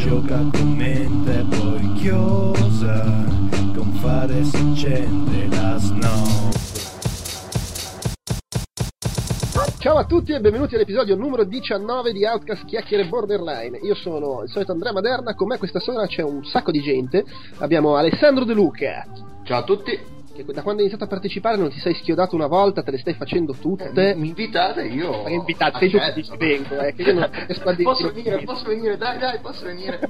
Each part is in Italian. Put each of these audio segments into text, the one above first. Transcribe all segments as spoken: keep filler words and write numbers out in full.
gioca con mente poi chiosa, con fare si accende la snow. Ciao a tutti e benvenuti all'episodio numero diciannove di Outcast Chiacchiere Borderline. Io sono il solito Andrea Maderna, con me questa sera c'è un sacco di gente. Abbiamo Alessandro De Luca. Ciao a tutti. Che da quando hai iniziato a partecipare non ti sei schiodato una volta, te le stai facendo tutte. Eh, mi invitate, io... Ma che invitate? Sei tu che dici vengo, eh, che io non riesco a dire. Posso venire, posso venire, dai, dai, posso venire.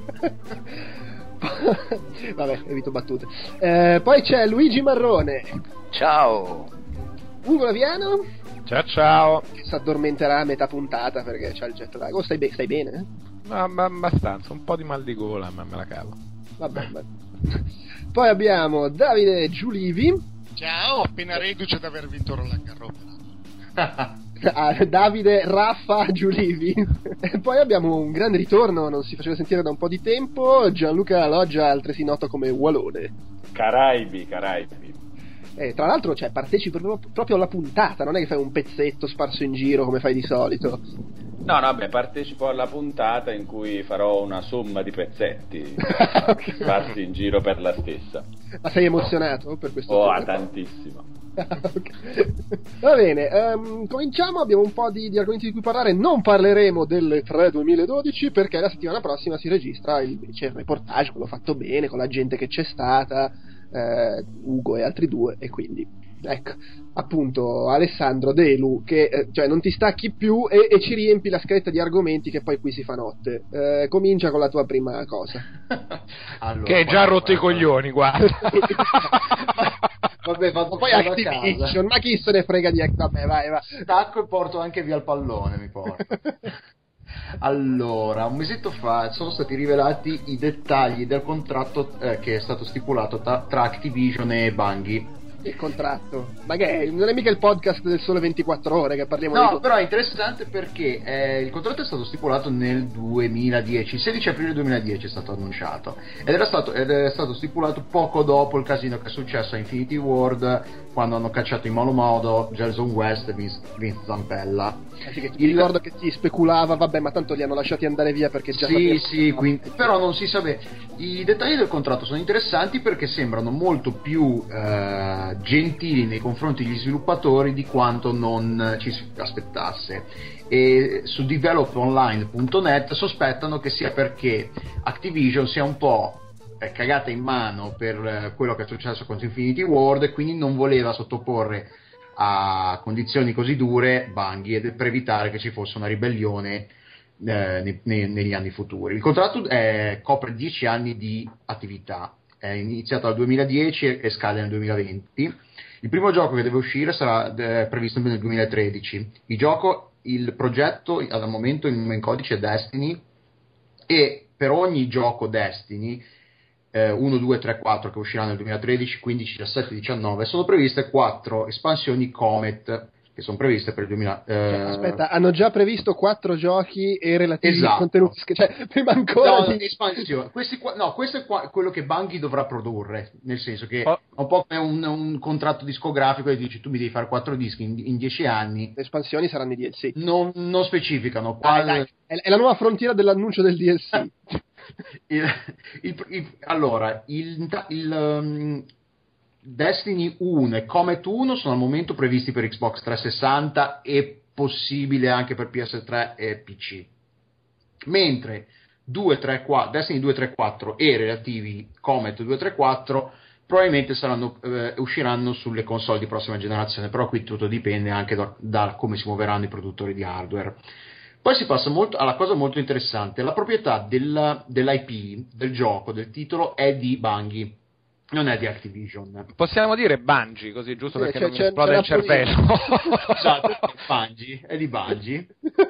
Vabbè, evito battute. Eh, poi c'è Luigi Marrone. Ciao. Ugo Laviano. Ciao ciao. Che si addormenterà a metà puntata perché c'ha il jet lag. Oh, stai, be- stai bene? Ma, ma abbastanza, un po' di mal di gola, ma me la cavo. Vabbè, vabbè. Poi abbiamo Davide Giulivi. Ciao, appena reduce da aver vinto Roland Garros. Ah, Davide Raffa Giulivi. E poi abbiamo un grande ritorno, non si faceva sentire da un po' di tempo, Gianluca Loggia, altresì noto come Walone. Caraibi, Caraibi. E tra l'altro, cioè, partecipi proprio, proprio alla puntata, non è che fai un pezzetto sparso in giro come fai di solito. No, no, beh, partecipo alla puntata in cui farò una somma di pezzetti Okay. sparsi in giro per la stessa. Ma sei emozionato per questo? Oh, ah, tantissimo. Okay. Va bene, um, cominciamo. Abbiamo un po' di, di argomenti di cui parlare. Non parleremo delle tre duemiladodici perché la settimana prossima si registra il, c'è il reportage, quello fatto bene, con la gente che c'è stata, eh, Ugo e altri due, e quindi ecco, appunto, Alessandro Delu che eh, cioè non ti stacchi più e, e ci riempi la scaletta di argomenti che poi qui si fa notte. Eh, comincia con la tua prima cosa. Allora, che hai già rotto i coglioni, guarda. Vabbè, vado poi Activision, ma chi se ne frega di Activision? Vabbè, vai, vai. Stacco e porto anche via il pallone, mi porto. Allora, un mesetto fa sono stati rivelati i dettagli del contratto eh, che è stato stipulato tra, tra Activision e Bungie. Il contratto? Ma che è? Non è mica il podcast del Sole ventiquattro Ore che parliamo no, di... No, però è interessante perché eh, il contratto è stato stipulato nel duemiladieci, il sedici aprile duemiladieci è stato annunciato ed era stato, ed è stato stipulato poco dopo il casino che è successo a Infinity Ward, quando hanno cacciato in malo modo Jason West e Vince, Vince Zampella. Eh sì, che ti il... ricordo che si speculava, vabbè, ma tanto li hanno lasciati andare via perché già... Sì, sì, quindi, però non si sa bene. I dettagli del contratto sono interessanti perché sembrano molto più eh, gentili nei confronti degli sviluppatori di quanto non ci si aspettasse. E su develop online punto net sospettano che sia perché Activision sia un po' cagata in mano per quello che è successo con Infinity Ward e quindi non voleva sottoporre a condizioni così dure Bungie per evitare che ci fosse una ribellione eh, ne, ne, negli anni futuri. Il contratto eh, copre dieci anni di attività, è iniziato nel duemiladieci e scade nel duemilaventi. Il primo gioco che deve uscire sarà eh, previsto nel duemilatredici. Il gioco, il progetto al momento, il nome in codice è Destiny, e per ogni gioco Destiny eh, uno, due, tre, quattro che uscirà nel duemilatredici, quindici, diciassette, diciannove sono previste quattro espansioni Comet che sono previste per il duemila. Eh... Cioè, aspetta, hanno già previsto quattro giochi e relativi esatto. contenuti, cioè prima ancora no, di... espansione. Questi qua, no, questo è qua, quello che Bungie dovrà produrre, nel senso che oh. un po' come un, un contratto discografico e dici tu mi devi fare quattro dischi in, in dieci anni. Le espansioni saranno i D L C. Non, non specificano. Dai, dai. È, è la nuova frontiera dell'annuncio del D L C. il, il, il, allora, il, il um, Destiny uno e Comet uno sono al momento previsti per Xbox trecentosessanta e possibile anche per P S tre e P C, mentre due, tre, quattro, Destiny due, tre, quattro e relativi Comet due, tre, quattro probabilmente saranno, eh, usciranno sulle console di prossima generazione, però qui tutto dipende anche da, da come si muoveranno i produttori di hardware. Poi si passa molto alla cosa molto interessante: la proprietà della, dell'I P, del gioco, del titolo è di Bungie, non è di Activision. Possiamo dire Bungie, così, giusto sì, perché c'è, non mi esplode il cervello. Esatto, è Bungie, è di Bungie.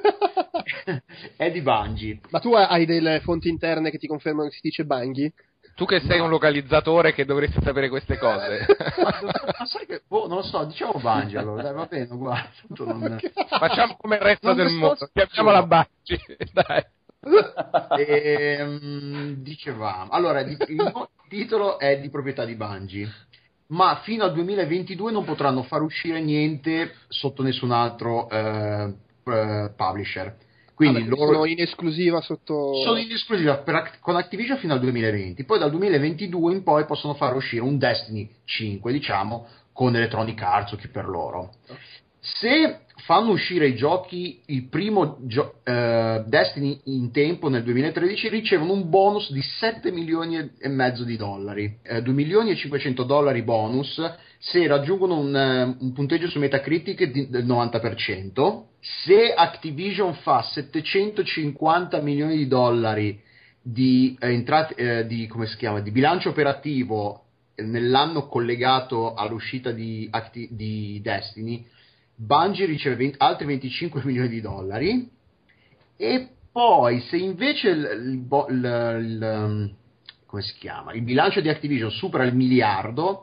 È di Bungie. Ma tu hai delle fonti interne che ti confermano che si dice Bungie? Tu che sei no. un localizzatore che dovresti sapere queste cose. ma, ma sai che, boh, non lo so, diciamo Bungie allora, dai, va bene, guarda. Non... Facciamo come il resto non del mondo, chiamiamola Bungie, dai. E, um, dicevamo, allora, il titolo è di proprietà di Bungie, ma fino al duemilaventidue non potranno far uscire niente sotto nessun altro uh, uh, publisher. Quindi ah, loro sono in esclusiva sotto... Sono in esclusiva per, con Activision fino al duemilaventi, poi dal duemilaventidue in poi possono far uscire un Destiny cinque, diciamo, con Electronic Arts o chi per loro. Se fanno uscire i giochi, il primo gio- eh, Destiny in tempo nel duemilatredici, ricevono un bonus di sette milioni e mezzo di dollari, eh, due milioni e cinquecento dollari bonus se raggiungono un, un punteggio su Metacritic di, del novanta per cento. Se Activision fa settecentocinquanta milioni di dollari di, eh, entrate, eh, di, come si chiama, di bilancio operativo nell'anno collegato all'uscita di, Acti- di Destiny, Bungie riceve venti, altri venticinque milioni di dollari. E poi se invece il, il, il, il, come si chiama, il bilancio di Activision supera il miliardo,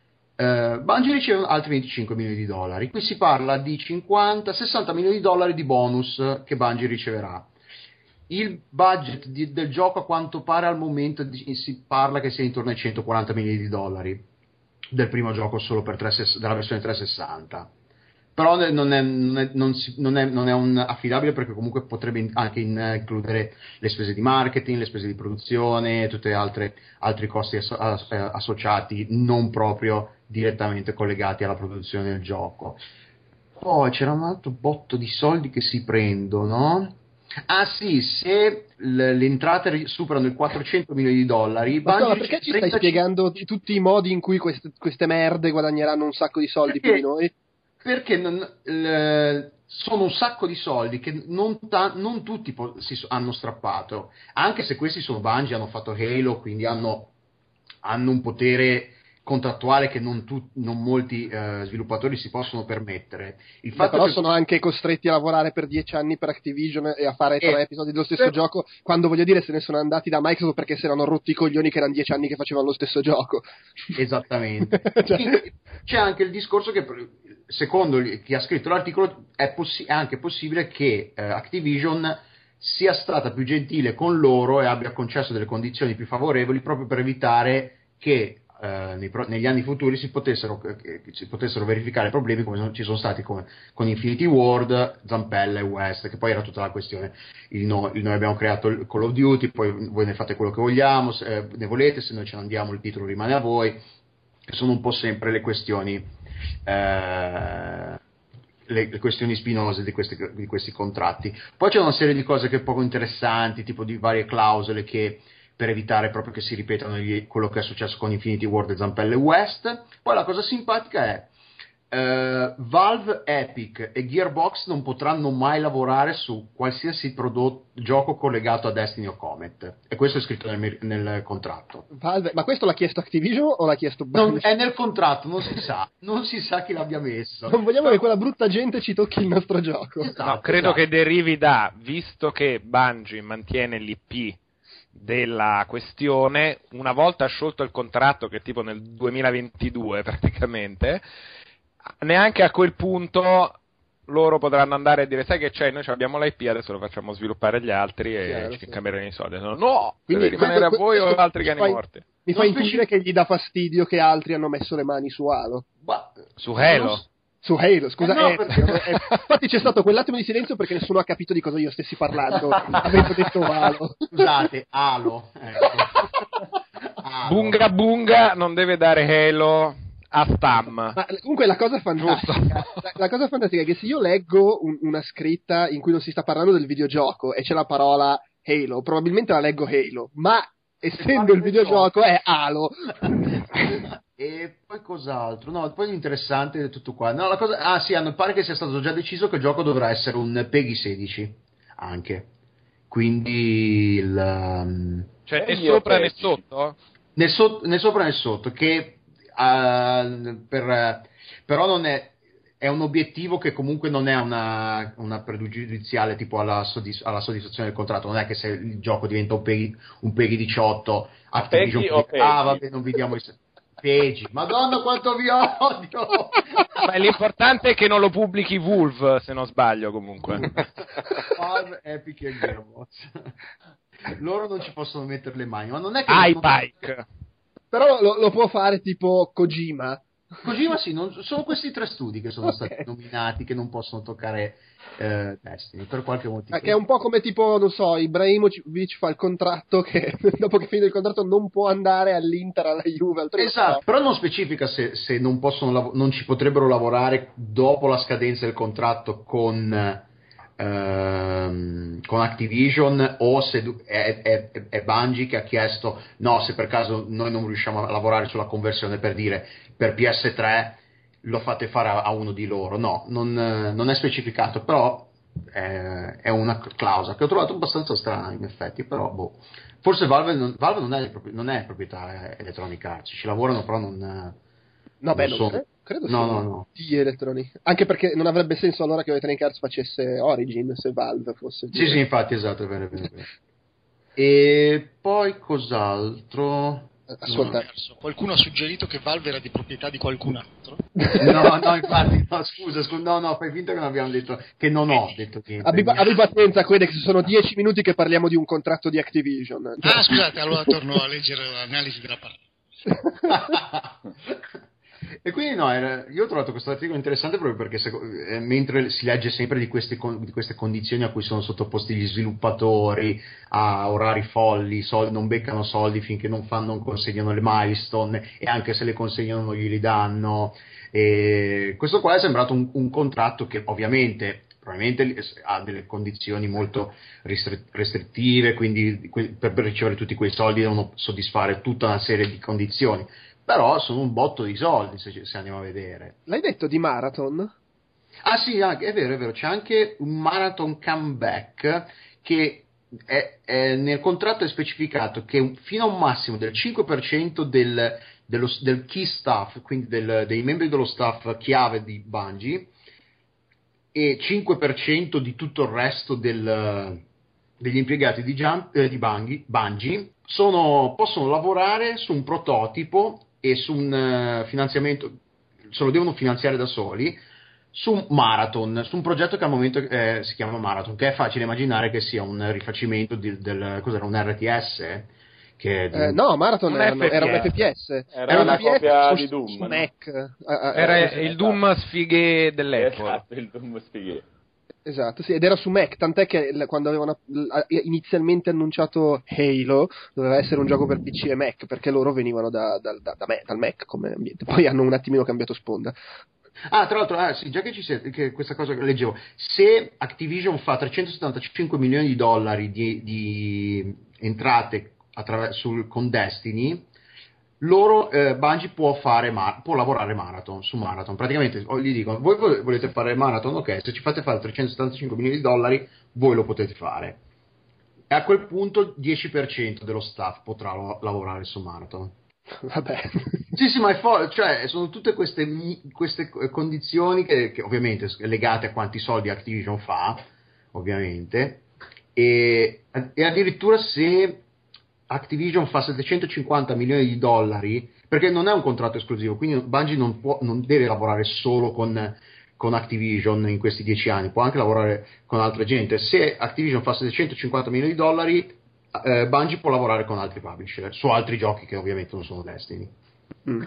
Uh, Bungie riceve altri venticinque milioni di dollari. Qui si parla di cinquanta sessanta milioni di dollari di bonus che Bungie riceverà. Il budget di, del gioco, a quanto pare al momento di, si parla che sia intorno ai centoquaranta milioni di dollari del primo gioco solo per tre, della versione trecentosessanta. Però non è, non, è, non, si, non, è, non è un affidabile, perché comunque potrebbe anche in, includere le spese di marketing, le spese di produzione, tutti altre, altri costi asso, ass, associati non proprio direttamente collegati alla produzione del gioco. Poi c'era un altro botto di soldi che si prendono. Ah sì, se le, le entrate superano i quattrocento milioni di dollari, ma, no, ma perché ci trentacinque stai spiegando tutti i modi in cui queste, queste merde guadagneranno un sacco di soldi perché, più di noi? Perché non, le, sono un sacco di soldi che non, ta, non tutti po- si so, hanno strappato, anche se questi sono Bungie, hanno fatto Halo, quindi hanno, hanno un potere contrattuale che non, tu, non molti eh, sviluppatori si possono permettere. Il fatto però che sono anche costretti a lavorare per dieci anni per Activision e a fare tre eh, episodi dello stesso eh, gioco, quando, voglio dire, se ne sono andati da Microsoft perché si erano rotti i coglioni che erano dieci anni che facevano lo stesso gioco. Esattamente. Cioè... Quindi, c'è anche il discorso che, secondo chi ha scritto l'articolo, è, possi- è anche possibile che eh, Activision sia stata più gentile con loro e abbia concesso delle condizioni più favorevoli proprio per evitare che Uh, nei pro- negli anni futuri si potessero, eh, si potessero verificare problemi come non ci sono stati come, con Infinity Ward, Zampella e West, che poi era tutta la questione. Il no, il noi abbiamo creato il Call of Duty, poi voi ne fate quello che vogliamo, se eh, ne volete, se noi ce ne andiamo il titolo rimane a voi, che sono un po' sempre le questioni eh, le, le questioni spinose di questi, di questi contratti. Poi c'è una serie di cose che poco interessanti, tipo di varie clausole che per evitare proprio che si ripetano gli, quello che è successo con Infinity Ward e Zampella e West. Poi la cosa simpatica è uh, Valve, Epic e Gearbox non potranno mai lavorare su qualsiasi prodotto, gioco collegato a Destiny o Comet, e questo è scritto nel, nel contratto. Valve, ma questo l'ha chiesto Activision o l'ha chiesto Bungie? Non, è nel contratto, non si sa, non si sa chi l'abbia messo. Non vogliamo Però... che quella brutta gente ci tocchi il nostro gioco. Esatto, no, credo esatto. che derivi da, visto che Bungie mantiene l'I P della questione, una volta sciolto il contratto, che è tipo nel duemilaventidue praticamente, neanche a quel punto loro potranno andare a dire: sai che c'è, noi abbiamo l'I P, adesso lo facciamo sviluppare agli altri e Chiaro, ci sì. cambieranno i soldi. No, no, quindi deve rimanere questo, a voi questo, o altri cani fai, morti. Mi fa intuire che gli dà fastidio che altri hanno messo le mani su Halo. Bah, su Halo? Su Halo, scusa, eh no, eh, perché... eh, infatti c'è stato quell'attimo di silenzio perché nessuno ha capito di cosa io stessi parlando, avendo detto Halo. Scusate, Halo. Ecco. Halo. Bunga Bunga non deve dare Halo a Stam. Ma comunque la cosa fantastica, la, la cosa fantastica è che se io leggo un, una scritta in cui non si sta parlando del videogioco e c'è la parola Halo, probabilmente la leggo Halo, ma essendo il videogioco è Halo. E poi cos'altro? No, poi l'interessante è tutto qua. No, la cosa... Ah sì, hanno, pare che sia stato già deciso che il gioco dovrà essere un Peggy sedici anche. Quindi il... Um... Cioè né sopra né sotto? Né, so... né sopra né sotto, che uh, per... però non è... è un obiettivo che comunque non è una, una pregiudiziale tipo alla, soddisf- alla soddisfazione del contratto. Non è che se il gioco diventa un Peggy, un Peggy diciotto, Activision Peggy o Peggy? Ah vabbè, non vi diamo i... Peggy, madonna quanto vi odio. Ma l'importante è che non lo pubblichi Wolf, se non sbaglio, comunque. Valve, Epic e Gearbox. Loro non ci possono mettere le mani, ma non è che iBike. Però lo, lo può fare tipo Kojima, Kojima sì, non, sono questi tre studi che sono Okay. stati nominati che non possono toccare eh, Destiny per qualche motivo. Eh, che è un po' come tipo, non so, Ibrahimovic fa il contratto che dopo che finito il contratto non può andare all'Inter, alla Juve, al Esatto, però non specifica se, se non possono lav- non ci potrebbero lavorare dopo la scadenza del contratto con ehm, con Activision, o se du- è, è, è Bungie che ha chiesto no, se per caso noi non riusciamo a lavorare sulla conversione, per dire per P S tre lo fate fare a, a uno di loro. No, non, non è specificato, però è, è una clausola che ho trovato abbastanza strana in effetti, però boh. Forse Valve non, Valve non, è, non è proprietà Electronic Arts, ci lavorano però non... No, beh, non non so. cre- credo No, sia no, no. di Electronic. Anche perché non avrebbe senso allora che Electronic Arts facesse Origin se Valve fosse di- Sì, sì, infatti, esatto, è vero, è vero, è vero. E poi cos'altro? Ascolta, Qualcuno ha suggerito che Valve era di proprietà di qualcun altro. No, no, infatti, no, scusa, scusa, no, no, fai finta che non abbiamo detto, che non ho detto niente. abbi, abbi pazienza, Quede, che sono dieci minuti che parliamo di un contratto di Activision. Cioè, Ah, scusate, allora torno a leggere l'analisi della parola. E quindi no, era, io ho trovato questo articolo interessante proprio perché se, eh, mentre si legge sempre di queste, con, di queste condizioni a cui sono sottoposti gli sviluppatori, a orari folli, soldi, non beccano soldi finché non, fanno, non consegnano le milestone, e anche se le consegnano non glieli danno, e questo qua è sembrato un, un contratto che ovviamente probabilmente ha delle condizioni molto restrittive, quindi per ricevere tutti quei soldi devono soddisfare tutta una serie di condizioni, però sono un botto di soldi se, se andiamo a vedere. L'hai detto di Marathon? Ah sì, anche, è vero, è vero, c'è anche un Marathon Comeback che è, è, nel contratto è specificato che fino a un massimo del cinque per cento del, dello, del key staff, quindi del, dei membri dello staff chiave di Bungie, e cinque per cento di tutto il resto del, degli impiegati di, Jump, eh, di Bungie, Bungie sono, possono lavorare su un prototipo e su un uh, finanziamento, se lo devono finanziare da soli, su un Marathon, su un progetto che al momento eh, si chiama Marathon, che è facile immaginare che sia un rifacimento di, del, cos'era, un R T S? Che di... eh, no, Marathon Un era, F P S. era un F P S. Era Era una un F P S copia su- di su Doom, no? Mac. Ah, ah, Era eh, il Doom sfighe dell'Apple. Esatto, il Doom sfighe. Esatto, sì, ed era su Mac, tant'è che l- quando avevano l- inizialmente annunciato Halo doveva essere un gioco per P C e Mac, perché loro venivano da, da, da, da me, dal Mac come ambiente, poi hanno un attimino cambiato sponda. Ah, tra l'altro, ah, sì, già che ci siete, che questa cosa che leggevo, se Activision fa trecentosettantacinque milioni di dollari di, di entrate attraver- sul, con Destiny, loro eh, Bungie può fare ma- può lavorare Marathon su Marathon. Praticamente oh, gli dicono: voi vo- volete fare Marathon? Ok, se ci fate fare trecentosettantacinque milioni di dollari, voi lo potete fare. E a quel punto il dieci per cento dello staff potrà lo- lavorare su Marathon. Vabbè. Sì, sì, ma è fo- cioè, sono tutte queste, queste condizioni che, che ovviamente legate a quanti soldi Activision fa, ovviamente, e, e addirittura se Activision fa settecentocinquanta milioni di dollari, perché non è un contratto esclusivo, quindi Bungie non, può, non deve lavorare solo con, con Activision in questi dieci anni, può anche lavorare con altra gente. Se Activision fa settecentocinquanta milioni di dollari, eh, Bungie può lavorare con altri publisher su altri giochi che ovviamente non sono Destiny. Mm.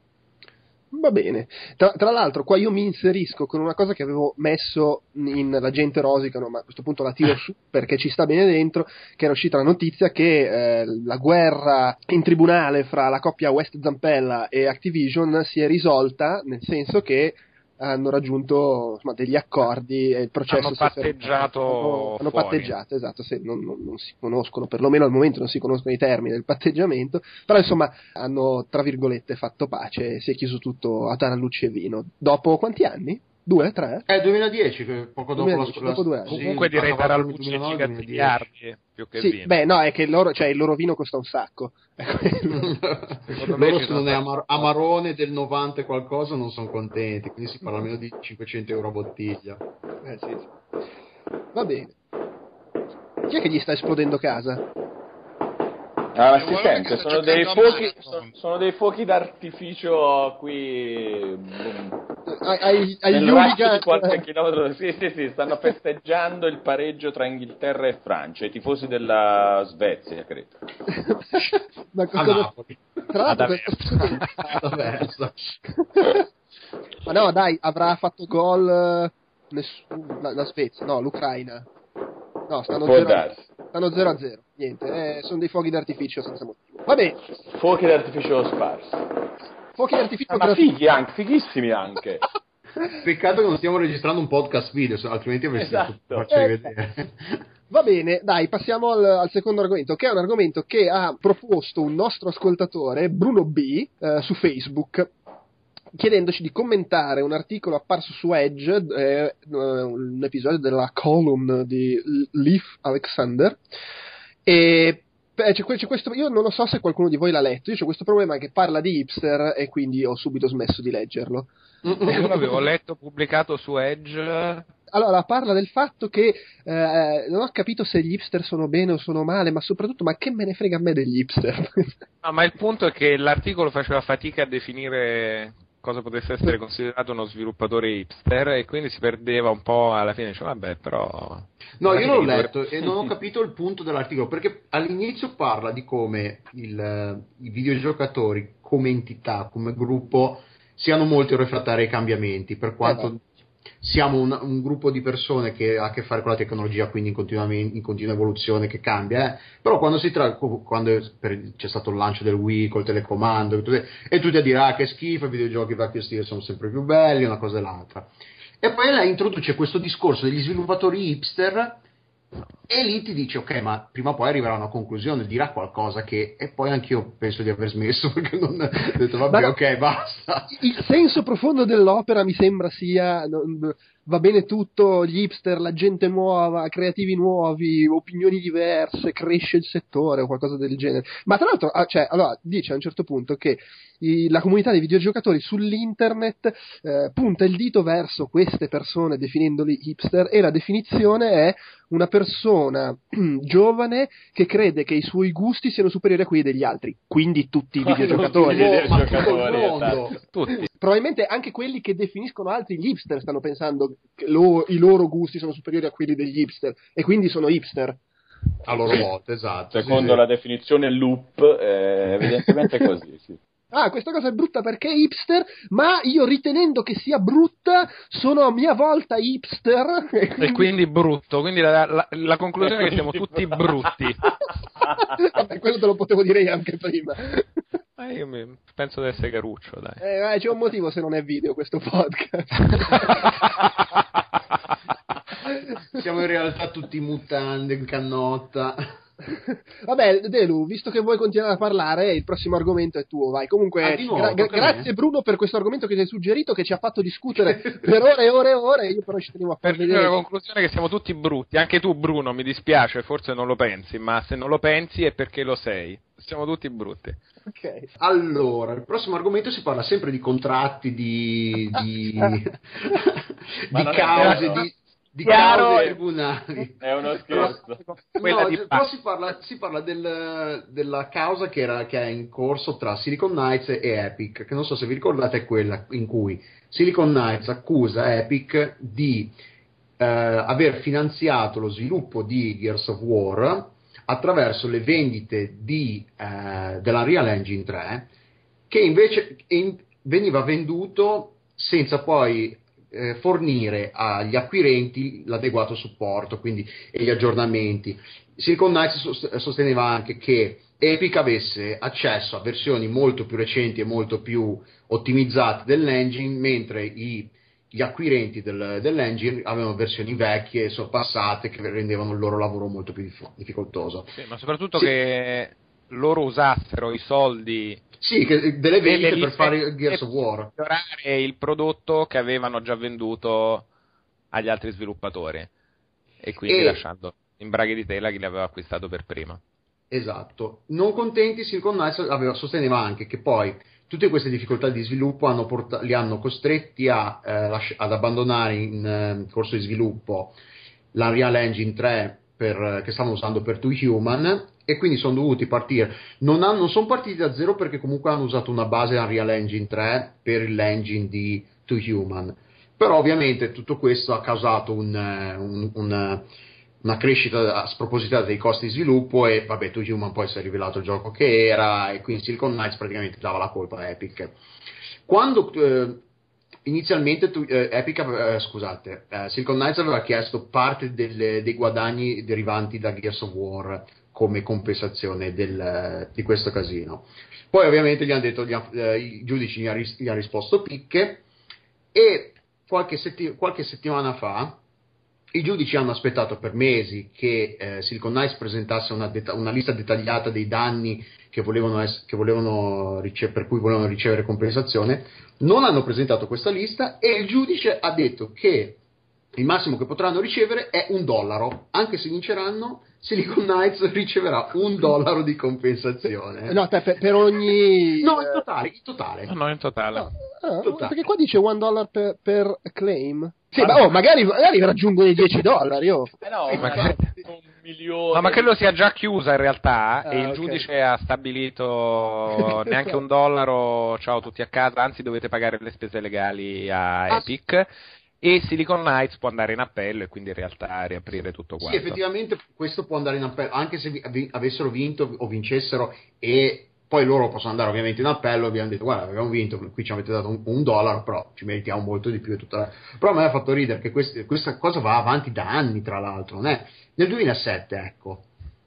Va bene. Tra, tra l'altro, qua io mi inserisco con una cosa che avevo messo in La gente rosicano, ma a questo punto la tiro su perché ci sta bene dentro, che era uscita la notizia che eh, la guerra in tribunale fra la coppia West Zampella e Activision si è risolta, nel senso che hanno raggiunto insomma, degli accordi e il processo Hanno si è patteggiato fermato. hanno fuori. patteggiato, esatto, sì, non, non, non si conoscono, perlomeno al momento non si conoscono i termini del patteggiamento, però insomma hanno tra virgolette fatto pace e si è chiuso tutto a tarallucci e vino. Dopo quanti anni? Due? Tre? È duemiladieci, che poco dopo duemiladieci, la, dopo due la, anni. Comunque sì, direi a cavallo Tarallucci del duemilanove, cigazzigliardi più che Sì, vino. beh, no, è che il loro, cioè, il loro vino costa un sacco. È quello. Secondo me Loro ci se non sono è stati- amar- Amarone del novanta e qualcosa non sono contenti, quindi si parla almeno di cinquecento euro a bottiglia. Eh, sì, sì. Va bene. Chi è che gli sta esplodendo casa? Ah, ma Eh, si guarda sente, che sta sono dei, giocando a fuochi, Marathon. sono, sono dei fuochi d'artificio qui boom, Ai, ai, agli nel raggio hooligan. di qualche chilometro. Sì, sì, sì, stanno festeggiando il pareggio tra Inghilterra e Francia, i tifosi della Svezia, credo. Ma A cosa... Napoli. tra l'altro Ad questo Aversa. ma no dai, avrà fatto gol eh, nessuno, la, la Svezia, no, l'Ucraina. No, stanno Può zero darsi. stanno zero a zero. Niente, eh, sono dei fuochi d'artificio senza motivo. Vabbè, Fuochi d'artificio sparsi. fuochi d'artificio Ah, ma gratuiti. fighi anche, fighissimi anche. Peccato che non stiamo registrando un podcast video, se- altrimenti avresti Esatto. farceli Eh, vedere. Va bene, dai, passiamo al, al secondo argomento, che è un argomento che ha proposto un nostro ascoltatore, Bruno B, eh, su Facebook, chiedendoci di commentare un articolo apparso su Edge, eh, un episodio della column di Leif Alexander, e beh, c'è, c'è questo, io non lo so se qualcuno di voi l'ha letto, io c'ho questo problema che parla di hipster e quindi ho subito smesso di leggerlo. Io l'avevo letto pubblicato su Edge. Allora, parla del fatto che eh, non ho capito se gli hipster sono bene o sono male, ma soprattutto, ma che me ne frega a me degli hipster? No, ma il punto è che l'articolo faceva fatica a definire cosa potesse essere considerato uno sviluppatore hipster e quindi si perdeva un po' alla fine, dice vabbè, però... No, io l'ho Dovrebbe- letto e non ho capito il punto dell'articolo, perché all'inizio parla di come il, eh, i videogiocatori come entità, come gruppo, siano molto refrattari ai cambiamenti, per quanto Eh, siamo un, un gruppo di persone che ha a che fare con la tecnologia, quindi in continua, in continua evoluzione, che cambia, eh. Però quando si tra, quando per, c'è stato il lancio del Wii col telecomando e tutti a dire ah che schifo, i videogiochi vecchio stile sono sempre più belli, una cosa e l'altra, e poi lei introduce questo discorso degli sviluppatori hipster e lì ti dice ok, ma prima o poi arriverà a una conclusione, dirà qualcosa che, e poi anch'io penso di aver smesso perché non ho detto vabbè Ma- ok basta. il senso profondo dell'opera mi sembra sia non- va bene tutto, gli hipster, la gente nuova, creativi nuovi, opinioni diverse, cresce il settore o qualcosa del genere. Ma tra l'altro, ah, cioè, allora, dice a un certo punto che i- la comunità dei videogiocatori sull'internet eh, punta il dito verso queste persone definendoli hipster e la definizione è una persona giovane che crede che i suoi gusti siano superiori a quelli degli altri, quindi tutti i videogiocatori. Tutti i Oh, ma tutto il videogiocatori, mondo. esatto. Tutti. Probabilmente anche quelli che definiscono altri gli hipster stanno pensando che lo- i loro gusti sono superiori a quelli degli hipster e quindi sono hipster. A loro volta, esatto. Secondo sì, sì. la definizione loop, eh, evidentemente è così, sì. Ah, questa cosa è brutta perché è hipster, ma io ritenendo che sia brutta sono a mia volta hipster. E E quindi... quindi brutto, quindi la, la- la conclusione è che siamo tutti brutti. Vabbè, quello te lo potevo dire io anche prima. Ma io mi- penso di essere caruccio, dai. Eh, eh, c'è un motivo se non è video questo podcast. Siamo in realtà tutti in mutande, in cannotta. Vabbè, Delu, visto che vuoi continuare a parlare, il prossimo argomento è tuo, vai. Comunque, Ah, di nuovo, gra- gra- tocca a me? grazie Bruno per questo argomento che ti hai suggerito, che ci ha fatto discutere per ore e ore e ore. Io però ci tenevo a far Per finire la vedere. conclusione che siamo tutti brutti, anche tu Bruno, mi dispiace, forse non lo pensi, ma se non lo pensi è perché lo sei. Siamo tutti brutti. Ok. Allora, il prossimo argomento si parla sempre di contratti, di, di, Ma di non è cause, chiaro. di, di Chiaro cause e- tribunali. È uno scherzo. Quella No, di cioè, Bach. però si parla, si parla del- della causa che, era, che è in corso tra Silicon Knights e Epic, che non so se vi ricordate è quella in cui Silicon Knights accusa Epic di eh, aver finanziato lo sviluppo di Gears of War attraverso le vendite di, eh, dell'Unreal Engine tre, che invece in- veniva venduto senza poi eh, fornire agli acquirenti l'adeguato supporto, quindi e gli aggiornamenti. Silicon Knights sost- sosteneva anche che Epic avesse accesso a versioni molto più recenti e molto più ottimizzate dell'engine, mentre i, gli acquirenti del, dell'engine avevano versioni vecchie e sorpassate che rendevano il loro lavoro molto più dif- difficoltoso. Sì, ma soprattutto Sì. che loro usassero i soldi Sì, che, delle vendite delle per fare licenze Gears of per War. migliorare il prodotto che avevano già venduto agli altri sviluppatori e quindi E- lasciando in braghe di tela chi li aveva acquistato per prima. Esatto. Non contenti, Silicon Knights aveva, sosteneva anche che poi tutte queste difficoltà di sviluppo hanno porta- li hanno costretti a, eh, lasci- ad abbandonare in eh, corso di sviluppo l'Unreal Engine tre per, che stavano usando per Two Human, e quindi sono dovuti partire. Non, hanno, non sono partiti da zero perché comunque hanno usato una base Unreal Engine tre per l'engine di Two Human. Però ovviamente tutto questo ha causato un, eh, un, un, una crescita spropositata dei costi di sviluppo e vabbè, Two Human poi si è rivelato il gioco che era e quindi Silicon Knights praticamente dava la colpa a Epic. Quando eh, inizialmente tu, eh, Epic eh, scusate eh, Silicon Knights aveva chiesto parte delle, dei guadagni derivanti da Gears of War come compensazione del, di questo casino, poi ovviamente gli hanno detto gli ha, eh, i giudici gli hanno ris- gli han risposto picche e qualche, setti- qualche settimana fa i giudici hanno aspettato per mesi che eh, Silicon Knights presentasse una, deta- una lista dettagliata dei danni che volevano ess- che volevano rice- per cui volevano ricevere compensazione. Non hanno presentato questa lista e il giudice ha detto che il massimo che potranno ricevere è un dollaro, anche se vinceranno Silicon Knights riceverà un dollaro di compensazione. No, per, per ogni... No, in totale, in totale. No, no, in totale. No, ah, Totale. perché qua dice un dollaro per, per claim. Sì, ma oh, magari, magari raggiungono i dieci dollari. Oh. Eh no, Eh, ma magari che- un milione. No, ma credo sia già chiusa in realtà Ah, e il ok. giudice ha stabilito neanche un dollaro, ciao tutti a casa, anzi dovete pagare le spese legali a Ah, Epic e Silicon Knights può andare in appello e quindi in realtà riaprire tutto Sì, quanto. effettivamente questo può andare in appello, anche se vi- vi- avessero vinto o vincessero e poi loro possono andare ovviamente in appello, abbiamo detto guarda abbiamo vinto, qui ci avete dato un, un dollaro, però ci meritiamo molto di più e tutta la... Però a me ha fatto ridere che questi- questa cosa va avanti da anni, tra l'altro, non è? Nel duemilasette, ecco,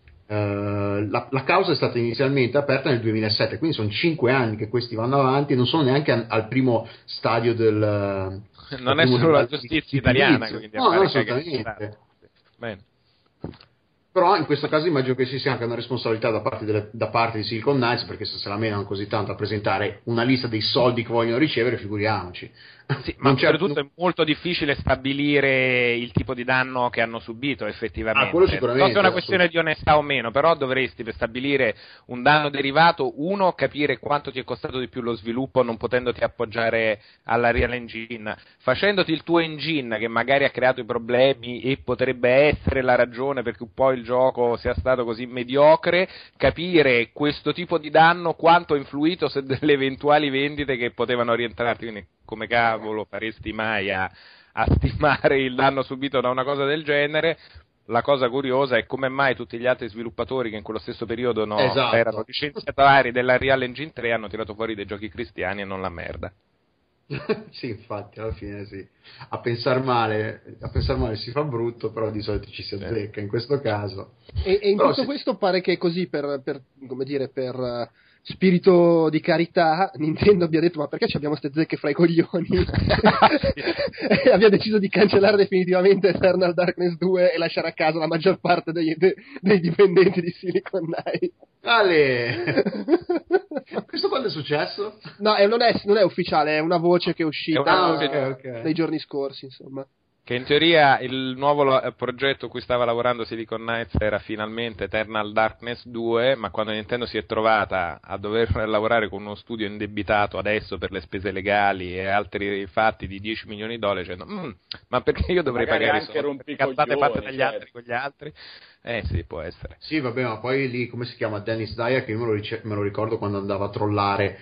eh, la, la causa è stata inizialmente aperta nel duemilasette, quindi sono cinque anni che questi vanno avanti e non sono neanche al, al primo stadio del... Non è al primo solo la di- giustizia di italiana, giudizio. quindi a No, no, fare cagare. assolutamente. Bene. Però in questo caso immagino che ci sia anche una responsabilità da parte, delle, da parte di Silicon Knights, perché se se la menano così tanto a presentare una lista dei soldi che vogliono ricevere, figuriamoci. Sì, ma Non c'è- oltretutto è molto difficile stabilire il tipo di danno che hanno subito effettivamente. Ah, quello sicuramente, Non so se è una questione di onestà o meno, però dovresti per stabilire un danno derivato, uno, capire quanto ti è costato di più lo sviluppo non potendoti appoggiare alla Real Engine, facendoti il tuo engine che magari ha creato i problemi e potrebbe essere la ragione per cui poi il gioco sia stato così mediocre, capire questo tipo di danno quanto ha influito su delle eventuali vendite che potevano rientrarti, quindi come cavolo faresti mai a, a stimare il danno subito da una cosa del genere? La cosa curiosa è come mai tutti gli altri sviluppatori che in quello stesso periodo no, Esatto. erano licenziatari della Real Engine tre hanno tirato fuori dei giochi cristiani e non la merda. Sì, infatti, alla fine sì. A pensare male, a pensar male si fa brutto, però di solito ci si azzecca in questo caso. E, e in Però tutto se- questo pare che così per, per come dire, per eh, spirito di carità Nintendo abbia detto ma perché ci abbiamo ste zecche fra i coglioni e abbia deciso di cancellare definitivamente Eternal Darkness due e lasciare a casa la maggior parte dei, de- dei dipendenti di Silicon Knights. Ale! Questo quando è successo? No, è- non, è, non è ufficiale, è una voce che è uscita È una voce- ok, ok. nei giorni scorsi, insomma. Che in teoria il nuovo lo- progetto a cui stava lavorando Silicon Knights era finalmente Eternal Darkness due, ma quando Nintendo si è trovata a dover lavorare con uno studio indebitato adesso per le spese legali e altri fatti di dieci milioni di dollari, dicendo "Mm, ma perché io dovrei Magari pagare i anche soldi per cazzate rompicoglioni, fatte dagli certo. altri con gli altri?" Eh sì, può essere. Sì, vabbè, ma poi lì, come si chiama, Dennis Dyer, che io me lo, rice- me lo ricordo quando andava a trollare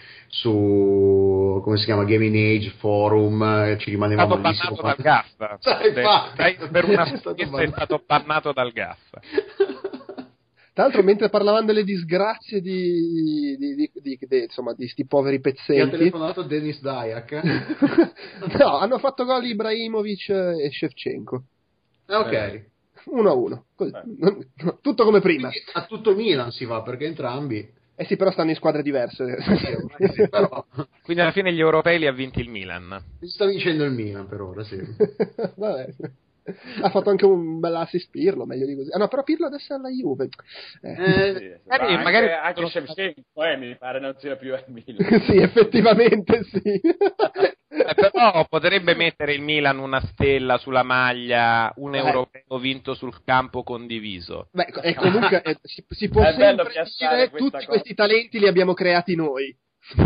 su, come si chiama, Gaming Age Forum, eh, ci È rimanevamo stato lì bannato solo dal quando- G A F. Sai, Dai, infatti. dai, per una È stato schiessa è bannato. stato bannato dal G A F. Tra l'altro, mentre parlavano delle disgrazie di, di, di, di, di, insomma, di sti poveri Mi ha pezzenti, telefonato Dennis Dyer. no, hanno fatto gol Ibrahimovic e Shevchenko. Ok. Eh. uno a uno, così. Eh. Tutto come prima. Quindi a tutto Milan si va, perché entrambi... Eh sì, però stanno in squadre diverse. Sì, però Quindi alla fine gli europei li ha vinti il Milan. si sta vincendo il Milan per ora, sì. Vabbè. Ha fatto anche un bel assist Pirlo, meglio di così. Ah no, però Pirlo adesso è alla Juve. Eh. Eh, Sì, magari- ma magari- anche, anche Shevchenko, eh, mi pare non sia più al Milan. Sì, effettivamente sì. Eh, però potrebbe mettere il Milan una stella sulla maglia, un Eh. europeo vinto sul campo condiviso. Beh, e comunque eh, si, si può È bello sempre piazzare dire questa tutti cosa. questi talenti li abbiamo creati noi.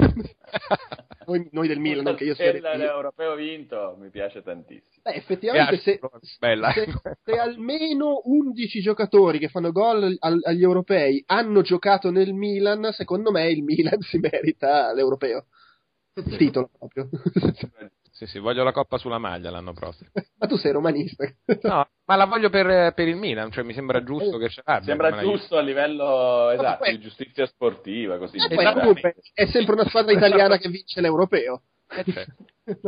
noi, noi del Milan, non che io sia del Stella Milan. l'europeo vinto, mi piace tantissimo. Beh, effettivamente se, Bella. se, se almeno undici giocatori che fanno gol al- agli europei hanno giocato nel Milan, secondo me il Milan si merita l'europeo. Il titolo proprio. Sì, sì, voglio la coppa sulla maglia l'anno prossimo. Ma tu sei romanista. No, ma la voglio per, per il Milan, cioè mi sembra giusto che ce l'abbia. Sembra giusto a livello esatto, poi... di giustizia sportiva, così. E poi comunque è sempre una squadra italiana che vince l'europeo. Eh, certo.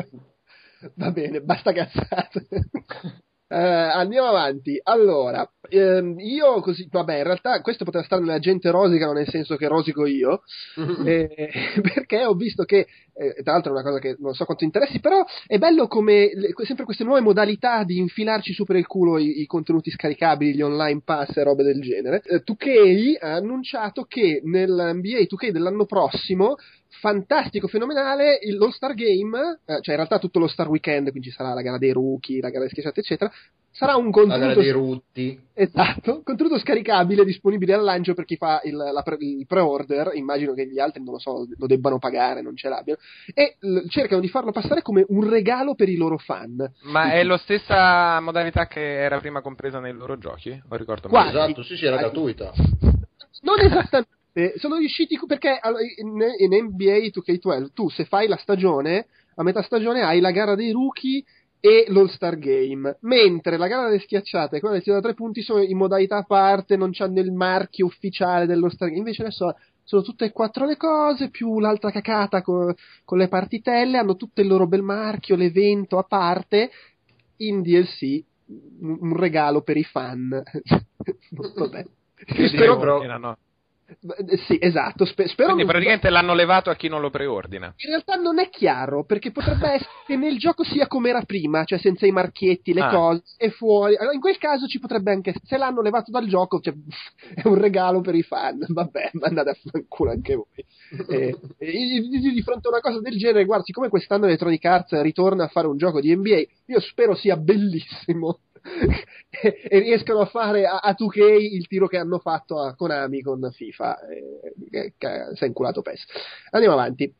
Va bene, basta cazzate. Uh, andiamo avanti. Allora, ehm, io così, vabbè, in realtà questo poteva stare nella gente rosica, non nel senso che rosico io, eh, perché ho visto che, eh, tra l'altro è una cosa che non so quanto interessi, però è bello come le, sempre queste nuove modalità di infilarci su per il culo i, i contenuti scaricabili, gli online pass e robe del genere. Eh, due K ha annunciato che nell'N B A due K dell'anno prossimo, fantastico, fenomenale, il, l'All-Star Game, eh, cioè in realtà tutto lo Star Weekend, quindi ci sarà la gara dei rookie, la gara dei schiacciati, eccetera, sarà un contenuto... La gara dei rutti. Esatto, contenuto scaricabile, disponibile al lancio per chi fa il, la pre, il pre-order, immagino che gli altri, non lo so, lo debbano pagare, non ce l'abbiano, e l- cercano di farlo passare come un regalo per i loro fan. Ma è la stessa modalità che era prima compresa nei loro giochi? O ricordo Quasi. Esatto, sì, sì, era gratuita. Non esattamente. Sono riusciti perché in, in N B A due K dodici tu se fai la stagione, a metà stagione hai la gara dei rookie e l'All-Star Game, mentre la gara delle schiacciate e quella del tiro da tre punti sono in modalità a parte, non c'hanno il marchio ufficiale dell'All-Star Game. Invece adesso sono tutte e quattro le cose più l'altra cacata con, con le partitelle, hanno tutto il loro bel marchio, l'evento a parte in D L C, un, un regalo per i fan. Vabbè. Spero però... no. Sì, esatto. Spe- spero Quindi non... praticamente l'hanno levato a chi non lo preordina. In realtà non è chiaro, perché potrebbe essere che nel gioco sia come era prima, cioè senza i marchietti, le ah. cose, e fuori. Allora, in quel caso ci potrebbe anche, se l'hanno levato dal gioco, cioè, è un regalo per i fan. Vabbè, mandate a fanculo anche voi. eh, io di fronte a una cosa del genere, guarda, siccome quest'anno Electronic Arts ritorna a fare un gioco di N B A, io spero sia bellissimo. e, e riescono a fare a, a due K il tiro che hanno fatto a Konami con FIFA, eh, che si è inculato P E S. Andiamo avanti.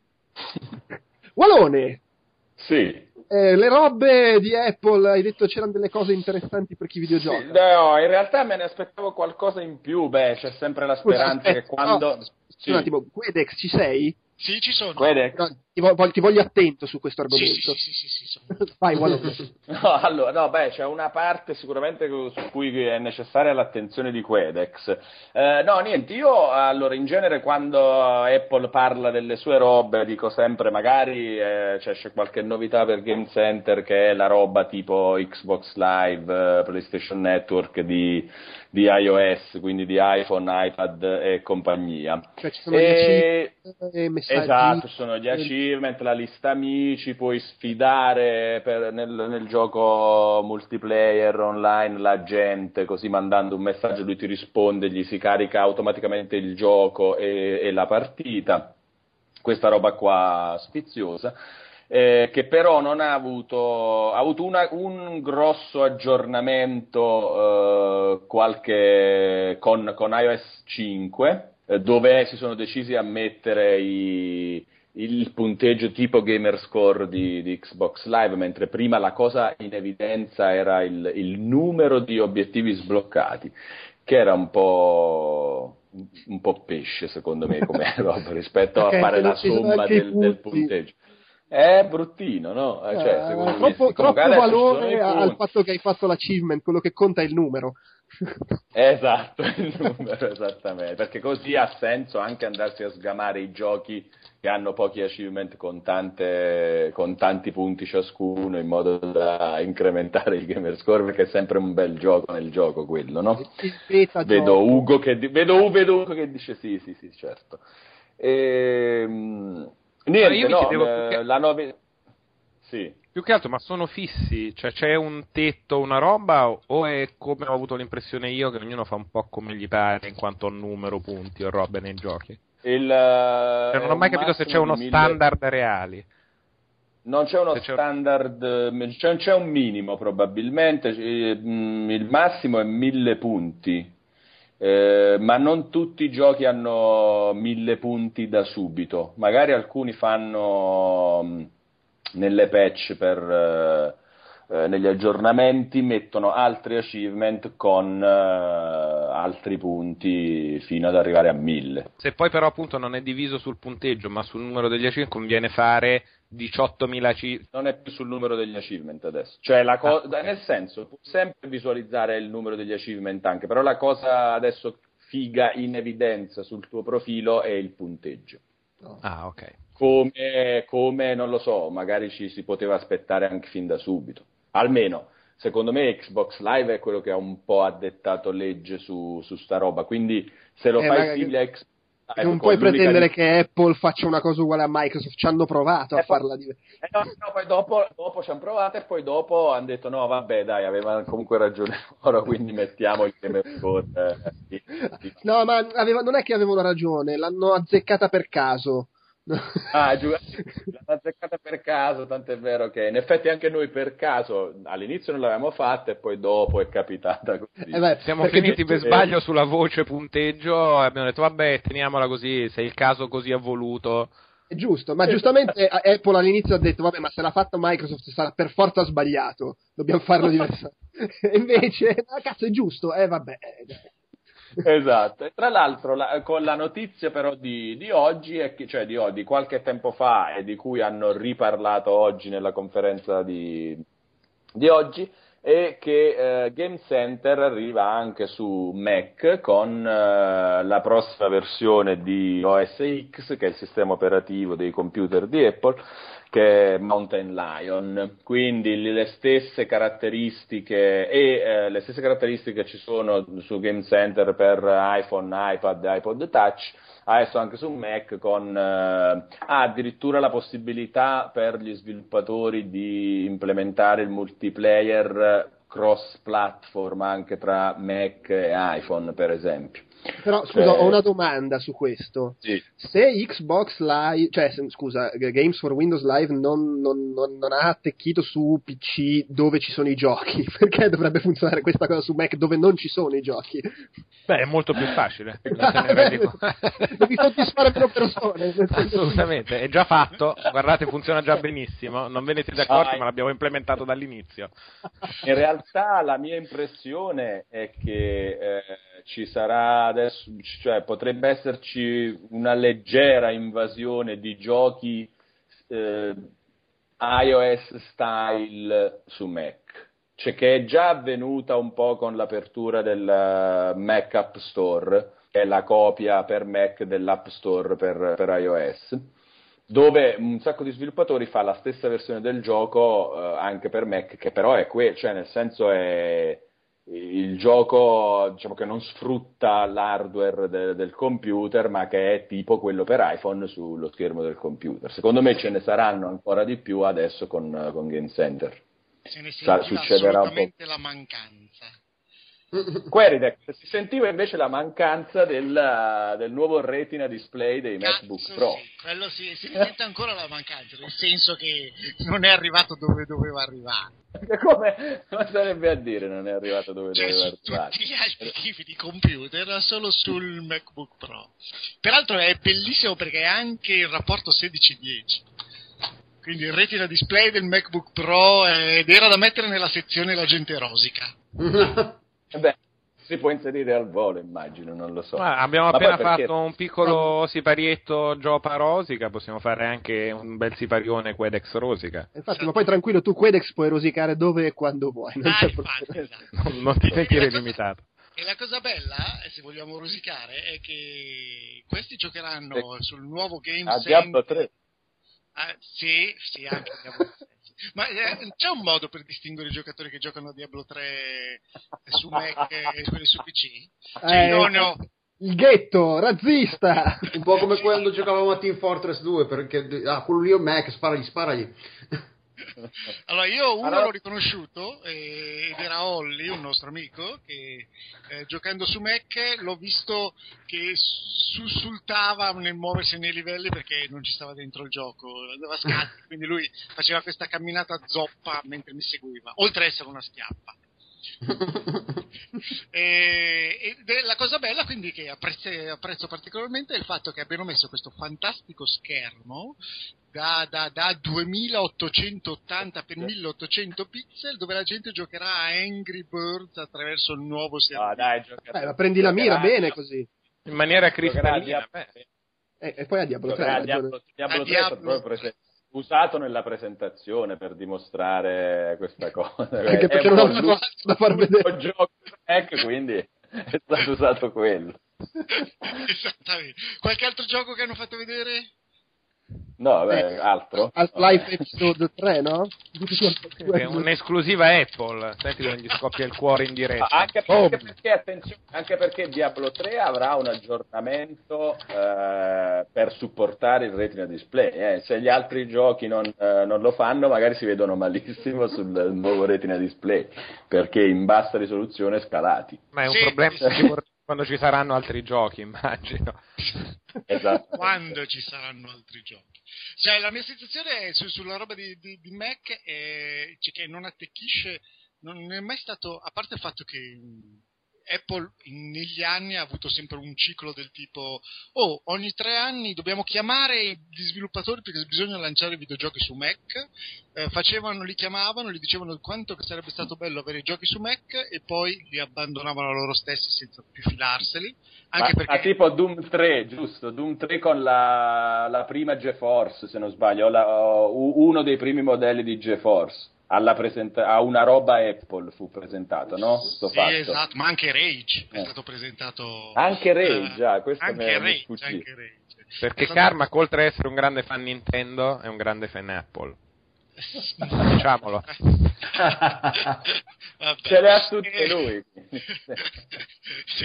Walone, sì. Eh, le robe di Apple, hai detto c'erano delle cose interessanti per chi videogioca. Sì, no, in realtà me ne aspettavo qualcosa in più. Beh, c'è sempre la speranza Aspetta, che quando no, sì. un attimo, Quedex ci sei? Sì, ci sono. Quedex? No, ti, vo- ti voglio attento su questo Sì, argomento. sì, sì, sì, sì, sono. Vai, Walone. No, allora, no, beh, c'è una parte sicuramente su cui è necessaria l'attenzione di Quedex. Eh, no, niente, io allora in genere quando Apple parla delle sue robe dico sempre magari eh, cioè, c'è qualche novità per Game Center che è la roba tipo Xbox Live, eh, PlayStation Network di, di iOS, quindi di iPhone, iPad e compagnia. Cioè, ci sono E... gli achievement, messaggi. Esatto, ci sono gli achievement, la lista amici, puoi sfidare per, nel, nel gioco multiplayer online la gente, così mandando un messaggio lui ti risponde, gli si carica automaticamente il gioco e, e la partita, questa roba qua sfiziosa. Eh, che però non ha avuto, ha avuto una, un grosso aggiornamento eh, qualche, con, con iOS cinque, eh, dove si sono decisi a mettere i, il punteggio tipo gamerscore di, di Xbox Live, mentre prima la cosa in evidenza era il, il numero di obiettivi sbloccati, che era un po'... un po' pesce secondo me come roba rispetto a fare la somma del, del punteggio. È bruttino, no? Cioè, secondo troppo me, troppo valore al fatto che hai fatto l'achievement, quello che conta è il numero. Esatto, il numero, esattamente, perché così ha senso anche andarsi a sgamare i giochi che hanno pochi achievement con, tante, con tanti punti ciascuno, in modo da incrementare il gamer score, perché è sempre un bel gioco nel gioco quello, no? Vedo Ugo, che, vedo, vedo Ugo che dice sì, sì, sì, certo. Ehm... Niente, no, eh, che... la nove... Sì. Più che altro, ma sono fissi? Cioè c'è un tetto, una roba, o è come ho avuto l'impressione io, che ognuno fa un po' come gli pare in quanto a numero, punti o robe nei giochi? Il, cioè, non ho mai capito se c'è uno mille... standard reali. Non c'è uno se standard, c'è... c'è un minimo probabilmente, il massimo è mille punti. Eh, ma non tutti i giochi hanno mille punti da subito, magari alcuni fanno mh, nelle patch per eh, negli aggiornamenti mettono altri achievement con eh, altri punti fino ad arrivare a mille. Se poi però appunto non è diviso sul punteggio ma sul numero degli achievement, conviene fare diciottomila achievement. Non è più sul numero degli achievement adesso, cioè la co- ah. nel senso, puoi sempre visualizzare il numero degli achievement anche, però la cosa adesso figa in evidenza sul tuo profilo è il punteggio. Ah, ok. Come, come, non lo so, magari ci si poteva aspettare anche fin da subito. Almeno, secondo me, Xbox Live è quello che ha un po' addettato legge su, su sta roba. Quindi, se lo eh, fai simile a Xbox Live... Non puoi pretendere di... che Apple faccia una cosa uguale a Microsoft. Ci hanno provato eh, a farla di... Eh, no, no, poi dopo, dopo ci hanno provato e poi dopo hanno detto no, vabbè, dai, avevano comunque ragione loro, quindi mettiamo il game score. Eh, di, di... No, ma aveva, non è che avevano ragione, l'hanno azzeccata per caso. Ah, giù, l'hanno azzeccata per caso, tant'è vero che in effetti anche noi per caso all'inizio non l'avevamo fatta e poi dopo è capitata così. Eh beh, siamo finiti per sbaglio sulla voce punteggio e abbiamo detto vabbè, teniamola così, se il caso così ha voluto. È giusto, ma giustamente Apple all'inizio ha detto vabbè, ma se l'ha fatto Microsoft sarà per forza sbagliato, dobbiamo farlo diversamente. E invece, ah, cazzo, è giusto, eh vabbè. Esatto, e tra l'altro la, con la notizia però di, di oggi, è che, cioè di, di qualche tempo fa e di cui hanno riparlato oggi nella conferenza di, di oggi, è che eh, Game Center arriva anche su Mac con eh, la prossima versione di O S X, che è il sistema operativo dei computer di Apple, che è Mountain Lion, quindi le stesse caratteristiche e eh, le stesse caratteristiche ci sono su Game Center per iPhone, iPad, iPod Touch, adesso anche su Mac con eh, ah, addirittura la possibilità per gli sviluppatori di implementare il multiplayer cross-platform anche tra Mac e iPhone, per esempio. Però scusa, cioè... ho una domanda su questo. Sì. Se Xbox Live, cioè scusa, Games for Windows Live non, non, non, non ha attecchito su P C dove ci sono i giochi, perché dovrebbe funzionare questa cosa su Mac dove non ci sono i giochi? Beh, è molto più facile. Devi soddisfare meno persone. Assolutamente, è già fatto, guardate, funziona già benissimo, non ve ne siete accorti, ma l'abbiamo implementato dall'inizio. In realtà la mia impressione è che eh, ci sarà adesso, cioè potrebbe esserci una leggera invasione di giochi eh, iOS style su Mac, cioè che è già avvenuta un po' con l'apertura del Mac App Store, che è la copia per Mac dell'App Store per, per iOS, dove un sacco di sviluppatori fa la stessa versione del gioco eh, anche per Mac, che però è quello, cioè nel senso è il gioco, diciamo, che non sfrutta l'hardware de- del computer, ma che è tipo quello per iPhone sullo schermo del computer. Secondo me ce ne saranno ancora di più adesso con, con Game Center. Se ne Sa- sentiva succederà assolutamente un po'. La mancanza. Queridex, si sentiva invece la mancanza del, del nuovo retina display dei Cazzo, MacBook Pro. sì, quello sì, si sente ancora la mancanza, nel senso che non è arrivato dove doveva arrivare. Come, come sarebbe a dire non è arrivato dove Cioè, doveva su arrivare? tutti gli altri tipi di computer, solo sul MacBook Pro. Peraltro è bellissimo perché è anche il rapporto sedici dieci. Quindi il retina display del MacBook Pro ed era da mettere nella sezione la gente rosica. Eh beh, si può inserire al volo, immagino, non lo so. Ah, abbiamo Ma appena poi perché... fatto un piccolo siparietto Giopa Rosica, possiamo fare anche un bel siparione Quedex Rosica. Infatti, ma poi tranquillo, tu Quedex puoi rosicare dove e quando vuoi. Non Ah, c'è infatti, problema. esatto. Non, non ti sentire limitato. E la cosa bella, se vogliamo rosicare, è che questi giocheranno Eh, sul nuovo Game a Center. Diablo tre. Ah, sì, sì, anche Diablo tre. Ma eh, c'è un modo per distinguere i giocatori che giocano a Diablo tre su Mac e quelli su P C? Cioè, Eh, io ne ho... Il ghetto, razzista! Un po' come quando giocavamo a Team Fortress due, perché ah, quello lì è Mac, sparagli, sparagli. Allora, io uno Allora... l'ho riconosciuto eh, ed era Olli, un nostro amico, che eh, giocando su Mac l'ho visto che sussultava nel muoversi nei livelli perché non ci stava dentro il gioco, andava a scatti, quindi lui faceva questa camminata zoppa mentre mi seguiva, oltre ad essere una schiappa. e, e la cosa bella quindi che apprezzo, apprezzo particolarmente è il fatto che abbiano messo questo fantastico schermo da, da, da duemilaottocentottanta per milleottocento pixel, dove la gente giocherà a Angry Birds attraverso il nuovo servizio. Ah, dai, giocherà, Beh, ma prendi la mira giocherà, bene così. In maniera giocherà cristallina. Diablo- beh. E, e poi a Diablo tre. giocherà hai ragione. Diablo, Diablo A tre è stato Diablo. proprio prese- usato nella presentazione per dimostrare questa cosa. Anche È perché un non po' avevo l'unico altro da far vedere. gioco Mac, quindi è stato usato quello. Esattamente. Qualche altro gioco che hanno fatto vedere? No, beh, Eh, altro? Half-Life Vabbè. Episode tre, no? È un'esclusiva Apple, senti dove gli scoppia il cuore in diretta. Ah, anche, Oh, anche perché, attenzione, anche perché Diablo tre avrà un aggiornamento eh, per supportare il Retina Display. eh. Se gli altri giochi non, eh, non lo fanno, magari si vedono malissimo sul nuovo Retina Display, perché in bassa risoluzione scalati. ma è un Sì, problema sì, sì. sicuro quando ci saranno altri giochi, immagino. Esatto. Quando ci saranno altri giochi. Cioè, la mia sensazione è su- sulla roba di, di, di Mac è cioè, che non attecchisce, non è mai stato, a parte il fatto che mh, Apple in- negli anni ha avuto sempre un ciclo del tipo oh, ogni tre anni dobbiamo chiamare gli sviluppatori perché bisogna lanciare videogiochi su Mac, eh, facevano, li chiamavano, gli dicevano quanto che sarebbe stato bello avere i giochi su Mac e poi li abbandonavano loro stessi senza più filarseli, anche Ma, perché ma tipo Doom tre, giusto? Doom tre con la, la prima GeForce, se non sbaglio, o la- o uno dei primi modelli di GeForce. Alla presenta- a una roba Apple fu presentato, no? Sto sì, fatto. esatto, ma anche Rage è Eh. stato presentato. Anche Rage, eh, già, questo anche mi è- mi Rage, sfuggì. anche Rage. Perché È stato- Carmack, oltre ad essere un grande fan Nintendo, è un grande fan Apple. Diciamolo. Vabbè. Ce le ha tutte Eh, lui. sì.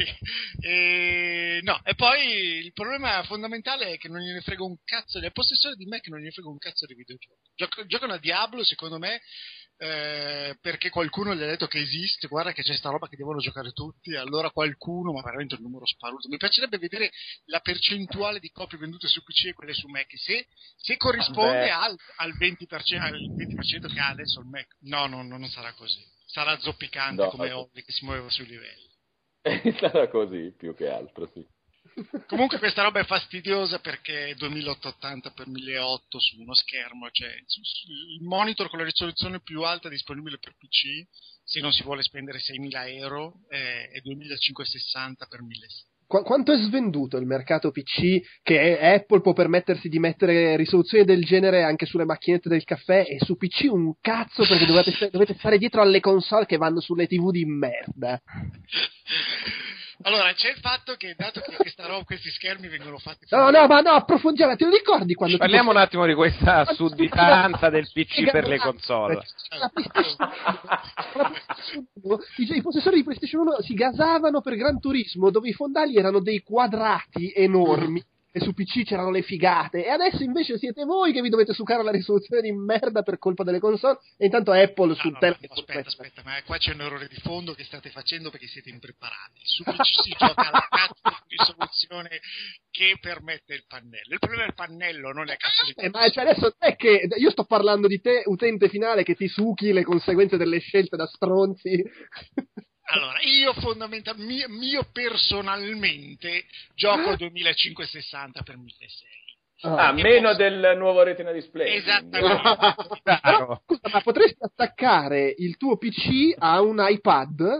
E, no, e poi il problema fondamentale è che non gliene frega un cazzo, del possessore di Mac non gliene frega un cazzo di videogiochi. Gioc- giocano a Diablo, secondo me, eh, perché qualcuno gli ha detto che esiste, guarda che c'è sta roba che devono giocare tutti, allora qualcuno, ma veramente un numero sparuto. Mi piacerebbe vedere la percentuale di copie vendute su P C e quelle su Mac, se, se corrisponde Beh. al, al, venti per cento, al venti per cento che ha adesso il Mac. No, no, no, non sarà così. Sarà zoppicante No, come no. Olli che si muoveva sui livelli. Sarà così, più che altro, sì. Comunque questa roba è fastidiosa perché duemilaottocentottanta per milleottocento su uno schermo, cioè su- su- il monitor con la risoluzione più alta disponibile per P C, se non si vuole spendere seimila euro, è, è duemilacinquecentosessanta per milleseicento. Qu- quanto è svenduto il mercato P C che Apple può permettersi di mettere risoluzioni del genere anche sulle macchinette del caffè e su P C un cazzo perché dovete, sta- dovete stare dietro alle console che vanno sulle tivù di merda. Allora, c'è il fatto che dato che questa roba, questi schermi vengono fatti... No, no, ma no, approfondiamo, te lo ricordi quando... Parliamo un tipo- attimo di questa sudditanza del P C per le console. La PlayStation- la PlayStation uno, i, i possessori di PlayStation uno si gasavano per Gran Turismo, dove i fondali erano dei quadrati enormi e su P C c'erano le figate, e adesso invece siete voi che vi dovete sucare la risoluzione di merda per colpa delle console, e intanto Apple No, sul no, telefono... aspetta, aspetta, ma qua c'è un errore di fondo che state facendo perché siete impreparati. Su P C si gioca alla cazzo di risoluzione che permette il pannello. Il problema è il pannello, non è a cazzo di Eh, ma cioè adesso non è che io sto parlando di te, utente finale, che ti succhi le conseguenze delle scelte da stronzi. Allora, io fondamentalmente, mio, mio personalmente, gioco a duemilacinquecentosessanta per milleseicento. Ah, E meno posso- del nuovo Retina Display. Esattamente. Però, scusa, ma potresti attaccare il tuo P C a un iPad?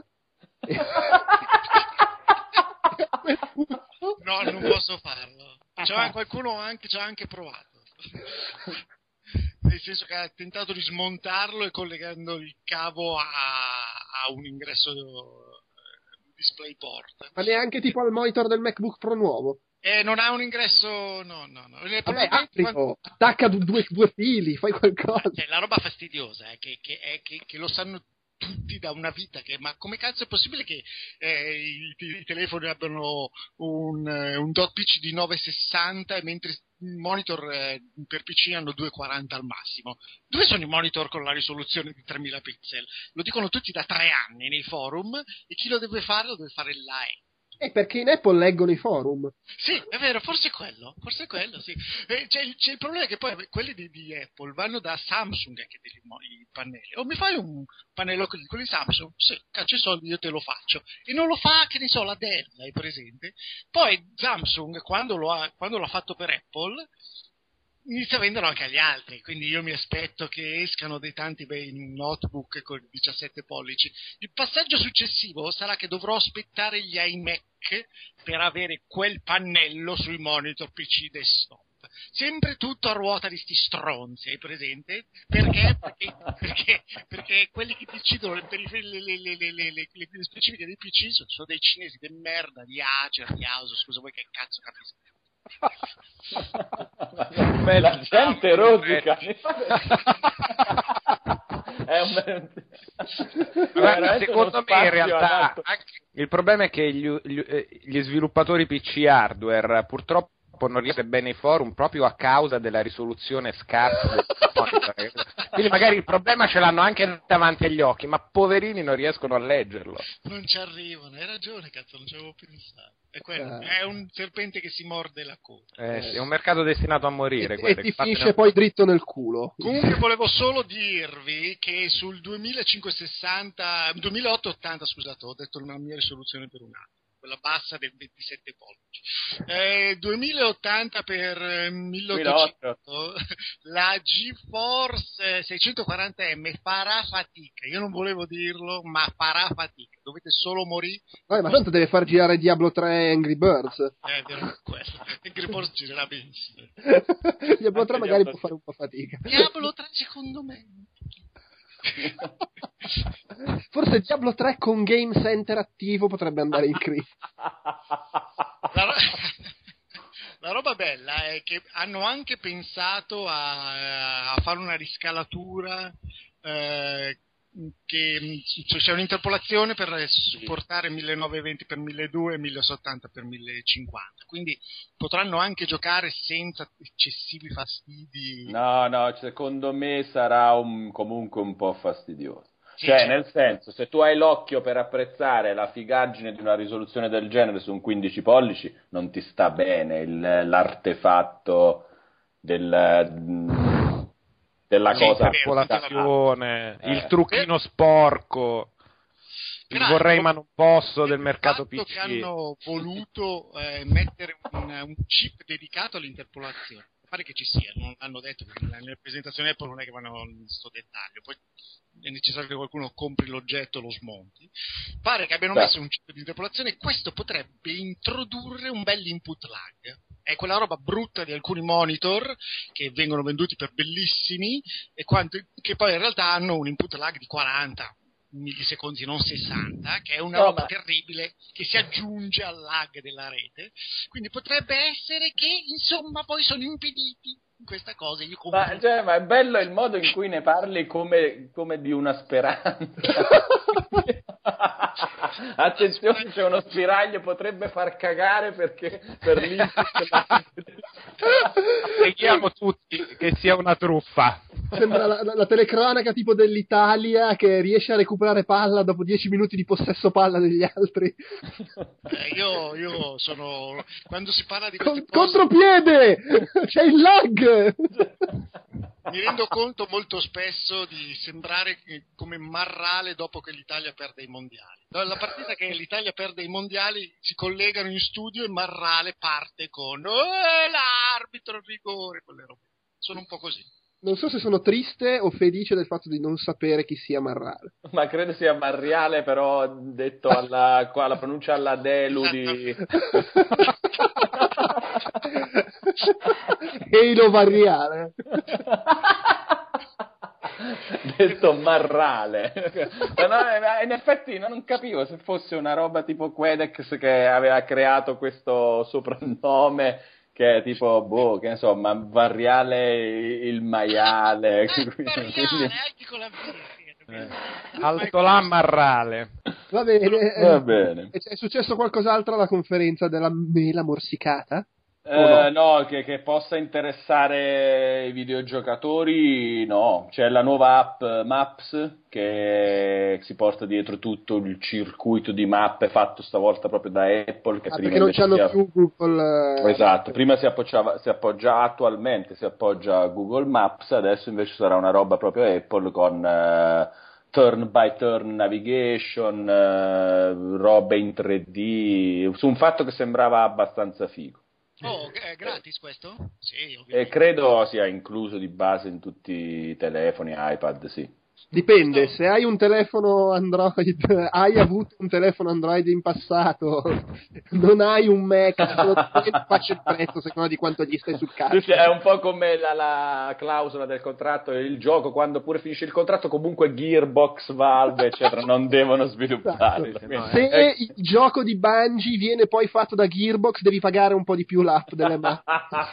No, non posso farlo. C'è qualcuno anche, ci ha anche provato. Nel senso che ha tentato di smontarlo e collegando il cavo a, a un ingresso eh, DisplayPort. Ma neanche tipo al monitor del MacBook Pro nuovo? E non ha un ingresso, no, no, no. Vabbè, Probabilmente quando- aprilo, attacca du- due, due fili, fai qualcosa. Cioè, la roba fastidiosa è che, che, è che, che lo sanno tutti da una vita, che, ma come cazzo è possibile che eh, i, i telefoni abbiano un, eh, un dot pitch di novecentosessanta mentre i monitor eh, per P C hanno duecentoquaranta al massimo? Dove sono i monitor con la risoluzione di tremila pixel? Lo dicono tutti da tre anni nei forum, e chi lo deve fare lo deve fare l'A E. Eh, perché in Apple leggono i forum. Sì, è vero, forse è quello, forse è quello, sì. Eh, c'è, c'è il problema che poi quelli di, di Apple vanno da Samsung anche dei mo- i pannelli. O mi fai un pannello con quelli Samsung? Sì, caccio i soldi, io te lo faccio. E non lo fa, che ne so, la Dell, hai presente? Poi Samsung, quando lo ha, quando l'ha fatto per Apple, inizia a venderlo anche agli altri, quindi io mi aspetto che escano dei tanti bei notebook con diciassette pollici. Il passaggio successivo sarà che dovrò aspettare gli iMac per avere quel pannello sui monitor P C desktop. Sempre tutto a ruota di sti stronzi, hai presente? Perché? Perché, perché, perché quelli che decidono le, periferi- le, le, le, le, le, le, le specifiche dei P C sono, sono dei cinesi di merda, di Acer, di Asus, scusa, voi che cazzo capisco? Beh, la gente rosica. È un... Guarda, secondo me in realtà adatto. anche, il problema è che gli, gli, gli sviluppatori P C hardware purtroppo non riescono bene ai forum proprio a causa della risoluzione scarsa del monitor. Quindi magari il problema ce l'hanno anche davanti agli occhi, ma poverini non riescono a leggerlo. Non ci arrivano, hai ragione, cazzo, non ci avevo pensato. È, quello, Eh. è un serpente che si morde la coda. Eh, sì, è un mercato destinato a morire. E, guarda, e ti fatene- finisce poi dritto nel culo. Comunque volevo solo dirvi che sul duemilacinquecentosessanta, duemilaottocentottanta, scusate, ho detto una mia risoluzione per un anno, quella bassa del ventisette pollici. Eh, duemilaottanta per eh, milleottocento, la GeForce seicentoquaranta M farà fatica. Io non volevo dirlo, ma farà fatica. Dovete solo morire. Vabbè, ma tanto deve far girare Diablo tre e Angry Birds. Eh, è vero, quello. Angry Birds girerà benissimo. Diablo tre Anche magari Diablo può fare un po' fatica. Diablo tre secondo me. Forse Diablo tre con Game Center attivo potrebbe andare in crisi. La, ro- la roba bella è che hanno anche pensato a, a fare una riscalatura, eh, che cioè c'è un'interpolazione per supportare millenovecentoventi per milleduecento e millesettanta per millecinquanta, quindi potranno anche giocare senza eccessivi fastidi. No, no, secondo me sarà un, comunque un po' fastidioso. Sì, Cioè, certo. nel senso, se tu hai l'occhio per apprezzare la figaggine di una risoluzione del genere su un quindici pollici, non ti sta bene il- l'artefatto del, della Sì, cosa. è vero, Popolazione, Eh. il trucchino sporco, il Grazie. vorrei ma non posso del Il mercato fatto P C. che hanno voluto eh, mettere un, un chip dedicato all'interpolazione. Pare che ci sia, non l'hanno detto perché nella presentazione Apple non è che vanno in questo dettaglio, poi è necessario che qualcuno compri l'oggetto e lo smonti. Pare che abbiano Beh. messo un chip di interpolazione e questo potrebbe introdurre un bel input lag. È quella roba brutta di alcuni monitor che vengono venduti per bellissimi e quanto, che poi in realtà hanno un input lag di quaranta millisecondi, non sessanta, che è una No, roba ma- terribile che si aggiunge al lag della rete. Quindi potrebbe essere che, insomma, poi sono impediti in questa cosa. Io compro... Ma, cioè, ma è bello il modo in cui ne parli come, come di una speranza. Attenzione, c'è uno spiraglio, potrebbe far cagare perché per l'input. Preghiamo tutti che sia una truffa. Sembra la, la- la telecronaca tipo dell'Italia che riesce a recuperare palla dopo dieci minuti di possesso palla degli altri. Eh, io, io sono... Quando si parla di Con- queste cose... contropiede! C'è il lag! Mi rendo conto molto spesso di sembrare come Marrale dopo che l'Italia perde i mondiali. La partita che l'Italia perde i mondiali si collegano in studio e Marrale parte con "Eh, l'arbitro, il rigore", quelle robe. Sono un po' così. Non so se sono triste o felice del fatto di non sapere chi sia Marrale. Ma credo sia Marriale, però detto alla, qua, la pronuncia alla Delu di... Eilo Varriale. detto Marrale. Ma no, eh, in effetti non capivo se fosse una roba tipo Quedex che aveva creato questo soprannome che è tipo, boh, che ne so, ma Varriale il maiale. Eh, quindi- Variale, anche con la V. Eh. Altolà Marrale. Va bene. eh, Va bene. È è successo qualcos'altro alla conferenza della mela morsicata? Eh, no, che, che possa interessare i videogiocatori, no. C'è la nuova app Maps che si porta dietro tutto il circuito di mappe fatto stavolta proprio da Apple. Che Ah, prima perché non invece c'hanno si- più Google. eh, Esatto, prima si appoggiava, si appoggia attualmente, si appoggia a Google Maps, adesso invece sarà una roba proprio Apple con eh, turn by turn navigation, eh, robe in tre D, su un fatto che sembrava abbastanza figo. Oh, è gratis questo? Sì, ovviamente. E credo sia incluso di base in tutti i telefoni, iPad, sì. Dipende, se hai un telefono Android, hai avuto un telefono Android in passato, non hai un Mac, faccio il prezzo secondo di quanto gli stai sul cazzo. Sì, è un po' come la, la clausola del contratto, il gioco quando pure finisce il contratto comunque Gearbox, Valve eccetera non devono sviluppare. Esatto. Quindi, Se eh. il gioco di Bungie viene poi fatto da Gearbox devi pagare un po' di più l'app delle macchine.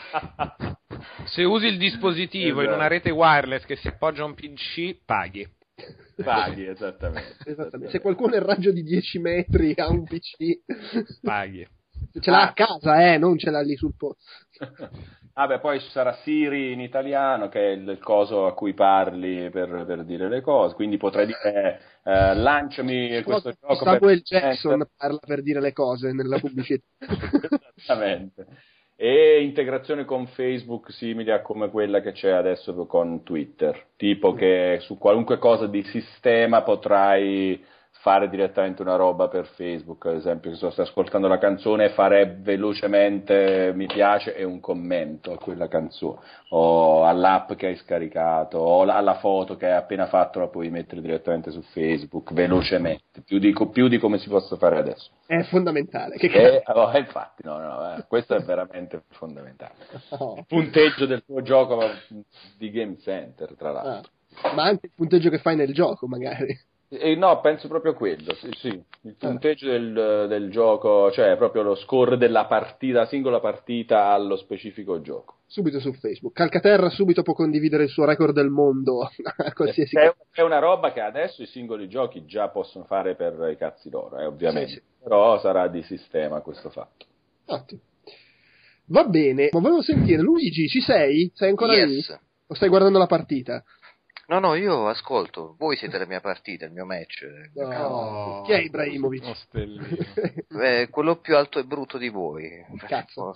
Se usi il dispositivo esatto. in una rete wireless che si appoggia a un P C, paghi. Paghi, esattamente. Esattamente. Se qualcuno è il raggio di dieci metri ha un P C, paghi. Ce l'ha Ah. a casa, eh, non ce l'ha lì sul posto. Vabbè, poi ci sarà Siri in italiano, che è il coso a cui parli per, per dire le cose, quindi potrai dire eh, lanciami questo No, gioco. Samuel per... Jackson parla per dire le cose nella pubblicità. Esattamente. E integrazione con Facebook simile a come quella che c'è adesso con Twitter, tipo che su qualunque cosa di sistema potrai fare direttamente una roba per Facebook, ad esempio che so, stai ascoltando la canzone e fare velocemente mi piace e un commento a quella canzone, o all'app che hai scaricato, o alla foto che hai appena fatto la puoi mettere direttamente su Facebook velocemente, più di, più di come si possa fare adesso. È fondamentale. Che E, oh, infatti, no, no, eh, questo è veramente fondamentale. oh. Il punteggio del tuo gioco di Game Center, tra l'altro. Ah, ma anche il punteggio che fai nel gioco, magari. E no, penso proprio a quello, sì, sì. Il punteggio del, del gioco, cioè proprio lo score della partita, la singola partita allo specifico gioco. Subito su Facebook. Calcaterra subito può condividere il suo record del mondo a qualsiasi È, è una roba che adesso i singoli giochi già possono fare per i cazzi loro, eh, ovviamente, Sì, sì. però sarà di sistema questo fatto. Ottimo. Va bene, ma volevo sentire, Luigi, ci sei? Sei ancora lì? Yes. O stai guardando la partita? No, no, io ascolto. Voi siete la mia partita, il mio match. No. Oh. Chi è Ibrahimovic? Oh, stellino. Eh, quello più alto e brutto di voi. Cazzo.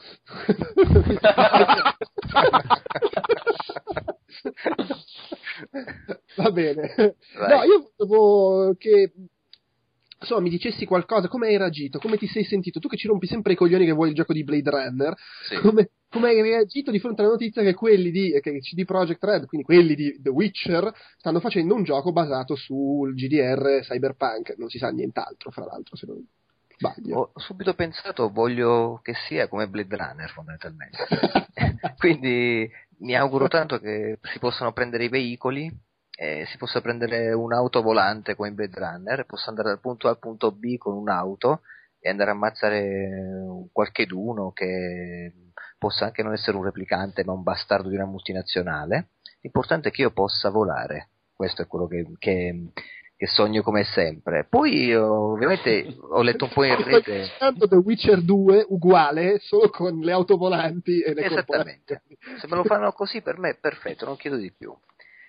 Va bene. Vai. No, io volevo che insomma mi dicessi qualcosa, come hai reagito, come ti sei sentito, tu che ci rompi sempre i coglioni che vuoi il gioco di Blade Runner, Sì. come, come hai reagito di fronte alla notizia che quelli di che C D Projekt Red, quindi quelli di The Witcher, stanno facendo un gioco basato sul G D R Cyberpunk, non si sa nient'altro fra l'altro se non sbaglio. Ho subito pensato, voglio che sia come Blade Runner fondamentalmente. Quindi mi auguro tanto che si possano prendere i veicoli, eh, si possa prendere un'auto volante come in Blade Runner, possa andare dal punto A al punto B con un'auto e andare a ammazzare qualcheduno che possa anche non essere un replicante ma un bastardo di una multinazionale. L'importante è che io possa volare, questo è quello che, che, che sogno come sempre. Poi ovviamente ho letto un po' in rete. Tanto The Witcher due uguale, solo con le auto volanti e le Esattamente, se me lo fanno così per me è perfetto, non chiedo di più.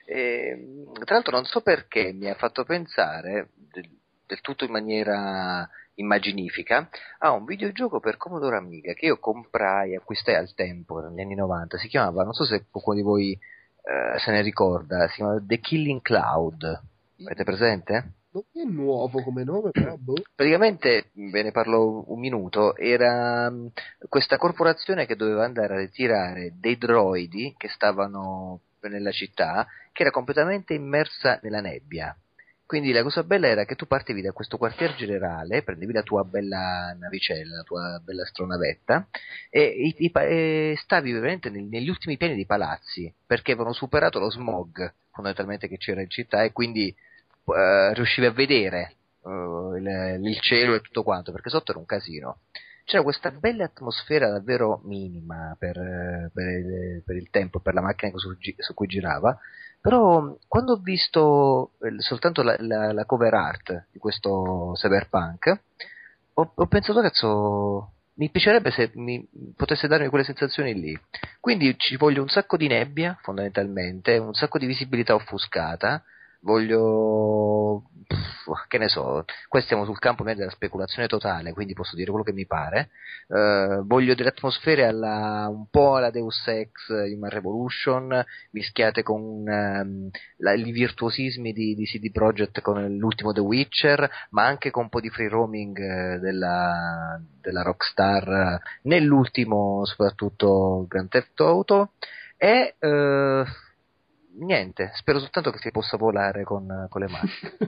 E, tra l'altro non so perché mi ha fatto pensare del, del tutto in maniera immaginifica a un videogioco per Commodore Amiga che io comprai, acquistai al tempo negli anni novanta, si chiamava, non so se qualcuno di voi eh, se ne ricorda, si chiamava The Killing Cloud, avete presente? Non è nuovo come nome, però boh. Praticamente, ve ne parlo un minuto, era mh, questa corporazione che doveva andare a ritirare dei droidi che stavano nella città, che era completamente immersa nella nebbia. Quindi la cosa bella era che tu partivi da questo quartier generale, prendevi la tua bella navicella, la tua bella astronavetta e, i, i, e stavi veramente nel, negli ultimi piani dei palazzi, perché avevano superato lo smog fondamentalmente che c'era in città e quindi uh, riuscivi a vedere uh, il, il cielo e tutto quanto, perché sotto era un casino. C'era questa bella atmosfera davvero minima per, per, il, per il tempo, per la macchina su, su cui girava, però quando ho visto soltanto la, la, la cover art di questo Cyberpunk ho, ho pensato, cazzo, mi piacerebbe se mi potesse darmi quelle sensazioni lì. Quindi ci voglio un sacco di nebbia fondamentalmente, un sacco di visibilità offuscata, voglio, pff, che ne so, qua stiamo sul campo della speculazione totale, quindi posso dire quello che mi pare. Uh, voglio delle atmosfere alla, un po' alla Deus Ex Human Revolution, mischiate con um, la, i virtuosismi di, di C D Projekt con l'ultimo The Witcher, ma anche con un po' di free roaming uh, della, della Rockstar uh, nell'ultimo, soprattutto Grand Theft Auto. E uh, niente, spero soltanto che si possa volare con, con le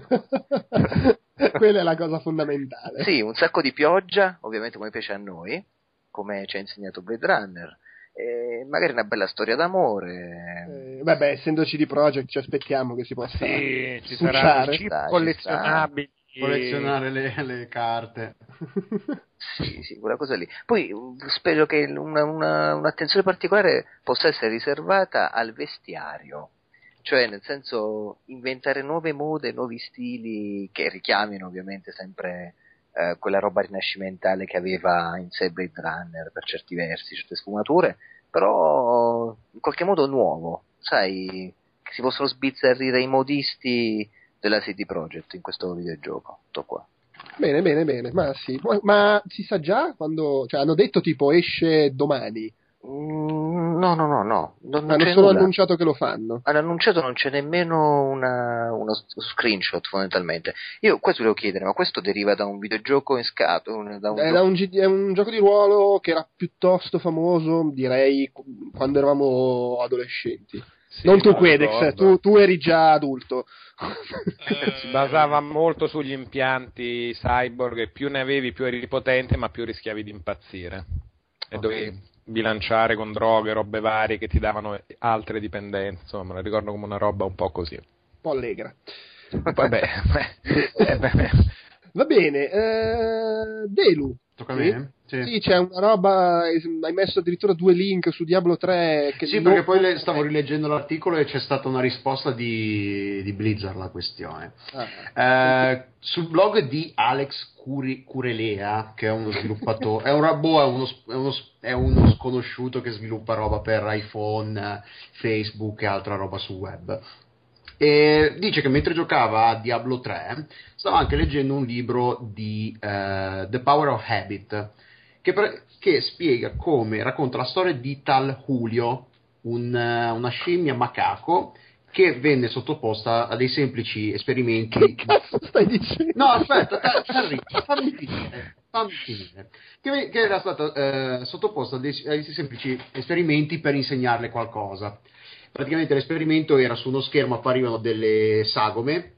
mani. Quella è la cosa fondamentale. Sì, un sacco di pioggia, ovviamente come piace a noi, come ci ha insegnato Blade Runner, e magari una bella storia d'amore. Eh, vabbè, essendoci di Project ci aspettiamo che si possa sì, ci succiare. saranno chip Sta, ci collezionabili. Collezionare le, le carte. Sì, sì, quella cosa lì. Poi spero che una, una, un'attenzione particolare possa essere riservata al vestiario. Cioè, nel senso, inventare nuove mode, nuovi stili che richiamino ovviamente sempre eh, quella roba rinascimentale che aveva in sé Blade Runner per certi versi, certe sfumature, però in qualche modo nuovo, sai, che si possono sbizzarrire i modisti della C D Projekt in questo videogioco. Tutto qua. Bene, bene, bene, ma sì, ma, ma si sa già quando, cioè hanno detto tipo esce domani? Mm, no, no, no, no. Non, non hanno c'è solo nulla. annunciato che lo fanno. Hanno annunciato, non c'è nemmeno una, uno screenshot fondamentalmente. Io questo volevo chiedere, ma questo deriva da un videogioco in scatola? Da un è, gio- da un G- è un gioco di ruolo che era piuttosto famoso, direi, quando eravamo adolescenti. Sì, non tu, me lo Quedex, ricordo. tu, tu eri già adulto. Si basava molto sugli impianti cyborg e più ne avevi più eri potente ma più rischiavi di impazzire e Ok. dovevi bilanciare con droghe, robe varie che ti davano altre dipendenze, insomma la ricordo come una roba un po' così. Un po' allegra. Vabbè, eh, beh, Va bene, eh, Delu. Tocca a Sì? me? Sì. Sì, c'è una roba, hai messo addirittura due link su Diablo tre. Che Sì, non- perché poi le- stavo rileggendo l'articolo e c'è stata una risposta di, di Blizzard alla questione. Ah. Eh, sul blog di Alex Curi- Curelea, che è uno sviluppatore, è un rabbo, è uno, è, uno, è uno sconosciuto che sviluppa roba per iPhone, Facebook e altra roba sul web. E dice che mentre giocava a Diablo tre stava anche leggendo un libro di uh, The Power of Habit che, pre- che spiega come racconta la storia di tal Julio, un, uh, una scimmia macaco che venne sottoposta a dei semplici esperimenti. Che cazzo stai dicendo? No, aspetta, ta- Henry, fammi finire, fammi finire. Che, che era stata eh, sottoposta a dei, a dei semplici esperimenti per insegnarle qualcosa. Praticamente l'esperimento era su uno schermo apparivano delle sagome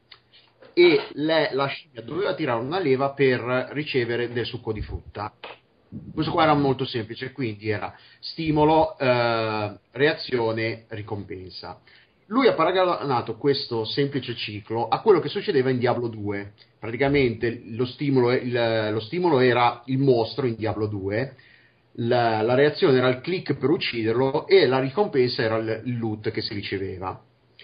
e le, la scimmia doveva tirare una leva per ricevere del succo di frutta. Questo qua era molto semplice, quindi era stimolo, eh, reazione, ricompensa. Lui ha paragonato questo semplice ciclo a quello che succedeva in Diablo due. Praticamente lo stimolo, il, lo stimolo era il mostro in Diablo due, la, la reazione era il click per ucciderlo e la ricompensa era il, il loot che si riceveva.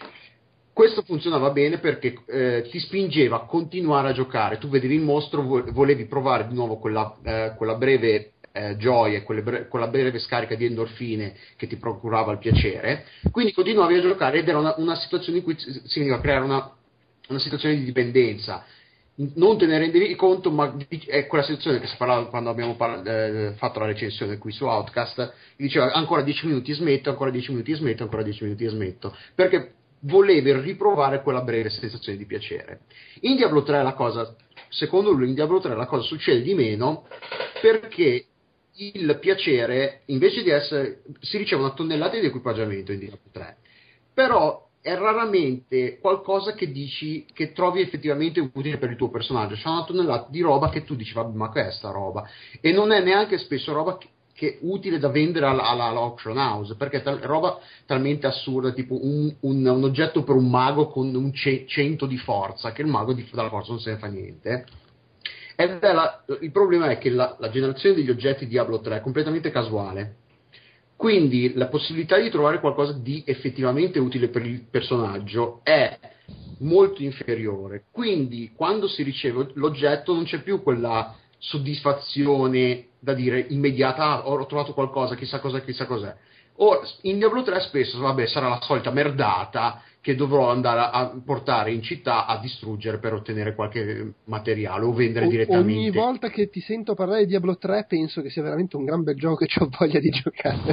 Questo funzionava bene perché eh, ti spingeva a continuare a giocare. Tu vedevi il mostro, volevi provare di nuovo quella, eh, quella breve eh, gioia, quelle bre- quella breve scarica di endorfine che ti procurava il piacere, quindi continuavi a giocare ed era una, una situazione in cui si veniva a creare una, una situazione di dipendenza. Non te ne rendevi conto, ma è quella situazione che si parlava quando abbiamo parla- eh, fatto la recensione qui su Outcast, diceva ancora dieci minuti smetto, ancora dieci minuti smetto, ancora dieci minuti smetto, perché volevi riprovare quella breve sensazione di piacere. In Diablo tre la cosa, secondo lui in Diablo tre la cosa succede di meno perché il piacere, invece di essere, si riceve una tonnellata di equipaggiamento in Diablo tre, però è raramente qualcosa che dici, che trovi effettivamente utile per il tuo personaggio. C'è una tonnellata di roba che tu dici vabbè, ma che è sta roba, e non è neanche spesso roba che, che è utile da vendere alla, alla, alla auction house, perché è tal, roba talmente assurda, tipo un, un, un oggetto per un mago con un ce, cento di forza, che il mago di, dalla forza non se ne fa niente. Ed è la, il problema è che la, la generazione degli oggetti di Diablo tre è completamente casuale, quindi la possibilità di trovare qualcosa di effettivamente utile per il personaggio è molto inferiore. Quindi quando si riceve l'oggetto non c'è più quella soddisfazione da dire immediata, ah, ho trovato qualcosa, chissà cos'è, chissà cos'è. O in Diablo tre spesso, vabbè, sarà la solita merdata che dovrò andare a, a portare in città a distruggere per ottenere qualche materiale o vendere o, direttamente. Ogni volta che ti sento parlare di Diablo tre penso che sia veramente un gran bel gioco che ho voglia di giocare.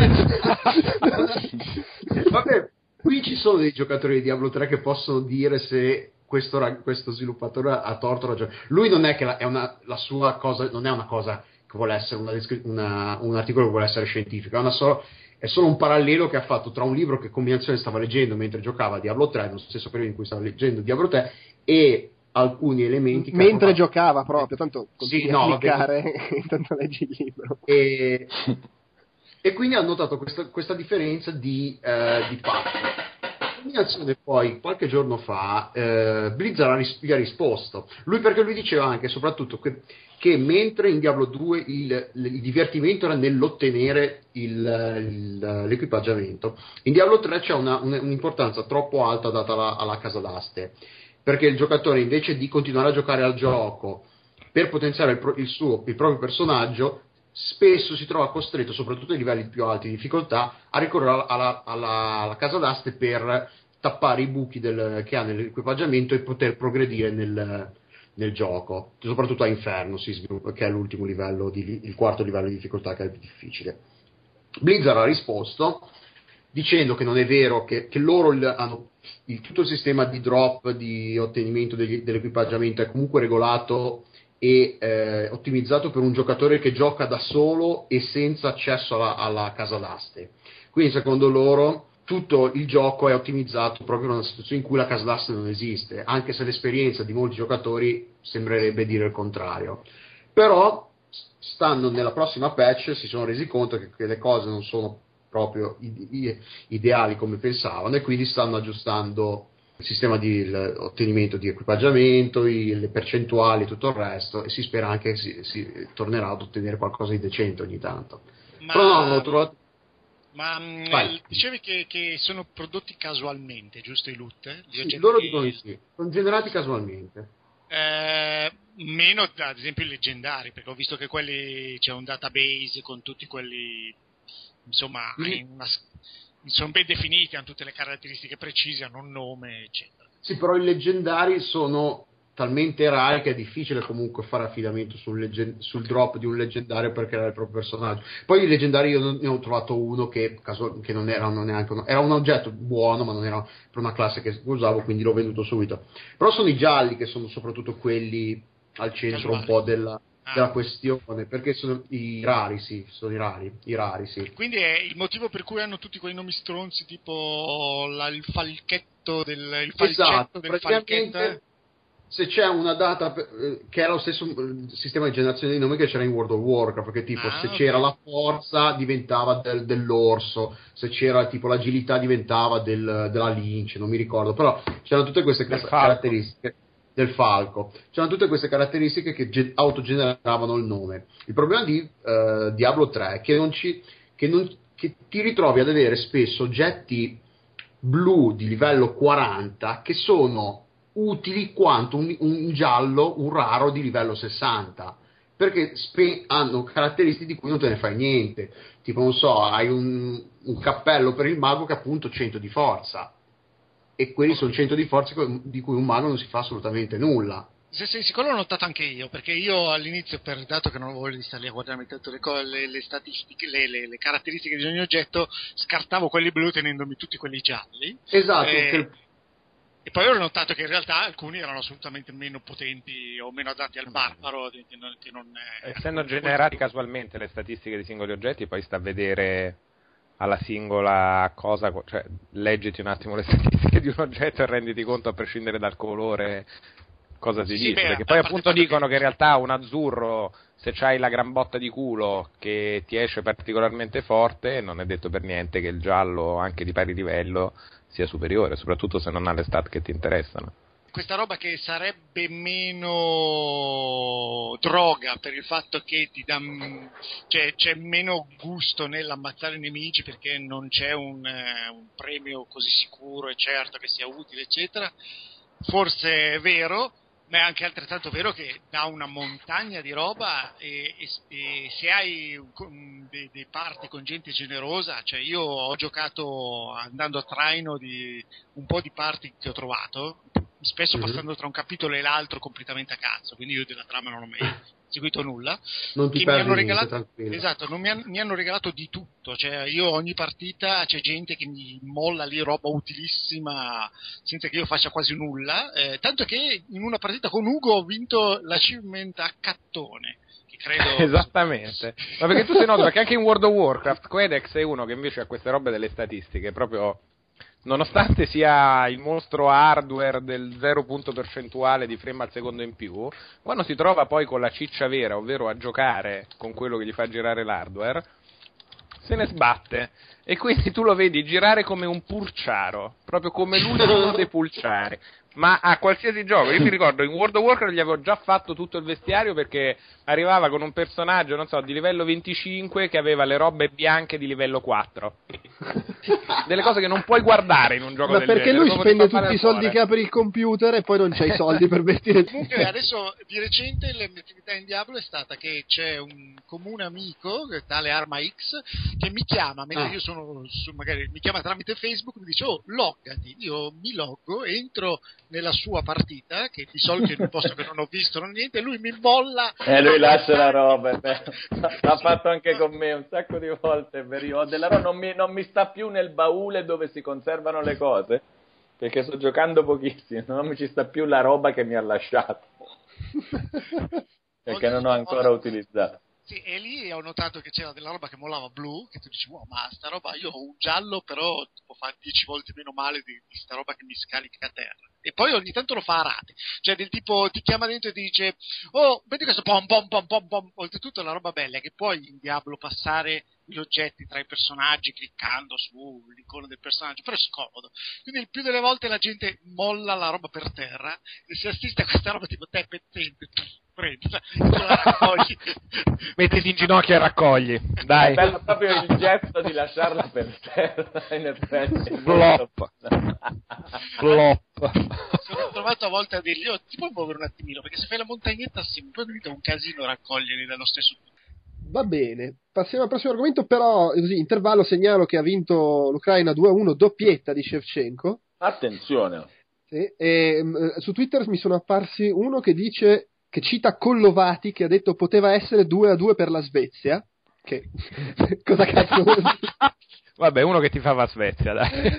Vabbè, qui ci sono dei giocatori di Diablo tre che possono dire se questo, questo sviluppatore ha torto o ragione. Lui non è che la, è una, la sua cosa non è una cosa che vuole essere una, una, un articolo che vuole essere scientifico, è una solo è solo un parallelo che ha fatto tra un libro che combinazione stava leggendo mentre giocava a Diablo tre, nello stesso periodo in cui stava leggendo Diablo tre, e alcuni elementi che mentre trovato... giocava proprio, tanto continui sì, no, a cliccare intanto leggi il libro. E, e quindi ha notato questa, questa differenza di, eh, di fatto. La combinazione poi, qualche giorno fa, eh, Blizzard gli ha risposto. Lui perché lui diceva anche, soprattutto, che che mentre in Diablo due il, il divertimento era nell'ottenere il, il, l'equipaggiamento, in Diablo tre c'è una, un'importanza troppo alta data alla, alla casa d'aste, perché il giocatore invece di continuare a giocare al gioco per potenziare il, il, suo, il proprio personaggio, spesso si trova costretto, soprattutto ai livelli più alti di difficoltà, a ricorrere alla, alla, alla casa d'aste per tappare i buchi del, che ha nell'equipaggiamento e poter progredire nel nel gioco, soprattutto a Inferno si sviluppa, che è l'ultimo livello di, il quarto livello di difficoltà, che è il più difficile. Blizzard ha risposto dicendo che non è vero, che, che loro il, hanno il, tutto il sistema di drop, di ottenimento degli, dell'equipaggiamento è comunque regolato e eh, ottimizzato per un giocatore che gioca da solo e senza accesso alla, alla casa d'aste. Quindi secondo loro tutto il gioco è ottimizzato proprio in una situazione in cui la casa d'aste non esiste, anche se l'esperienza di molti giocatori sembrerebbe dire il contrario. Però stanno nella prossima patch, si sono resi conto che, che le cose non sono proprio ide- ideali come pensavano, e quindi stanno aggiustando il sistema di ottenimento di equipaggiamento, i, le percentuali e tutto il resto, e si spera anche che si, si tornerà ad ottenere qualcosa di decente ogni tanto. Ma... Però no, hanno trovato... Ma mh, dicevi che, che sono prodotti casualmente, giusto, i loot? Sì, loro che... dicono di sì, sono generati casualmente. Eh, meno ad esempio i leggendari, perché ho visto che quelli c'è un database con tutti quelli, insomma, Sì. una, sono ben definiti, hanno tutte le caratteristiche precise, hanno un nome, eccetera. Sì, però i leggendari sono talmente rari che è difficile comunque fare affidamento sul, legge- sul drop di un leggendario per creare il proprio personaggio. Poi i leggendari io non, ne ho trovato uno che, caso, che non era neanche uno, era un oggetto buono, ma non era per una classe che usavo, quindi l'ho venduto subito. Però sono i gialli che sono soprattutto quelli al centro Casuali. un po' della, ah. della questione, perché sono i rari, sì, sono i rari, i rari, sì. Quindi è il motivo per cui hanno tutti quei nomi stronzi tipo la, il falchetto del il falcetto esatto, del falchetto. Se c'è una data eh, che era lo stesso eh, sistema di generazione di nomi che c'era in World of Warcraft, perché tipo ah, se okay. c'era la forza diventava del, dell'orso, se c'era tipo l'agilità diventava del, della lince, non mi ricordo, però c'erano tutte queste del caratteristiche falco. del falco, c'erano tutte queste caratteristiche che ge- autogeneravano il nome. Il problema di eh, Diablo tre è che, non ci, che, non, che ti ritrovi ad avere spesso oggetti blu di livello quaranta che sono utili quanto un, un giallo, un raro di livello sessanta, perché spe- hanno caratteristiche di cui non te ne fai niente, tipo non so, hai un, un cappello per il mago che ha appunto cento di forza, e quelli sono cento di forza di cui un mago non si fa assolutamente nulla. Sì, sì, sì, quello l'ho notato anche io, perché io all'inizio, per dato che non ho voglia di stare lì a guardarmi tanto le, co- le, le statistiche, le, le, le caratteristiche di ogni oggetto, scartavo quelli blu tenendomi tutti quelli gialli. Esatto, e... che... E poi ho notato che in realtà alcuni erano assolutamente meno potenti o meno adatti al barbaro, che non, che non essendo generati casualmente le statistiche di singoli oggetti, poi sta a vedere alla singola cosa, cioè leggiti un attimo le statistiche di un oggetto e renditi conto, a prescindere dal colore, cosa si sì, dice, beh, perché poi appunto dicono che... che in realtà un azzurro, se c'hai la gran botta di culo che ti esce particolarmente forte, non è detto per niente che il giallo, anche di pari livello, sia superiore, soprattutto se non ha le stat che ti interessano. Questa roba che sarebbe meno droga per il fatto che ti dà, cioè, c'è meno gusto nell'ammazzare i nemici perché non c'è un, un premio così sicuro e certo che sia utile, eccetera, forse è vero, Ma è anche altrettanto vero che da una montagna di roba e, e, e se hai un, dei, dei party con gente generosa, cioè io ho giocato andando a traino di un po' di party che ho trovato, spesso mm-hmm. passando tra un capitolo e l'altro completamente a cazzo, quindi io della trama non ho mai seguito nulla. Non ti che perdi mi hanno niente, regalato, tranquillo. esatto, non mi, han, mi hanno regalato di tutto, cioè io ogni partita c'è gente che mi molla lì roba utilissima senza che io faccia quasi nulla, eh, tanto che in una partita con Ugo ho vinto l'achievement a cattone. Credo... Esattamente, ma perché tu sei noto, perché anche in World of Warcraft Quedex è uno che invece ha queste robe delle statistiche, proprio nonostante sia il mostro hardware del zero punto percentuale di frame al secondo in più, quando si trova poi con la ciccia vera, ovvero a giocare con quello che gli fa girare l'hardware, se ne sbatte, e quindi tu lo vedi girare come un pulciaro, proprio come l'ultimo dei pulciari. Ma a qualsiasi gioco, io mi ricordo in World of Warcraft gli avevo già fatto tutto il vestiario perché arrivava con un personaggio, non so, di livello venticinque che aveva le robe bianche di livello quattro. Delle cose che non puoi guardare in un gioco ma del perché genere. lui spende tutti i soldi che ha per il computer e poi non c'ha i soldi per vestire. Comunque adesso di recente l'attività in Diablo è stata che c'è un comune amico, tale Arma X, che mi chiama mentre ah. io sono su, magari mi chiama tramite Facebook, mi dice: oh, loggati. Io mi loggo, entro nella sua partita, che di solito in un posto che non ho visto non niente, lui mi molla e eh, lui lascia la roba. L'ha fatto anche con me un sacco di volte. Io ho della roba, non mi, non mi sta più nel baule dove si conservano le cose, perché sto giocando pochissimo, non mi ci sta più la roba che mi ha lasciato perché non ho ancora utilizzato. Sì, e lì ho notato che c'era della roba che mollava blu, che tu dici: wow, ma sta roba, io ho un giallo, però può fare dieci volte meno male di, di sta roba che mi scarica a terra. E poi ogni tanto lo fa a rate, cioè del tipo ti chiama dentro e ti dice: oh, vedi questo pom pom pom pom pom. Oltretutto la roba bella è che puoi in Diablo passare gli oggetti tra i personaggi cliccando sull'icona del personaggio, però è scomodo, quindi il più delle volte la gente molla la roba per terra e si assiste a questa roba tipo te pezzente, prendila, la raccogli, mettiti in ginocchio e raccogli, dai. È bello proprio il gesto di lasciarla per terra, in effetti. Flop. Flop. Sono trovato a volte a dirgli: oh, ti puoi muovere un attimino, perché se fai la montagnetta assieme poi diventa un casino raccoglierli dallo stesso punto. Va bene, passiamo al prossimo argomento, però così intervallo segnalo che ha vinto l'Ucraina due a uno, doppietta di Shevchenko. Attenzione. Sì, e um, su Twitter mi sono apparsi uno che dice, che cita Collovati, che ha detto poteva essere due a due per la Svezia. Che cosa cazzo vuol dire? Vabbè, uno che ti fa la Svezia, dai.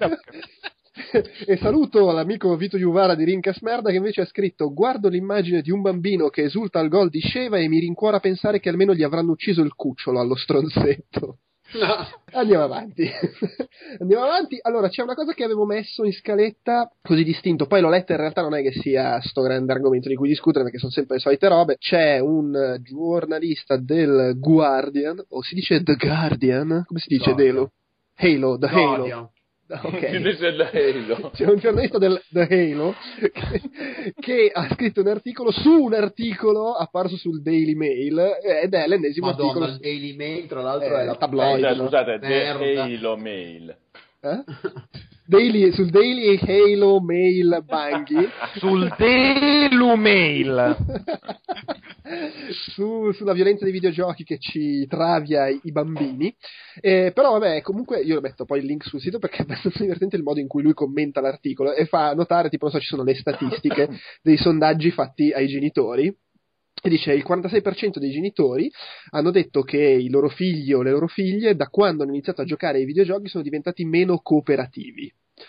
E saluto l'amico Vito Juvara di Rincas Merda, che invece ha scritto: guardo l'immagine di un bambino che esulta al gol di Sheva e mi rincuora pensare che almeno gli avranno ucciso il cucciolo allo stronzetto. No. Andiamo avanti. Andiamo avanti. Allora, c'è una cosa che avevo messo in scaletta così distinto, poi l'ho letta, in realtà non è che sia sto grande argomento di cui discutere perché sono sempre le solite robe. C'è un giornalista del Guardian, o si dice The Guardian? Come si dice, no, Delo? Halo, The Guardian. Halo. Okay. C'è un giornalista del The Halo che, che ha scritto un articolo su un articolo apparso sul Daily Mail ed è l'ennesimo Madonna, articolo. il Daily Mail tra l'altro eh, è la tabloid, eh, scusate, The merda. Halo Mail. Eh? Daily, sul Daily Halo Mail Banghi sul Daily Mail su, sulla violenza dei videogiochi che ci travia i, i bambini, eh, però vabbè, comunque io metto poi il link sul sito perché è abbastanza divertente il modo in cui lui commenta l'articolo e fa notare, tipo, non so, ci sono le statistiche dei sondaggi fatti ai genitori. E dice: il quarantasei per cento dei genitori hanno detto che i loro figli o le loro figlie, da quando hanno iniziato a giocare ai videogiochi, sono diventati meno cooperativi.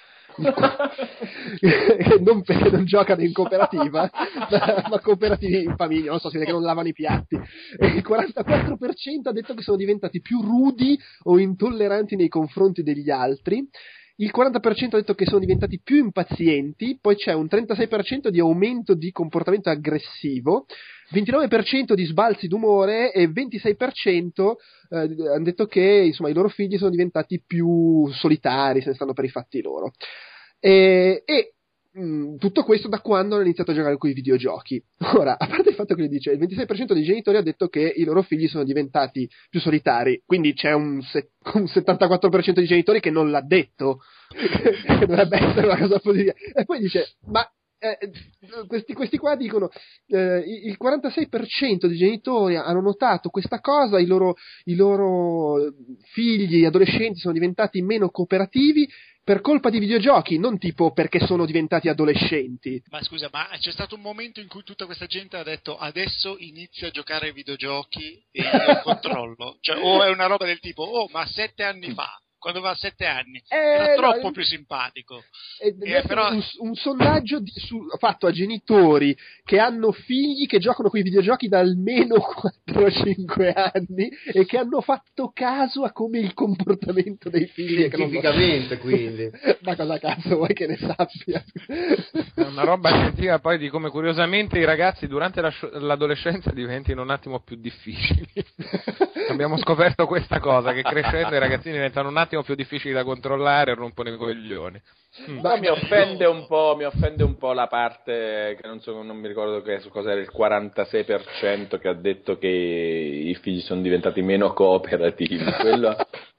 Non perché non giocano in cooperativa, ma, ma cooperativi in famiglia, non so, si vede che non lavano i piatti. E il quarantaquattro per cento ha detto che sono diventati più rudi o intolleranti nei confronti degli altri. Il quaranta per cento ha detto che sono diventati più impazienti, poi c'è un trentasei per cento di aumento di comportamento aggressivo, ventinove per cento di sbalzi d'umore e ventisei per cento eh, hanno detto che, insomma, i loro figli sono diventati più solitari, se ne stanno per i fatti loro. E, e mh, tutto questo da quando hanno iniziato a giocare con i videogiochi. Ora, a parte il fatto che lui dice il ventisei per cento dei genitori ha detto che i loro figli sono diventati più solitari, quindi c'è un, se- un settantaquattro per cento di genitori che non l'ha detto, che dovrebbe essere una cosa positiva. E poi dice: ma eh, questi, questi qua dicono eh, il quarantasei per cento dei genitori hanno notato questa cosa, i loro, i loro figli adolescenti sono diventati meno cooperativi per colpa di videogiochi, non tipo perché sono diventati adolescenti. Ma scusa, ma c'è stato un momento in cui tutta questa gente ha detto adesso inizio a giocare ai videogiochi e io controllo, cioè, o è una roba del tipo oh ma sette anni fa, quando aveva sette anni eh, era troppo no, più simpatico. Eh, eh, però... un, un sondaggio di, su, fatto a genitori che hanno figli che giocano con i videogiochi da almeno quattro cinque anni e che hanno fatto caso a come il comportamento dei figli scientificamente, quindi. Ma cosa cazzo vuoi che ne sappia? È una roba scientifica poi di come curiosamente i ragazzi durante la, l'adolescenza diventino un attimo più difficili. Abbiamo scoperto questa cosa, che crescendo i ragazzini diventano un attimo più difficili da controllare e rompono i coglioni. Mm. Ma mi offende un po', mi offende un po' la parte che non so, non mi ricordo che su cosa era il quarantasei per cento che ha detto che i figli sono diventati meno cooperativi. Quello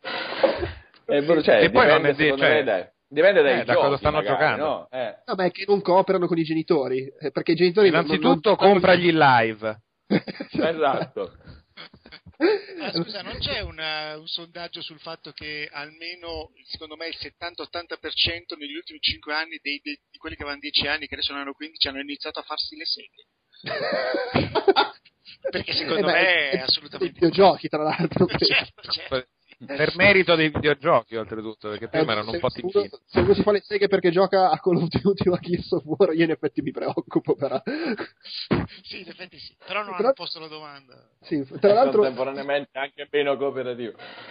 è, cioè, e poi non è dipende, cioè, me, dai, dipende dai eh, giochi, da cosa stanno magari, giocando. No? Eh. No, ma è che non cooperano con i genitori, eh, perché i genitori innanzitutto non, non... compragli il live. Esatto. Ah, scusa, non c'è una, un sondaggio sul fatto che almeno, secondo me, il settanta ottanta per cento negli ultimi cinque anni dei, dei, di quelli che avevano dieci anni, che adesso ne hanno quindici, hanno iniziato a farsi le seghe? Perché secondo eh beh, me è, è assolutamente... Dei videogiochi, tra l'altro. certo, certo. Per merito dei videogiochi, oltretutto, perché prima eh, erano un se, po' se uno, timidi. se uno si fa le seghe perché gioca a Call of Duty o a Gears of War, io in effetti mi preoccupo, però. Sì, in effetti sì, però non però, hanno posto la domanda. Sì, tra l'altro... contemporaneamente anche meno cooperativo.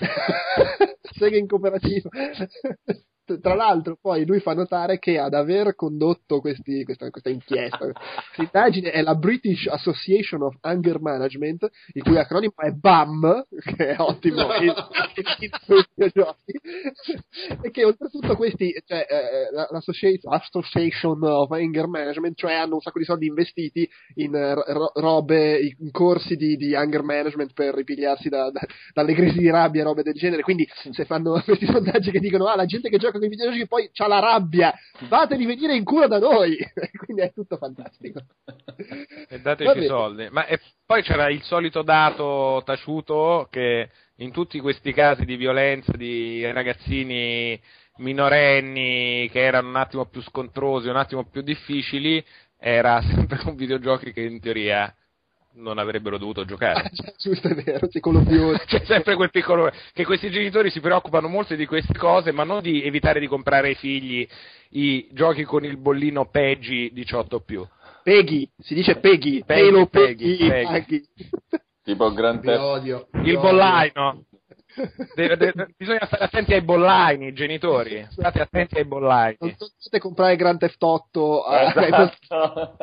Seghe in cooperativa. Tra l'altro poi lui fa notare che ad aver condotto questi, questa, questa inchiesta, l'indagine è la British Association of Anger Management, il cui acronimo è B A M, che è ottimo in, in, in videogiochi, e che oltretutto questi, cioè eh, l'Association of Anger Management, cioè hanno un sacco di soldi investiti in ro- robe, in corsi di, di anger management per ripigliarsi da, da, dalle crisi di rabbia e robe del genere, quindi se fanno questi sondaggi che dicono ah la gente che gioca con i videogiochi poi c'ha la rabbia, fateli venire in culo da noi, quindi è tutto fantastico e dateci i soldi. Ma e poi c'era il solito dato taciuto che in tutti questi casi di violenza di ragazzini minorenni che erano un attimo più scontrosi, un attimo più difficili, era sempre con videogiochi che in teoria non avrebbero dovuto giocare. Giusto, è vero, sì, Call of Duty. C'è sempre quel piccolo che questi genitori si preoccupano molto di queste cose, ma non di evitare di comprare ai figli i giochi con il bollino Peggy diciotto più. Peggy, si dice Peggy, Peggy, Peggy, Peggy, Peggy. Peggy. Tipo Grand Theft odio. Il bollaino. De, de, de, bisogna stare attenti ai bollaini, genitori. State attenti ai bollaini. Non potete comprare Grand Theft otto. Esatto.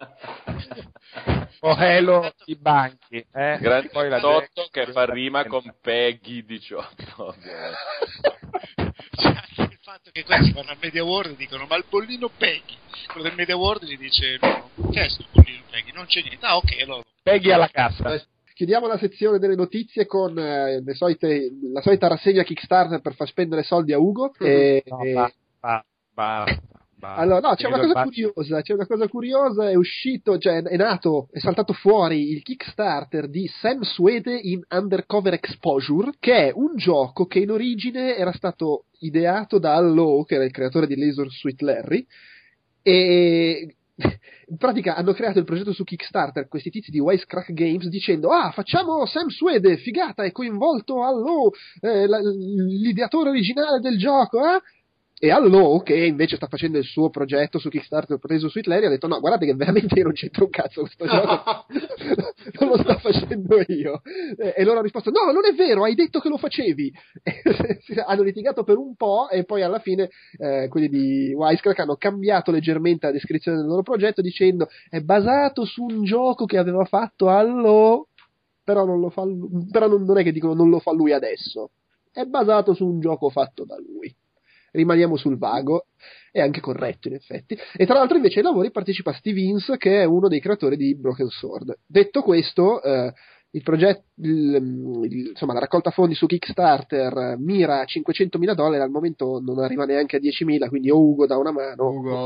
O Halo i banchi. Eh? Grand Poi la Theft otto gente... che fa rima con Peggy diciotto. C'è anche il fatto che questi vanno al Media World e dicono ma il bollino Peggy, quello del Media World gli dice no, che è sto bollino Peggy? Non c'è niente. Ah ok, allora Peggy alla cassa. Chiudiamo la sezione delle notizie con eh, le solite, la solita rassegna Kickstarter per far spendere soldi a Ugo. E, no, e... ba, ba, ba, ba. Allora, no, c'è Vedo una cosa ba- curiosa, c'è una cosa curiosa, è uscito, cioè è nato, è saltato fuori il Kickstarter di Sam Suede in Undercover Exposure, che è un gioco che in origine era stato ideato da Allo, che era il creatore di Laser Sweet Larry, e in pratica hanno creato il progetto su Kickstarter questi tizi di Wisecrack Games dicendo ah facciamo Sam Suede, figata, è coinvolto Allo, eh, la, l'ideatore originale del gioco, eh? E Allo, che invece sta facendo il suo progetto su Kickstarter preso su Hitler, ha detto no, guardate che veramente io non c'entro un cazzo questo gioco, non lo sto facendo io. E loro hanno risposto no, non è vero, hai detto che lo facevi. E hanno litigato per un po' e poi alla fine eh, quelli di Wisecrack hanno cambiato leggermente la descrizione del loro progetto dicendo è basato su un gioco che aveva fatto Allo, però non lo fa lui, però non, non è che dicono non lo fa lui adesso, è basato su un gioco fatto da lui. Rimaniamo sul vago, è anche corretto in effetti, e tra l'altro invece ai lavori partecipa Steve Ince, che è uno dei creatori di Broken Sword. Detto questo, eh, il progetto, il, il, insomma la raccolta fondi su Kickstarter mira a cinquecentomila dollari, al momento non arriva neanche a diecimila, quindi o Ugo dà una mano Ugo.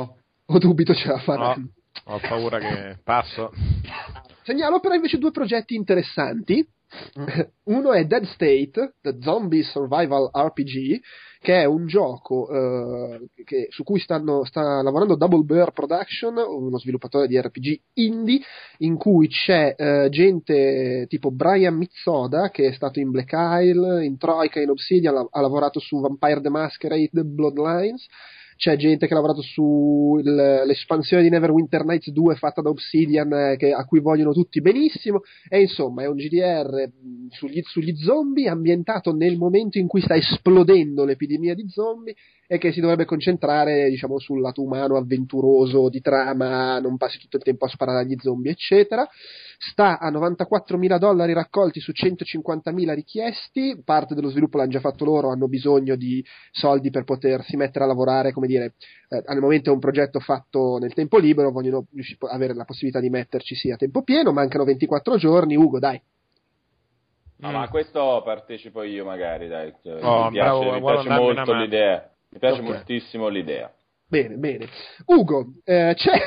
o dubito ce la faranno. No, ho paura che passo. Segnalo però invece due progetti interessanti. Uno è Dead State, The Zombie Survival R P G, che è un gioco eh, che, su cui stanno, sta lavorando Double Bear Production, uno sviluppatore di R P G indie, in cui c'è eh, gente tipo Brian Mizzoda, che è stato in Black Isle, in Troika, in Obsidian, ha, ha lavorato su Vampire the Masquerade Bloodlines. C'è gente che ha lavorato sull'espansione di Neverwinter Nights due fatta da Obsidian, che, a cui vogliono tutti benissimo, e insomma è un G D R sugli, sugli zombie, ambientato nel momento in cui sta esplodendo l'epidemia di zombie, e che si dovrebbe concentrare, diciamo, sul lato umano, avventuroso, di trama, non passi tutto il tempo a sparare agli zombie, eccetera. Sta a novantaquattromila dollari raccolti su centocinquantamila richiesti. Parte dello sviluppo l'hanno già fatto loro, hanno bisogno di soldi per potersi mettere a lavorare, come dire, eh, al momento è un progetto fatto nel tempo libero, vogliono avere la possibilità di metterci sì a tempo pieno. Mancano ventiquattro giorni. Ugo, dai. No, mm. ma a questo partecipo io magari, dai. Oh, mi piace, bravo, mi piace molto l'idea. Mi piace okay. moltissimo l'idea. Bene, bene. Ugo, eh, c'è...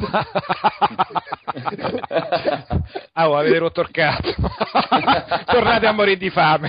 Ah, oh, avete rotto il cazzo. Tornate a morire di fame.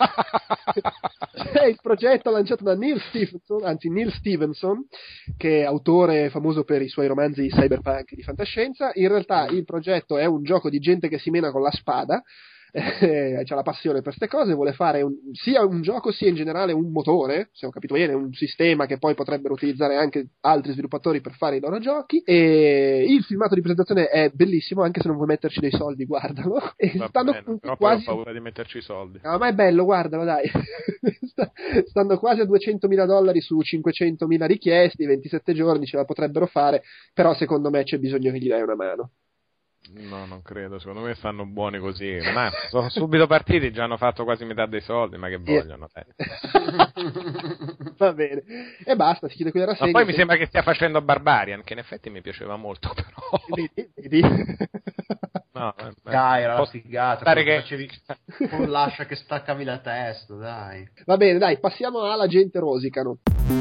C'è il progetto lanciato da Neil Stephenson, anzi Neil Stevenson, che è autore famoso per i suoi romanzi di cyberpunk di fantascienza. In realtà il progetto è un gioco di gente che si mena con la spada, eh, c'ha la passione per queste cose, vuole fare un, sia un gioco sia in generale un motore, se ho capito bene, un sistema che poi potrebbero utilizzare anche altri sviluppatori per fare i loro giochi. E il filmato di presentazione è bellissimo, anche se non vuoi metterci dei soldi, guardalo. E Va stanno bene, però quasi... poi ho paura di metterci i soldi. No, ma è bello, guardalo, dai. Stanno quasi a duecentomila dollari su cinquecentomila richiesti, ventisette giorni ce la potrebbero fare, però secondo me c'è bisogno che gli dai una mano. No, non credo, secondo me stanno buoni così. Ma sono subito partiti, già hanno fatto quasi metà dei soldi, ma che vogliono? Yeah. Va bene, e basta, si chiude qui la rassegna. Ma poi mi sembra che stia facendo Barbarian, che in effetti mi piaceva molto, però. Vedi, vedi? No, dai, era la figata, che... facevi con l'ascia che staccavi la testa, dai. Va bene, dai, passiamo alla gente rosicano.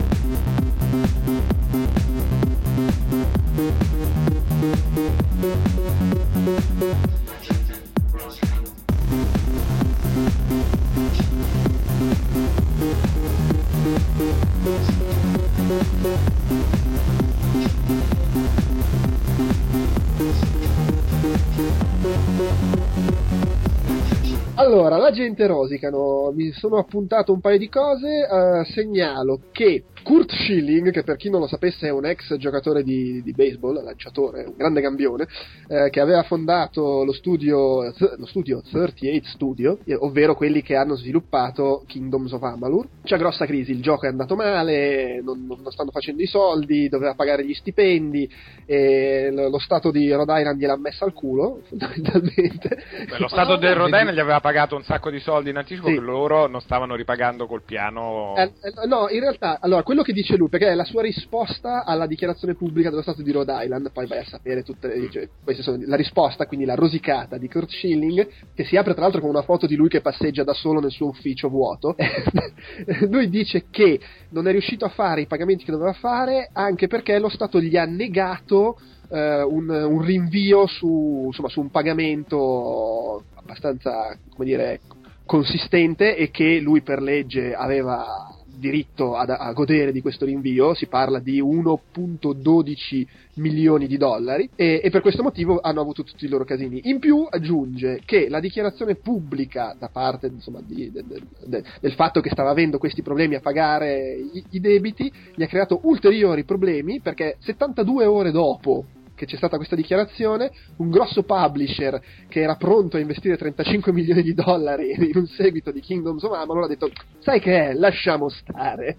Allora, la gente rosicano, mi sono appuntato un paio di cose, uh, segnalo che Kurt Schilling, che per chi non lo sapesse è un ex giocatore di, di baseball, lanciatore, un grande gambione, eh, che aveva fondato lo studio, lo studio trentotto Studio, ovvero quelli che hanno sviluppato Kingdoms of Amalur. C'è grossa crisi, il gioco è andato male, non, non stanno facendo i soldi, doveva pagare gli stipendi, e lo, lo stato di Rhode Island gliel'ha messa al culo, fondamentalmente. Beh, lo stato del Rhode Island gli aveva pagato un sacco di soldi in anticipo, sì, che loro non stavano ripagando col piano. Eh, eh, no, in realtà, allora, quello che dice lui, perché è la sua risposta alla dichiarazione pubblica dello stato di Rhode Island, poi vai a sapere tutte le, cioè, queste sono la risposta, quindi la rosicata di Kurt Schilling, che si apre tra l'altro con una foto di lui che passeggia da solo nel suo ufficio vuoto. Lui dice che non è riuscito a fare i pagamenti che doveva fare, anche perché lo Stato gli ha negato eh, un, un rinvio su, insomma, su un pagamento abbastanza, come dire, consistente, e che lui per legge aveva diritto ad, a godere di questo rinvio. Si parla di uno virgola dodici milioni di dollari, e, e per questo motivo hanno avuto tutti i loro casini. In più aggiunge che la dichiarazione pubblica da parte, insomma, di, de, de, de, del fatto che stava avendo questi problemi a pagare i, i debiti gli ha creato ulteriori problemi, perché settantadue ore dopo che c'è stata questa dichiarazione, un grosso publisher che era pronto a investire trentacinque milioni di dollari in un seguito di Kingdoms of Amalur ha detto: sai che è, lasciamo stare.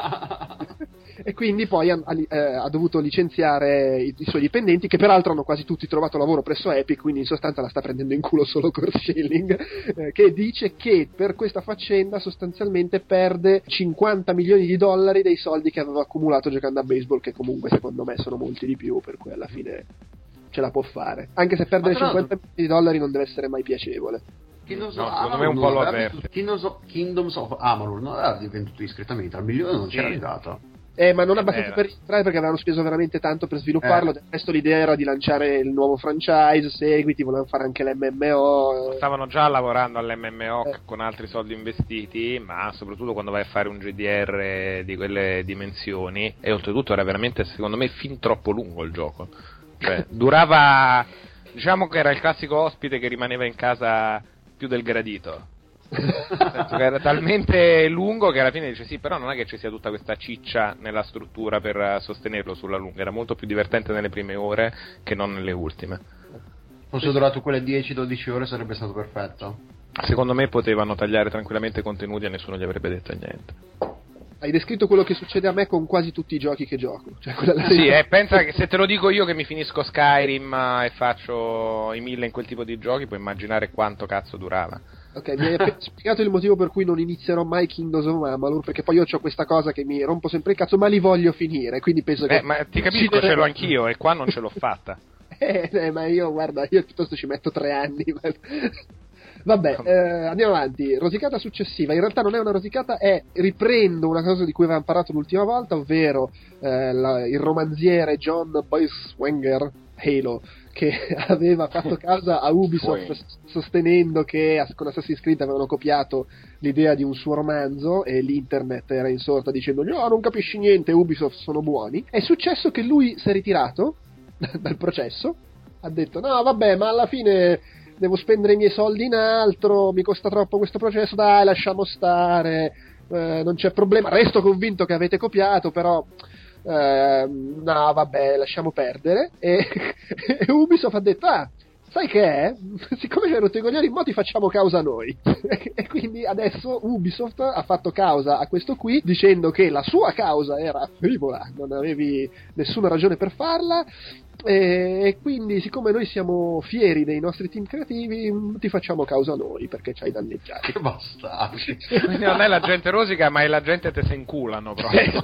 E quindi poi ha, eh, ha dovuto licenziare i, i suoi dipendenti, che peraltro hanno quasi tutti trovato lavoro presso Epic, quindi in sostanza la sta prendendo in culo solo Kurt Schilling, eh, che dice che per questa faccenda sostanzialmente perde cinquanta milioni di dollari dei soldi che aveva accumulato giocando a baseball, che comunque secondo me sono molti di più, per cui alla fine ce la può fare, anche se perdere cinquanta milioni di dollari non deve essere mai piacevole. Kingdoms no, of secondo Amalur, me un po' lo avverte. Kingdoms of, Kingdoms of Amalur non aveva venduto discretamente, al milione non c'era sì. arrivato. Eh, ma non abbastanza Era. per rientrare perché avevano speso veramente tanto per svilupparlo. Eh. Del resto l'idea era di lanciare il nuovo franchise, seguiti, volevano fare anche l'emme emme o. Stavano già lavorando all'emme emme o Eh. con altri soldi investiti, ma soprattutto quando vai a fare un G D R di quelle dimensioni, e oltretutto era veramente, secondo me, fin troppo lungo il gioco. Cioè, durava, diciamo che era il classico ospite che rimaneva in casa più del gradito. Nel senso che era talmente lungo che alla fine dice sì, però non è che ci sia tutta questa ciccia nella struttura per sostenerlo sulla lunga, era molto più divertente nelle prime ore che non nelle ultime. Fosse durato quelle dieci dodici ore sarebbe stato perfetto. Secondo me potevano tagliare tranquillamente i contenuti e nessuno gli avrebbe detto niente. Hai descritto quello che succede a me con quasi tutti i giochi che gioco. Cioè, quella là- Sì, eh, pensa che se te lo dico io che mi finisco Skyrim eh, e faccio i mille in quel tipo di giochi, puoi immaginare quanto cazzo durava. Ok, mi hai appena spiegato il motivo per cui non inizierò mai Kingdoms of Amalur, perché poi io ho questa cosa che mi rompo sempre il cazzo, ma li voglio finire, quindi penso che... Eh, ma ti capisco, ce l'ho anch'io e qua non ce l'ho fatta. Eh, eh, ma io, guarda, io piuttosto ci metto tre anni. Ma... Vabbè, eh, andiamo avanti. Rosicata successiva. In realtà non è una rosicata, è riprendo una cosa di cui avevamo parlato l'ultima volta, ovvero eh, la, il romanziere John Boiswanger Halo, che aveva fatto causa a Ubisoft Poi. sostenendo che con Assassin's Creed avevano copiato l'idea di un suo romanzo e l'internet era insorta dicendo no, non capisci niente, Ubisoft sono buoni. È successo che lui si è ritirato dal processo, ha detto no vabbè, ma alla fine devo spendere i miei soldi in altro, mi costa troppo questo processo, dai lasciamo stare, eh, non c'è problema, resto convinto che avete copiato, però eh, no vabbè lasciamo perdere. E, e Ubisoft ha detto ah, sai che è? Siccome ci hai rotto i coglioni, mo ti facciamo causa noi. E quindi adesso Ubisoft ha fatto causa a questo qui dicendo che la sua causa era frivola, non avevi nessuna ragione per farla, e quindi siccome noi siamo fieri dei nostri team creativi ti facciamo causa noi perché ci hai danneggiati. Che bastardi. Quindi non è la gente rosica, ma è la gente te se inculano proprio.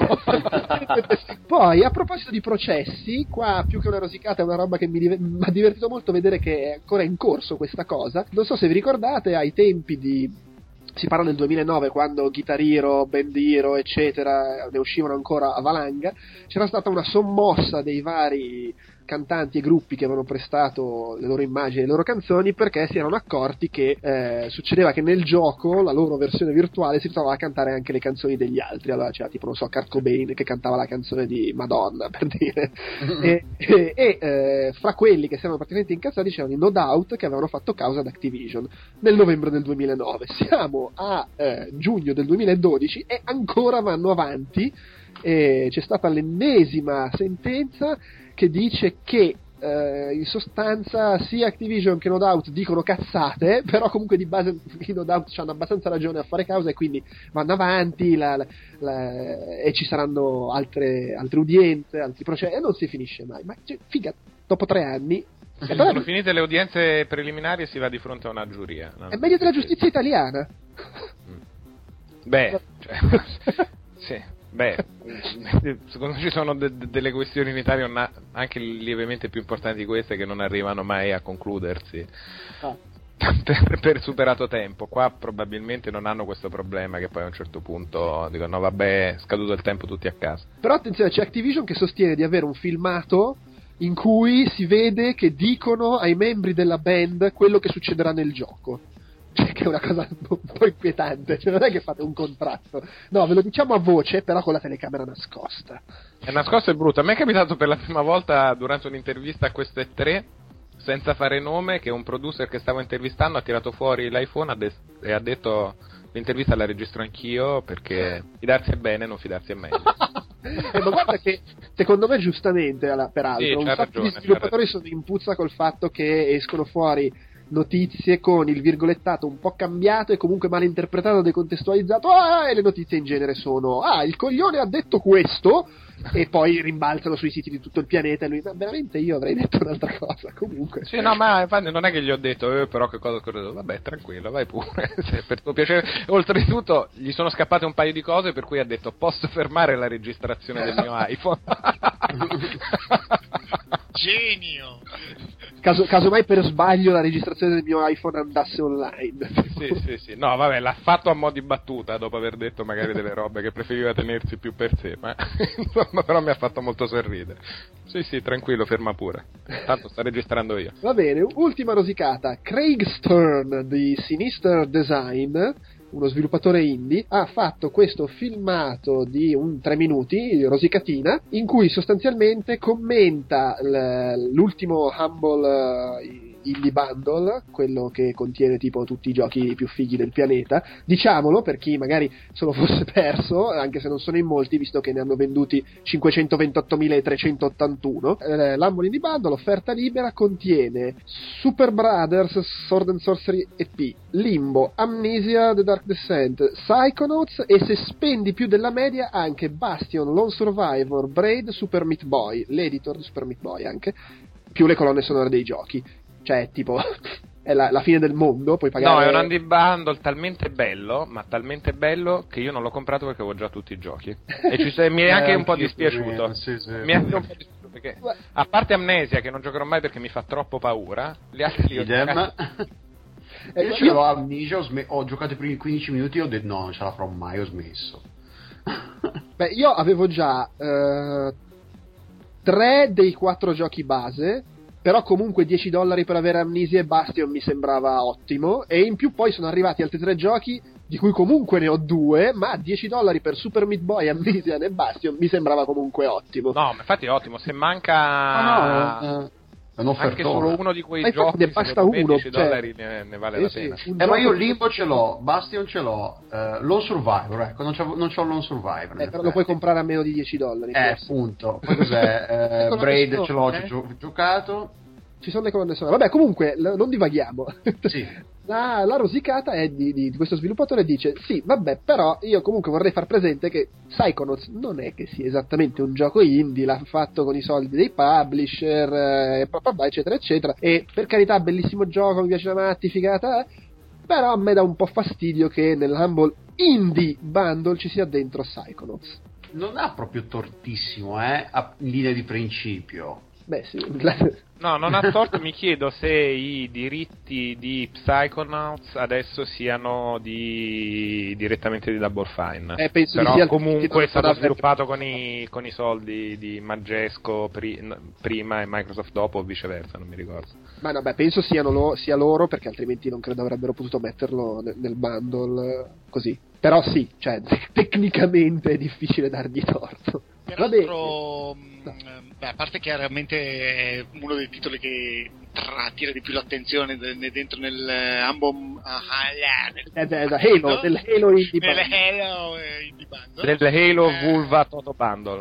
Poi a proposito di processi, qua più che una rosicata è una roba che mi div- mi ha divertito molto vedere che è ancora in corso questa cosa. Non so se vi ricordate, ai tempi di si parla del duemilanove, quando Guitar Hero, Band Hero eccetera ne uscivano ancora a valanga, c'era stata una sommossa dei vari cantanti e gruppi che avevano prestato le loro immagini e le loro canzoni perché si erano accorti che eh, succedeva che nel gioco la loro versione virtuale si trovava a cantare anche le canzoni degli altri. Allora c'era tipo non so Kurt Cobain che cantava la canzone di Madonna, per dire. e e, e eh, fra quelli che si erano praticamente incazzati c'erano i No Doubt che avevano fatto causa ad Activision nel novembre del duemilanove. Siamo a eh, giugno del duemiladodici e ancora vanno avanti, e c'è stata l'ennesima sentenza che dice che eh, in sostanza sia Activision che No Doubt dicono cazzate, però comunque di base i No Doubt hanno abbastanza ragione a fare causa e quindi vanno avanti la, la, la, e ci saranno altre, altre udienze, altri processi e non si finisce mai. Ma cioè, figa, dopo tre anni Sì, sono finite le udienze preliminari e si va di fronte a una giuria. No? è meglio della giustizia italiana. Beh, cioè, sì. Beh, secondo me ci sono de- de- delle questioni in Italia na- anche lievemente più importanti di queste che non arrivano mai a concludersi Ah. per, per superato tempo. Qua probabilmente non hanno questo problema che poi a un certo punto dicono no vabbè, è scaduto il tempo, tutti a casa. Però attenzione, c'è Activision che sostiene di avere un filmato in cui si vede che dicono ai membri della band quello che succederà nel gioco. Cioè, che è una cosa un po' inquietante, cioè non è che fate un contratto, no, ve lo diciamo a voce, però con la telecamera nascosta. È nascosto e brutto. A me è capitato per la prima volta durante un'intervista a questo E tre, senza fare nome, che un producer che stavo intervistando ha tirato fuori l'iPhone e ha detto l'intervista la registro anch'io perché fidarsi è bene, non fidarsi è meglio. eh, ma guarda che secondo me giustamente, peraltro, sì, un c'ha sacco ragione, di sviluppatori sono in puzza col fatto che escono fuori notizie con il virgolettato un po' cambiato e comunque mal interpretato, decontestualizzato, ah, e le notizie in genere sono ah, il coglione ha detto questo e poi rimbalzano sui siti di tutto il pianeta e lui, ma veramente io avrei detto un'altra cosa comunque. Sì, no, ma infatti non è che gli ho detto eh, però che cosa credo, vabbè tranquillo, vai pure se per tuo piacere. Oltretutto gli sono scappate un paio di cose per cui ha detto posso fermare la registrazione del mio iPhone. Genio. caso, caso mai per sbaglio la registrazione del mio iPhone andasse online. Sì, sì, sì. No, vabbè, l'ha fatto a mo' di battuta dopo aver detto magari delle robe che preferiva tenersi più per sé, ma insomma, però mi ha fatto molto sorridere. Sì, sì, tranquillo, ferma pure. Tanto sta registrando io. Va bene, ultima rosicata. Craig Stern di Sinister Design, uno sviluppatore indie, ha fatto questo filmato di un tre minuti, rosicatina, in cui sostanzialmente commenta l- l'ultimo Humble uh, Indie Bundle, quello che contiene tipo tutti i giochi più fighi del pianeta. Diciamolo per chi magari se lo fosse perso, anche se non sono in molti, visto che ne hanno venduti cinquecentoventottomila trecentottantuno. Eh, L'Humble Indie Bundle, offerta libera, contiene Super Brothers Sword and Sorcery E P, Limbo, Amnesia The Dark Descent, Psychonauts e, se spendi più della media, anche Bastion, Lone Survivor, Braid, Super Meat Boy, l'editor di Super Meat Boy anche, più le colonne sonore dei giochi. Cioè, tipo, è la, la fine del mondo, puoi pagare... No, è un indie bundle talmente bello, ma talmente bello che io non l'ho comprato perché avevo già tutti i giochi. E ci sei, mi è anche eh, un po' anch'io dispiaciuto. sì, sì, mi è anche un po' dispiaciuto perché, a parte Amnesia, che non giocherò mai perché mi fa troppo paura, gli altri li ho giocati. Eh, io ce l'ho Amnesia, ho, sm- ho giocato i primi quindici minuti e ho detto no, non ce la farò mai, ho smesso. Beh, io avevo già eh, tre dei quattro giochi base, però comunque dieci dollari per avere Amnesia e Bastion mi sembrava ottimo, e in più poi sono arrivati altri tre giochi di cui comunque ne ho due, ma dieci dollari per Super Meat Boy, Amnesia e Bastion mi sembrava comunque ottimo. No, ma infatti è ottimo, se manca Ah, no, eh, è anche solo uno di quei ma giochi, ne basta uno, dieci cioè, dollari ne, ne vale eh la sì, pena. un Eh, ma io gioco- Limbo ce l'ho, Bastion ce l'ho, eh, Lone Survivor, ecco, non c'ho, non c'ho Lone Survivor. Eh, però lo puoi comprare a meno di dieci dollari. Eh, forse. appunto. Poi cos'è? Eh, Ecco, Braid no, ce l'ho, eh? ci ho giocato. Ci sono le colonne sonore. Vabbè, comunque, l- non divaghiamo. Sì. La, la rosicata è di, di, di questo sviluppatore, dice: sì, vabbè, però io comunque vorrei far presente che Psychonauts non è che sia esattamente un gioco indie, l'ha fatto con i soldi dei publisher, eh, eccetera, eccetera. E per carità, bellissimo gioco, mi piace la matti, figata, eh, però a me dà un po' fastidio che nell'Humble Indie Bundle ci sia dentro Psychonauts. Non ha proprio tortissimo, eh, a- in linea di principio. Beh, sì. No, non ha torto, mi chiedo se i diritti di Psychonauts adesso siano di direttamente di Double Fine. Eh, penso Però di sia comunque è stato davvero- sviluppato con i, con i soldi di Majesco pri- n- prima e Microsoft dopo o viceversa, non mi ricordo. Ma no, beh, penso siano lo- sia loro, perché altrimenti non credo avrebbero potuto metterlo nel, nel bundle eh, così. Però sì, cioè, te- tecnicamente è difficile dargli torto. Va bene. Peraltro, mh, beh, a parte che chiaramente è uno dei titoli che tra- attira di più l'attenzione de- ne- dentro nel eh, Humble ah, ah, nel- Eh, beh, da Halo, del Halo Indie nel Bundle. Halo eh, Indie Bundle. Del Halo Eh, Vulva Toto Bundle.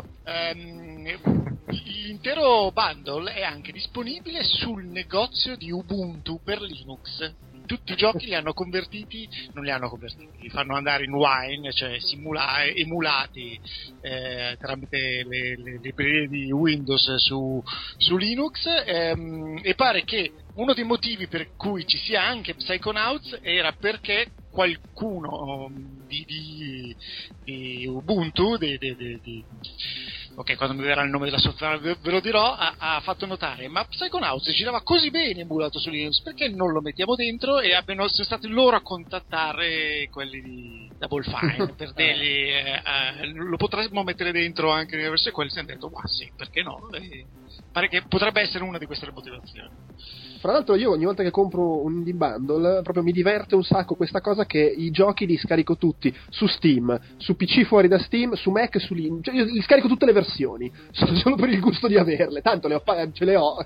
ehm, l'intero bundle è anche disponibile sul negozio di Ubuntu per Linux. Tutti i giochi li hanno convertiti, non li hanno convertiti, li fanno andare in Wine, cioè simula- emulati eh, tramite le, le librerie di Windows su, su Linux, ehm, e pare che uno dei motivi per cui ci sia anche Psychonauts era perché qualcuno di, di, di Ubuntu, di, di, di, di ok, quando mi verrà il nome della software ve, ve lo dirò, ha, ha fatto notare: ma Psychonauts girava così bene emulato su Linux, perché non lo mettiamo dentro? E abbiano, sono stati loro a contattare quelli di Double Fine per dirgli eh, eh, lo potremmo mettere dentro anche nella versione, quelli si hanno detto ma sì, perché no? E pare che potrebbe essere una di queste le motivazioni. Fra l'altro io ogni volta che compro un indie bundle proprio mi diverte un sacco questa cosa che i giochi li scarico tutti su Steam, su P C fuori da Steam, su Mac e su Linux, cioè io li scarico tutte le versioni solo per il gusto di averle, tanto le ho, ce le ho.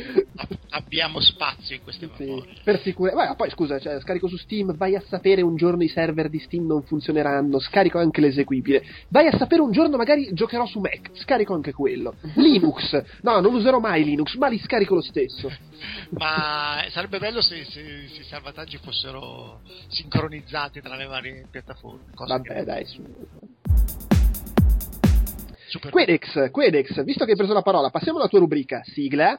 Abbiamo spazio in queste Sì, memorie. per sicurezza. Poi scusa, cioè, scarico su Steam, vai a sapere un giorno i server di Steam non funzioneranno, scarico anche l'eseguibile. Vai a sapere un giorno magari giocherò su Mac, scarico anche quello. Linux, no, non userò mai Linux, ma li scarico lo stesso. Ma sarebbe bello se, se, se i salvataggi fossero sincronizzati tra le varie piattaforme. Cosa Vabbè, che... dai, su. Super... Quedex, Quedex, visto che hai preso la parola, passiamo alla tua rubrica, sigla.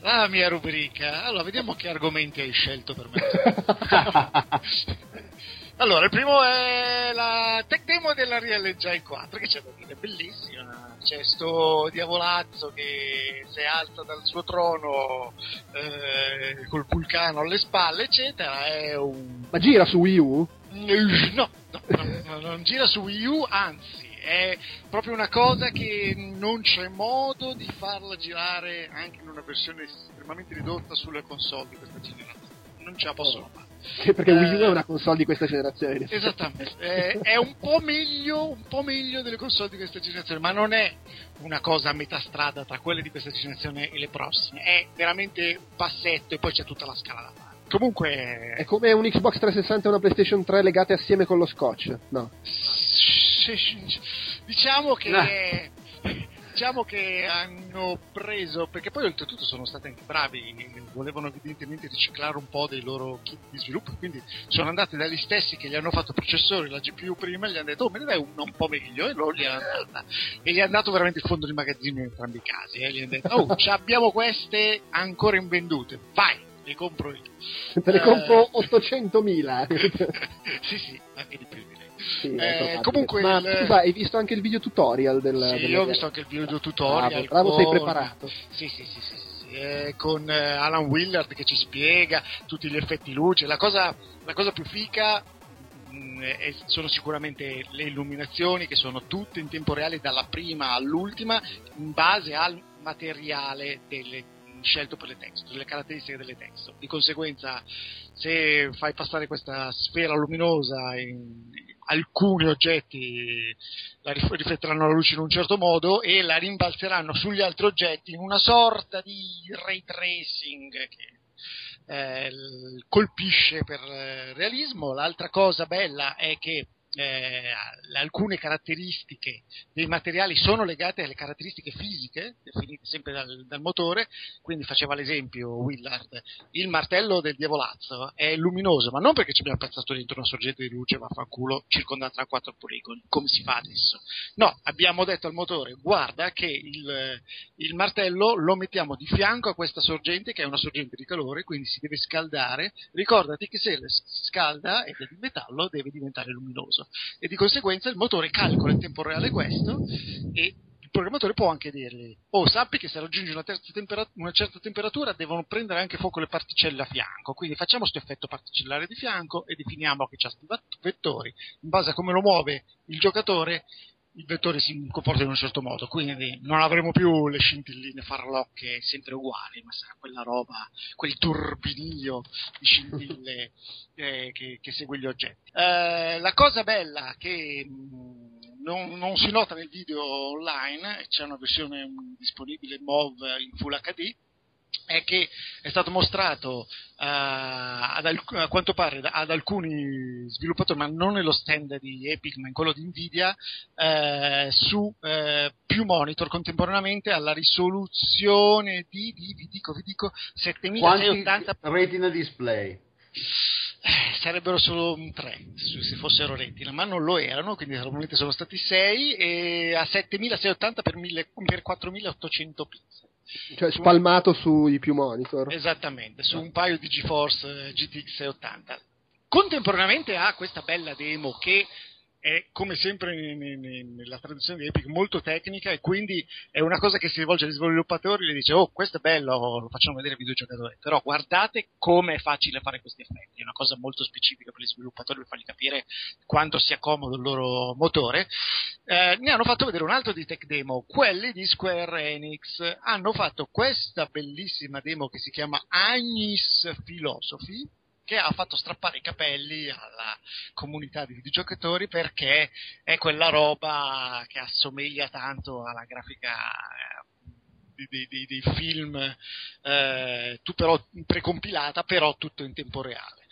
la mia rubrica. Allora, vediamo che argomenti hai scelto per me. Allora, il primo è la tech demo della Real Engine quattro, che c'è da dire, bellissima. C'è sto diavolazzo che si alza dal suo trono eh, col vulcano alle spalle, eccetera. È un... Ma gira su Wii U? No, no, no, no, non gira su Wii U, anzi, è proprio una cosa che non c'è modo di farla girare anche in una versione estremamente ridotta sulle console di questa generazione. Non ce la possono fare. Perché Wii U è una console di questa generazione. Esattamente, è, è un po' meglio, un po' meglio delle console di questa generazione, ma non è una cosa a metà strada tra quelle di questa generazione e le prossime, è veramente un passetto e poi c'è tutta la scala da fare. Comunque è come un Xbox trecentosessanta e una PlayStation tre legate assieme con lo scotch, no? Diciamo che diciamo che hanno preso, perché poi oltretutto sono stati anche bravi, volevano evidentemente riciclare un po' dei loro kit di sviluppo, quindi sono andati dagli stessi che gli hanno fatto processori, la G P U prima, e gli hanno detto oh me ne dai uno un po' meglio, e loro gli hanno andata e gli hanno dato veramente il fondo di magazzino in entrambi i casi, e gli hanno detto oh abbiamo queste ancora invendute, vai, le compro io, te ne compro ottocentomila. sì sì, anche di più direi. Sì, eh, comunque ma il... scusa, hai visto anche il video tutorial del sì, io ho visto anche il video tutorial. Bravo, bravo con... sei preparato. Sì, sì, sì, sì, sì. Eh, con eh, Alan Willard che ci spiega tutti gli effetti luce. La cosa, la cosa più fica mh, è, sono sicuramente le illuminazioni, che sono tutte in tempo reale dalla prima all'ultima in base al materiale delle scelto per le texture, le caratteristiche delle texture. Di conseguenza, se fai passare questa sfera luminosa in alcuni oggetti, la rifletteranno la luce in un certo modo e la rimbalzeranno sugli altri oggetti in una sorta di ray tracing che eh, colpisce per realismo. L'altra cosa bella è che Eh, alcune caratteristiche dei materiali sono legate alle caratteristiche fisiche definite sempre dal, dal motore, quindi faceva l'esempio Willard, il martello del diavolazzo è luminoso ma non perché ci abbiamo piazzato dentro una sorgente di luce vaffanculo circondata da quattro poligoni come si fa adesso, no, abbiamo detto al motore guarda che il, il martello lo mettiamo di fianco a questa sorgente che è una sorgente di calore, quindi si deve scaldare, ricordati che se si scalda ed è di metallo deve diventare luminoso, e di conseguenza il motore calcola in tempo reale questo e il programmatore può anche dirgli oh sappi che se raggiungi una, terza temperatura, una certa temperatura devono prendere anche fuoco le particelle a fianco, quindi facciamo questo effetto particellare di fianco e definiamo che c'ha questi vettori, in base a come lo muove il giocatore il vettore si comporta in un certo modo, quindi non avremo più le scintilline farlocche sempre uguali, ma sarà quella roba, quel turbinio di scintille eh, che, che segue gli oggetti. Eh, la cosa bella che mh, non, non si nota nel video online, c'è una versione mh, disponibile M O V in Full H D, è che è stato mostrato uh, ad alc- a quanto pare ad alcuni sviluppatori, ma non nello stand di Epic ma in quello di Nvidia, uh, su uh, più monitor contemporaneamente alla risoluzione di, di vi dico, vi dico settemilaseicentottanta retina display. Eh, sarebbero solo tre se fossero retina, ma non lo erano, quindi probabilmente sono stati sei, e a settemilaseicentottanta per, per quattromilaottocento pixel, cioè spalmato sui più monitor, esattamente, su un paio di GeForce G T X seicentottanta. Contemporaneamente a questa bella demo che è, come sempre nella tradizione di Epic, molto tecnica, e quindi è una cosa che si rivolge agli sviluppatori, le dice oh questo è bello, lo facciamo vedere ai videogiocatori, però guardate come è facile fare questi effetti, è una cosa molto specifica per gli sviluppatori per fargli capire quanto sia comodo il loro motore. Eh, ne hanno fatto vedere un altro di tech demo, quelli di Square Enix hanno fatto questa bellissima demo che si chiama Agnis Philosophy, che ha fatto strappare i capelli alla comunità di videogiocatori, perché è quella roba che assomiglia tanto alla grafica eh, dei, dei, dei film, eh, tu però precompilata, però tutto in tempo reale.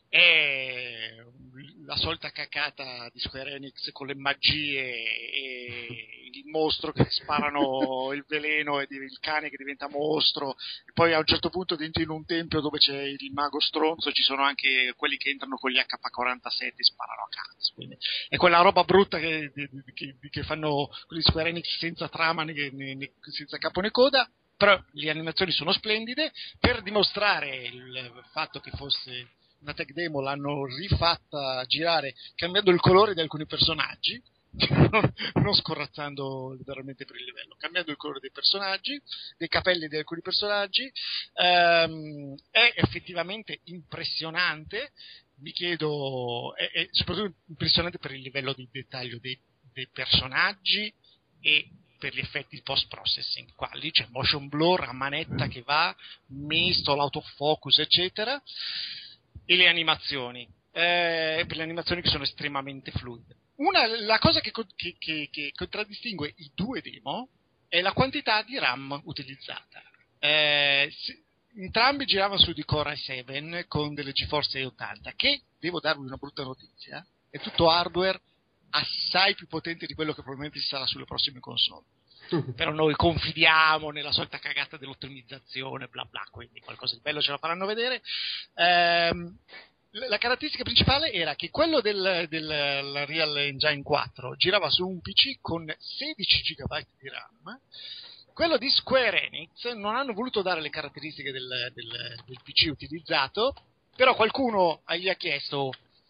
È la solita cacata di Square Enix con le magie e il mostro che sparano il veleno e il cane che diventa mostro, e poi a un certo punto dentro in un tempio dove c'è il mago stronzo ci sono anche quelli che entrano con gli acca quarantasette e sparano a cazzo, quindi è quella roba brutta che, che, che fanno quelli di Square Enix senza trama né, né, senza capo né coda. però le animazioni sono splendide. Per dimostrare il fatto che fosse una tech demo l'hanno rifatta girare cambiando il colore di alcuni personaggi, non, non scorrazzando letteralmente per il livello, cambiando il colore dei personaggi, dei capelli di alcuni personaggi. Ehm, è effettivamente impressionante, mi chiedo, è, è soprattutto impressionante per il livello di dettaglio dei, dei personaggi e per gli effetti post processing, quali c'è motion blur a manetta che va, misto, l'autofocus eccetera, e le animazioni, eh, per le animazioni che sono estremamente fluide. Una, la cosa che, che, che, che contraddistingue i due demo è la quantità di RAM utilizzata. Eh, si, entrambi giravano su di Core i sette con delle GeForce seicentottanta, che, devo darvi una brutta notizia, è tutto hardware assai più potente di quello che probabilmente ci sarà sulle prossime console. Però noi confidiamo nella solita cagata dell'ottimizzazione, bla bla, quindi qualcosa di bello ce la faranno vedere. Ehm, la caratteristica principale era che quello del, del Real Engine quattro girava su un P C con sedici giga di RAM. Quello di Square Enix non hanno voluto dare le caratteristiche del, del, del P C utilizzato, però qualcuno gli ha chiesto: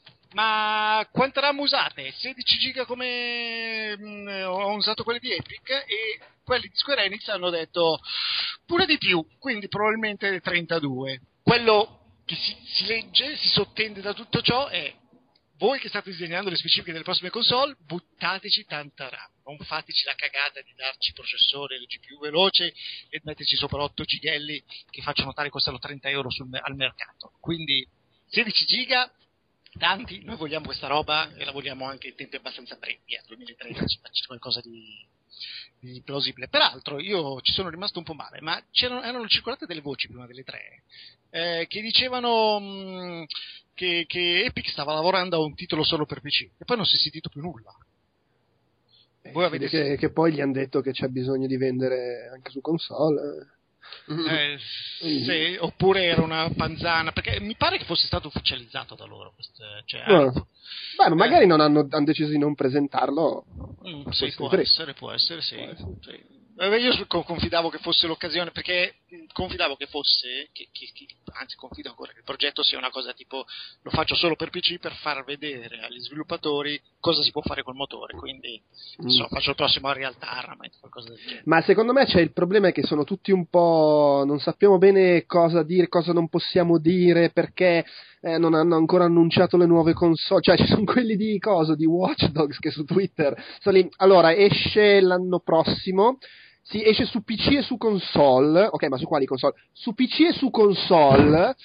ma quanta RAM usate? sedici giga come mh, ho usato quelli di Epic, e quelli di Square Enix hanno detto pure di più, quindi probabilmente trentadue. Quello che si, si legge, si sottende da tutto ciò è: voi che state disegnando le specifiche delle prossime console, buttateci tanta RAM, non fateci la cagata di darci processore G P U veloce e metterci sopra otto gighelli che faccio notare costano trenta euro sul, al mercato. Quindi sedici giga, tanti, noi vogliamo questa roba e la vogliamo anche in tempi abbastanza brevi, eh, duemilatredici, faccio qualcosa di, di plausibile. Peraltro io ci sono rimasto un po' male, ma c'erano, erano circolate delle voci prima delle tre eh, che dicevano mh, che, che Epic stava lavorando a un titolo solo per P C e poi non si è sentito più nulla. Eh, Voi avete che, sentito? che poi gli hanno detto che c'è bisogno di vendere anche su console. Eh, sì, oppure era una panzana, perché mi pare che fosse stato ufficializzato da loro queste, cioè, No. anche, Beh, ma magari eh, non hanno, hanno deciso di non presentarlo. mm, sì, può tre. essere, può essere, sì, Può essere. sì. Eh, Io confidavo che fosse l'occasione, perché confidavo che fosse, che, che, che, anzi confido ancora che il progetto sia una cosa tipo: lo faccio solo per P C per far vedere agli sviluppatori cosa si può fare col motore, quindi non so, faccio il prossimo Real Tournament, qualcosa del genere. Ma secondo me c'è il problema è che sono tutti un po', non sappiamo bene cosa dire, cosa non possiamo dire, perché eh, non hanno ancora annunciato le nuove console. Cioè ci sono quelli di cosa, di Watch Dogs, che su Twitter sono lì. Allora esce l'anno prossimo. Sì, esce su P C e su console. Ok, ma su quali console? Su P C e su console.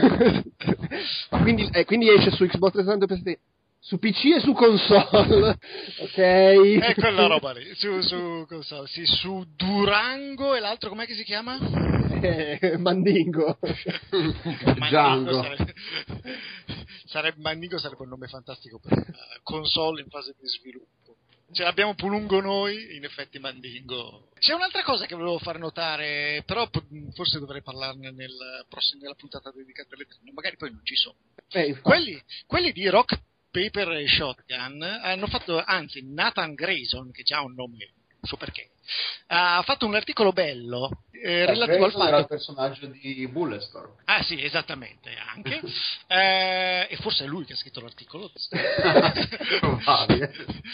quindi, eh, quindi esce su Xbox trecentosessanta e P S P. Su P C e su console. Ok. È quella roba lì, su, su console, sì, su Durango, e l'altro com'è che si chiama? Eh, Mandingo. Django. Sarebbe, sarebbe, Mandingo sarebbe un nome fantastico per una console in fase di sviluppo. Ce l'abbiamo Pulungo noi, in effetti Mandingo. C'è un'altra cosa che volevo far notare, però forse dovrei parlarne nel prossimo, nella puntata dedicata alle tre, magari poi non ci sono. Eh, Quelli, quelli di Rock, Paper e Shotgun hanno fatto, anzi Nathan Grayson, che già ha un nome, non so perché, ha fatto un articolo bello eh, relativo al fatto... era il personaggio di Bulletstorm. Ah sì, esattamente, anche. eh, e forse è lui che ha scritto l'articolo. Probabile.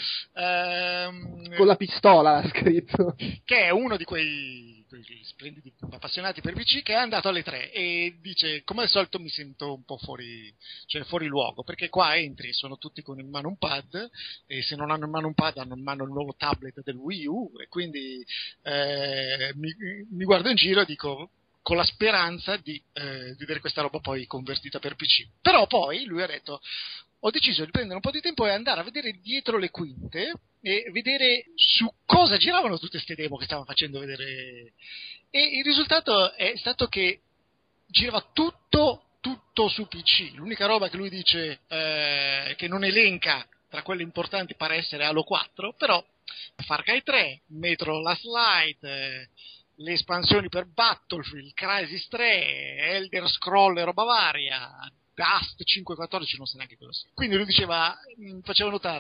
Ehm, Con la pistola ha scritto. Che è uno di quei, quei splendidi appassionati per P C che è andato alle tre e dice: come al solito mi sento un po' fuori, cioè fuori luogo, perché qua entri, sono tutti con in mano un pad, e se non hanno in mano un pad hanno in mano il nuovo tablet del Wii U, e quindi eh, mi, mi guardo in giro e dico, con la speranza di, eh, di vedere questa roba poi convertita per P C. Però poi lui ha detto: ho deciso di prendere un po' di tempo e andare a vedere dietro le quinte e vedere su cosa giravano tutte queste demo che stavano facendo vedere, e il risultato è stato che girava tutto tutto su P C. L'unica roba che lui dice eh, che non elenca tra quelle importanti pare essere Halo quattro, però Far Cry tre, Metro Last Light, eh, le espansioni per Battlefield, Crysis tre, Elder Scroll e roba varia, Dust cinque quattordici, non so neanche cosa sia. Quindi lui diceva, mh, faceva notare,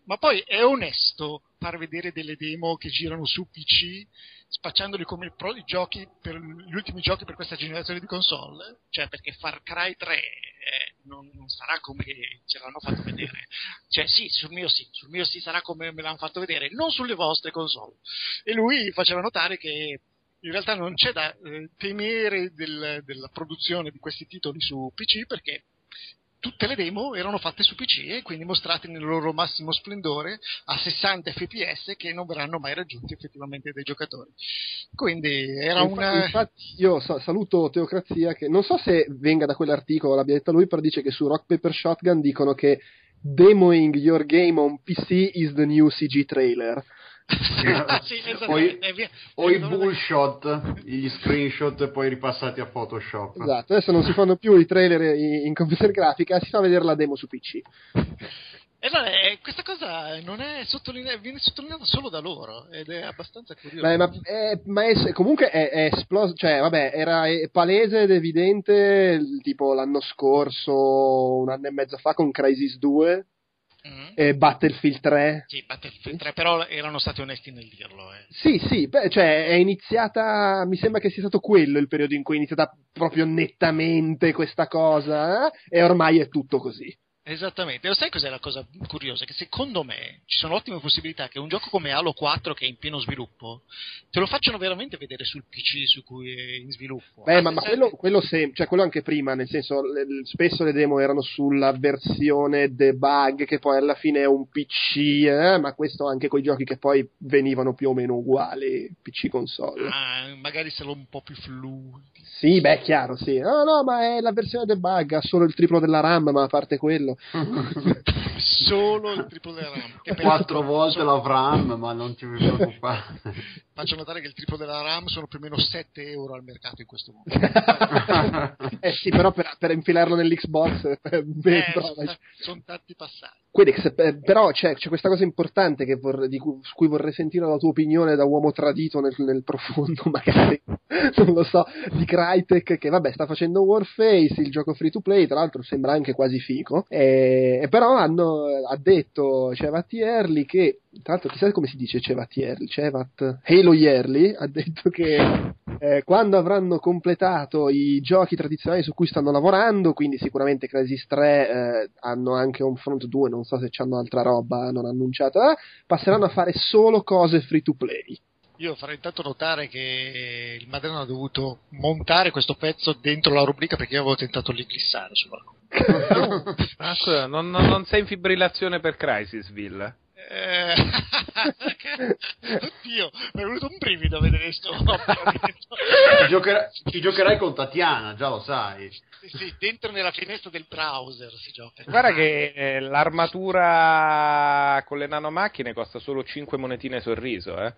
Ma poi è onesto far vedere delle demo che girano su P C spacciandoli come i, pro, i giochi per gli ultimi giochi per questa generazione di console? Cioè, perché Far Cry tre eh, non, non sarà come ce l'hanno fatto vedere. Cioè, sì, sul mio sì, sul mio sì sarà come me l'hanno fatto vedere, non sulle vostre console. E lui faceva notare che in realtà non c'è da eh, temere del, della produzione di questi titoli su P C, perché tutte le demo erano fatte su P C e quindi mostrate nel loro massimo splendore a sessanta F P S che non verranno mai raggiunti effettivamente dai giocatori. Quindi era infatti, una... Infatti io sa- saluto Teocrazia, che non so se venga da quell'articolo, l'abbia detto lui, però dice che su Rock Paper Shotgun dicono che demoing your game on P C is the new C G trailer. Sì, o i, via, o i bullshot, gli screenshot poi ripassati a Photoshop. Esatto, adesso non si fanno più i trailer in, in computer grafica, si fa vedere la demo su P C. E vabbè, questa cosa non è sottoline- viene sottolineata solo da loro ed è abbastanza curioso. Beh, ma è, ma è, comunque è, è esploso, cioè vabbè, era è palese ed evidente tipo l'anno scorso, un anno e mezzo fa con Crysis due. Mm-hmm. E Battlefield tre. Sì, Battlefield tre, però erano stati onesti nel dirlo. Eh. Sì, sì, beh, cioè è iniziata, mi sembra che sia stato quello il periodo in cui è iniziata proprio nettamente questa cosa, eh? E ormai è tutto così. Esattamente, e sai cos'è la cosa curiosa? Che secondo me ci sono ottime possibilità che un gioco come Halo quattro, che è in pieno sviluppo, te lo facciano veramente vedere sul P C su cui è in sviluppo. Beh, ma, ma quello, quello, sem- cioè quello anche prima, nel senso, le, spesso le demo erano sulla versione debug, che poi alla fine è un P C, eh? Ma questo anche con i giochi che poi venivano più o meno uguali, P C console. Ah, magari se lo un po' più fluidi. Sì, beh, chiaro, sì. No, no, ma è la versione debug, ha solo il triplo della RAM, ma a parte quello. Solo il triplo della RAM. Che Quattro volte sono... la RAM, ma non ti preoccupare. Faccio notare che il triplo della RAM sono più o meno sette euro al mercato in questo momento. Eh sì, però per, per infilarlo nell'Xbox eh, beh, eh, però, sono, sono tanti passati. Quedix, eh, però c'è, c'è questa cosa importante che vorrei, di cui, su cui vorrei sentire la tua opinione da uomo tradito nel, nel profondo, magari, non lo so, di Crytek, che vabbè sta facendo Warface, il gioco free to play, tra l'altro sembra anche quasi fico, e, e però hanno, ha detto Cevat Yerli che, tra l'altro chissà come si dice Cevat Yerli, Cevat Halo Yerli ha detto che eh, quando avranno completato i giochi tradizionali su cui stanno lavorando, quindi sicuramente Crysis tre, eh, hanno anche Homefront due, non so se c'hanno altra roba non annunciata, eh, passeranno a fare solo cose free to play. Io farei intanto notare che il Madonna ha dovuto montare questo pezzo dentro la rubrica perché io avevo tentato di glissare su qualcosa. Ah, scusa, non, non, non sei in fibrillazione per Crisisville? Eh, oddio, mi è venuto un brivido a vedere questo. Ci, giocherai, ci giocherai con Tatiana, già lo sai. Sì, sì, dentro nella finestra del browser si gioca. Guarda che eh, l'armatura con le nanomacchine costa solo cinque monetine sorriso, eh.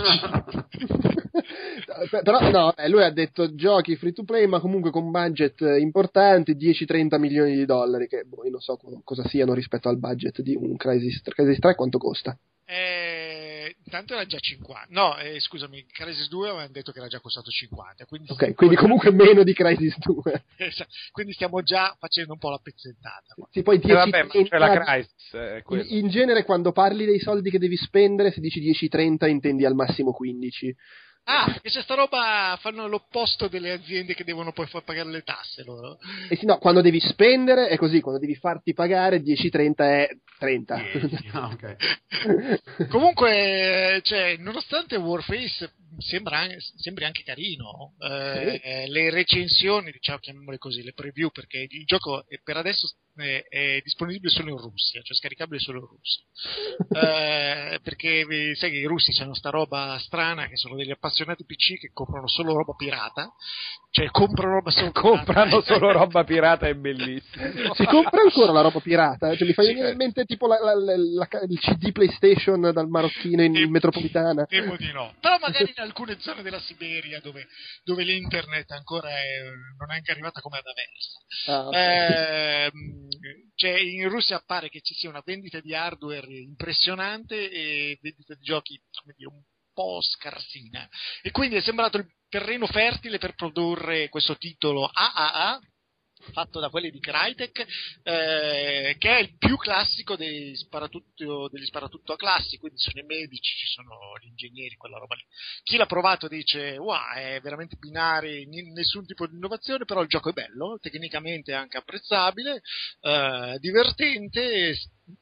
Però no, eh, lui ha detto giochi free to play, ma comunque con budget importanti, dieci trenta milioni di dollari, che boh, io non so cosa siano rispetto al budget di un Crysis tre. Crysis tre quanto costa? Eh, intanto era già cinquanta. No, eh, scusami, Crysis due avevano detto che era già costato cinquanta. Quindi ok, quindi comunque meno di Crysis due. Quindi stiamo già facendo un po' la pezzettata. Sì, poi dieci, eh vabbè, ma c'è la Crysis, eh, in, in genere quando parli dei soldi che devi spendere, se dici dieci trenta intendi al massimo quindici. Ah, perché c'è sta roba, fanno l'opposto delle aziende che devono poi far pagare le tasse loro. Eh sì, no, quando devi spendere è così, quando devi farti pagare dieci trenta è trenta. dieci, no, okay. Comunque, cioè, nonostante Warface sembra, sembri anche carino, eh, sì. Le recensioni, diciamo, chiamiamole così, le preview, perché il gioco è, per adesso è, è disponibile solo in Russia, cioè scaricabile solo in Russia. eh, perché sai che i russi hanno sta roba strana, che sono degli appassionati P C che comprano solo roba pirata, cioè comprano roba solo comprano solo roba pirata, è bellissimo. Si compra ancora la roba pirata? Cioè, mi fai venire in mente tipo la, la, la, la, il C D PlayStation dal marocchino in temo, metropolitana. Temo di no, però magari in alcune zone della Siberia dove, dove l'internet ancora è, non è anche arrivata come ad Aversa. Ah, okay. eh, cioè in Russia pare che ci sia una vendita di hardware impressionante e vendita di giochi, come dire, un po' scarsina, e quindi è sembrato il terreno fertile per produrre questo titolo triple A fatto da quelli di Crytek, eh, che è il più classico dei sparatutto, degli sparatutto a classi, quindi sono i medici, ci sono gli ingegneri, quella roba lì. Chi l'ha provato dice wow, è veramente binari, n- nessun tipo di innovazione, però il gioco è bello, tecnicamente anche apprezzabile, eh, divertente,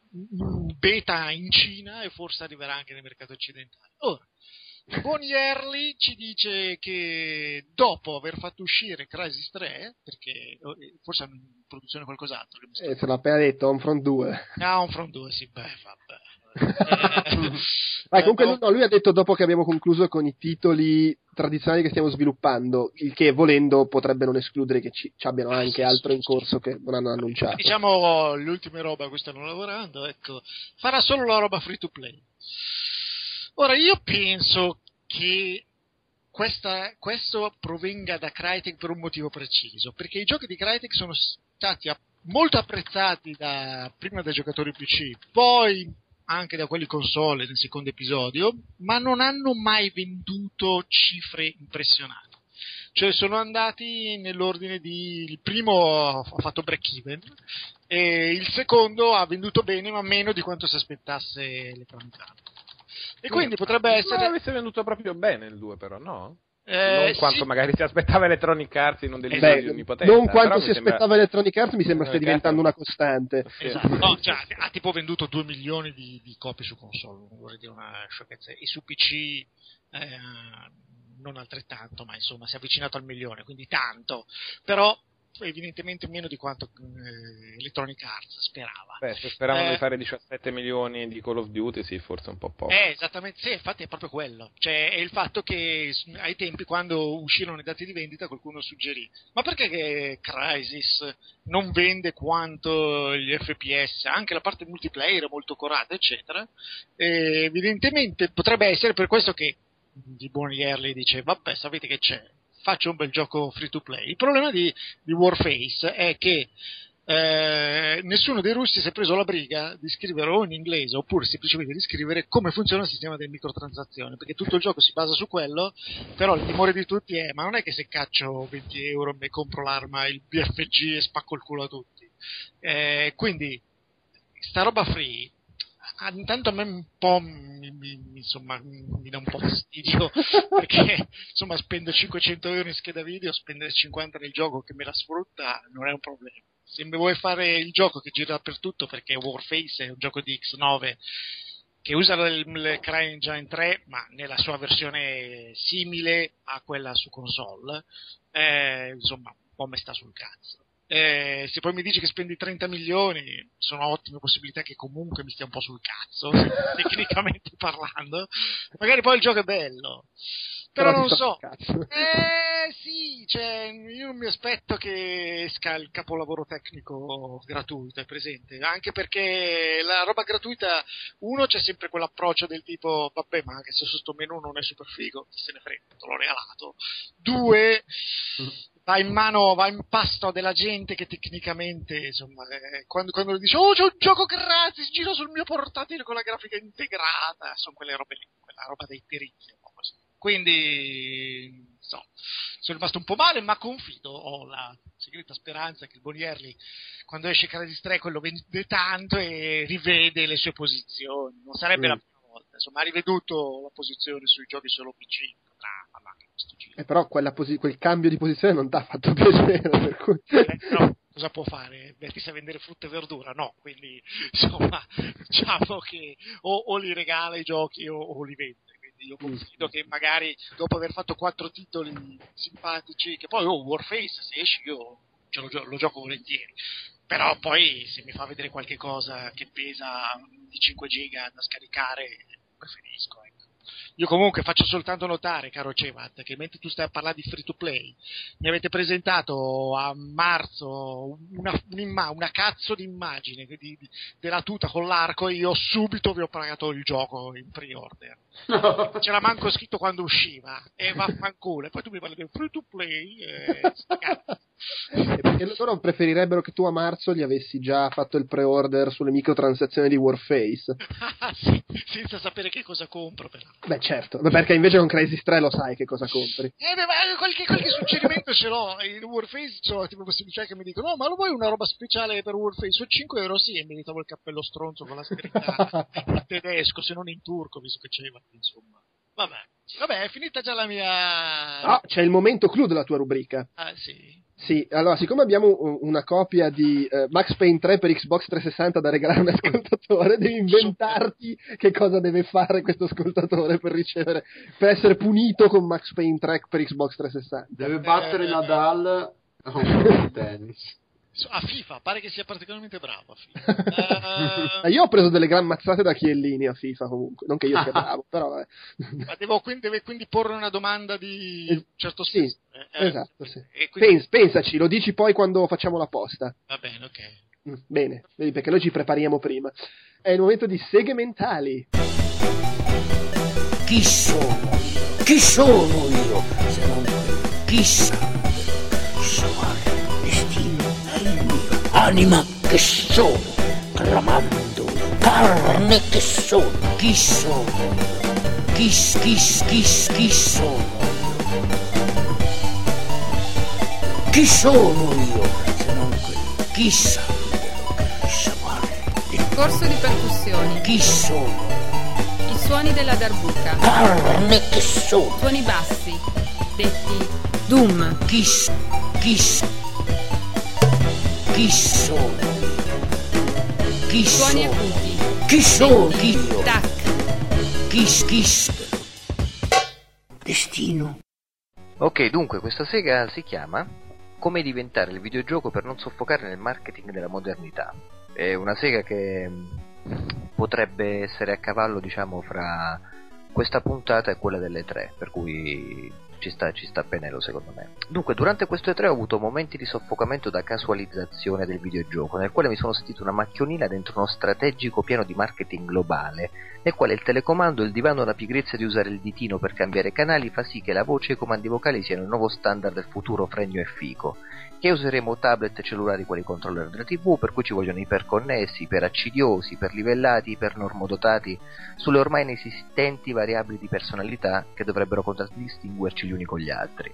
beta in Cina e forse arriverà anche nei mercati occidentali. Ora, il buon Yerli ci dice che dopo aver fatto uscire Crysis tre, perché forse hanno in produzione qualcos'altro che mi sto... eh, se l'ha appena detto, Homefront due. Ah, Homefront due, sì, beh, vabbè. eh, Vai, comunque no, no, lui ha detto dopo che abbiamo concluso con i titoli tradizionali che stiamo sviluppando, il che volendo potrebbe non escludere che ci, ci abbiano anche altro in corso che non hanno annunciato. Diciamo le ultime robe a cui stanno lavorando, ecco, farà solo la roba free to play. Ora, io penso che questa, questo provenga da Crytek per un motivo preciso, perché i giochi di Crytek sono stati a, molto apprezzati da, prima dai giocatori P C, poi anche da quelli console nel secondo episodio, ma non hanno mai venduto cifre impressionanti. Cioè sono andati nell'ordine di... il primo ha fatto break even e il secondo ha venduto bene ma meno di quanto si aspettasse Electronic Arts. E quindi potrebbe essere... Ma avesse venduto proprio bene il due, però, no? Eh, non quanto sì. magari si aspettava Electronic Arts in un Beh, delirio di onnipotenza. non quanto però si mi sembra... aspettava Electronic Arts, mi sembra stia Electronic diventando Arts- una costante. Esatto, no, cioè, ha tipo venduto due milioni di, di copie su console, non vorrei dire una sciocchezza, e su P C eh, non altrettanto, ma insomma si è avvicinato al milione, quindi tanto, però evidentemente meno di quanto eh, Electronic Arts sperava. Beh, se speravano eh, di fare diciassette milioni di Call of Duty, sì, forse un po' poco. Eh, esattamente, sì, infatti è proprio quello. Cioè, è il fatto che ai tempi, quando uscirono i dati di vendita, qualcuno suggerì: ma perché che Crysis non vende quanto gli F P S? Anche la parte multiplayer è molto corata, eccetera. E evidentemente potrebbe essere per questo che di buon Yerli dice: vabbè, sapete che c'è? Faccio un bel gioco free to play. Il problema di, di Warface è che Eh, nessuno dei russi si è preso la briga di scrivere o in inglese oppure semplicemente di scrivere come funziona il sistema delle microtransazioni, perché tutto il gioco si basa su quello, però il timore di tutti è: ma non è che se caccio venti euro e compro l'arma, il B F G e spacco il culo a tutti. Eh, quindi sta roba free ah, intanto a me un po' mi, mi, insomma mi dà un po' fastidio perché insomma spendo cinquecento euro in scheda video, spendere cinquanta nel gioco che me la sfrutta non è un problema. Se mi vuoi fare il gioco che gira dappertutto, perché Warface è un gioco di X nove che usa il CryEngine tre ma nella sua versione simile a quella su console, eh, insomma un po' mi sta sul cazzo. Eh, se poi mi dici che spendi trenta milioni, sono ottime possibilità che comunque mi stia un po' sul cazzo tecnicamente parlando. Magari poi il gioco è bello, però, però non so. Eh sì, cioè io non mi aspetto che esca il capolavoro tecnico gratuito, è presente, anche perché la roba gratuita, uno, c'è sempre quell'approccio del tipo vabbè, ma anche se sotto menu non è super figo, chi se ne frega, te l'ho regalato. Due, va in mano, va in pasto della gente che tecnicamente, insomma, eh, quando, quando dice oh c'è un gioco gratis, giro sul mio portatile con la grafica integrata, sono quelle robe lì, quella roba dei perizi, un po' così. Quindi so, sono rimasto un po' male, ma confido, ho la segreta speranza che il buon Yerli, quando esce Crysis tre, quello vende tanto e rivede le sue posizioni. Non sarebbe mm. la prima volta, insomma, ha riveduto la posizione sui giochi solo P C, potrà parlare in questo giro. Eh, però quella posi- quel cambio di posizione non ti ha fatto piacere, per cui... eh, no, cosa può fare? Beh, ti sa vendere frutta e verdura? No, quindi insomma diciamo che o, o li regala i giochi o, o li vende. Io confido che magari dopo aver fatto quattro titoli simpatici, che poi oh, Warface se esce io ce lo, lo gioco volentieri, però poi se mi fa vedere qualche cosa che pesa di cinque giga da scaricare preferisco, ecco. Io comunque faccio soltanto notare, caro Cevat, che mentre tu stai a parlare di free to play mi avete presentato a marzo una, una, una cazzo di immagine di, di, della tuta con l'arco e io subito vi ho pagato il gioco in pre-order. C'era manco scritto quando usciva e vaffanculo, e poi tu mi parli di free to play e Eh, perché loro preferirebbero che tu a marzo gli avessi già fatto il pre-order sulle microtransazioni di Warface. Sì, senza sapere che cosa compro, però. Beh, certo, perché invece con Crysis tre lo sai che cosa compri. Eh, beh, ma qualche, qualche suggerimento ce l'ho. In Warface c'ho tipo possibilità che mi dicono: no, ma lo vuoi una roba speciale per Warface? Su cinque euro sì, e mi ritrovo il cappello stronzo con la scritta in tedesco, se non in turco, visto che c'è, insomma. Vabbè, vabbè, è finita già la mia... Ah, c'è il momento clou della tua rubrica. Ah, sì. Sì, allora, siccome abbiamo una copia di uh, Max Payne tre per Xbox trecentosessanta da regalare a un ascoltatore, devi inventarti che cosa deve fare questo ascoltatore per ricevere, per essere punito con Max Payne tre per Xbox trecentosessanta. Deve battere Eh, Nadal a un po' di tennis. A FIFA, pare che sia particolarmente bravo a FIFA. uh, Io ho preso delle gran mazzate da Chiellini a FIFA comunque, non che io sia bravo, però vabbè. Ma devo quindi, deve quindi porre una domanda di Es- certo sì, spessore. Eh, esatto, sì. e quindi... Pens- pensaci, lo dici poi quando facciamo la posta. Va bene, ok. Mm, bene, vedi, perché noi ci prepariamo prima. È il momento di seghe mentali. Chi sono io? Chi sono io? Se non quello, chissà, posso fare destino è il mio. Anima che sono, clamando, carne che sono. Chi sono? Chi, chi, chi, chi sono io? Chi sono io? Se non quello, chissà, chissà fare. Corso di percussioni. Chi sono? I suoni della darbuca. Carne che sono. Suoni bassi, detti Doom. Chi, chi, chi sono? Chi Suoni sono? acuti. Chi sono detti io? Tac. Chi, chi, destino. Ok, dunque questa sega si chiama Come diventare il videogioco per non soffocare nel marketing della modernità. È una sega che potrebbe essere a cavallo, diciamo, fra questa puntata e quella delle tre, per cui ci sta, ci sta pennello secondo me. Dunque, durante questo E tre ho avuto momenti di soffocamento da casualizzazione del videogioco, nel quale mi sono sentito una macchionina dentro uno strategico piano di marketing globale, nel quale il telecomando e il divano e la pigrizia di usare il ditino per cambiare canali fa sì che la voce e i comandi vocali siano il nuovo standard del futuro fregno e fico, che useremo tablet e cellulari quali controller della tivù, per cui ci vogliono iperconnessi, iperaccidiosi, iperlivellati, ipernormodotati, sulle ormai inesistenti variabili di personalità che dovrebbero contraddistinguerci gli uni con gli altri.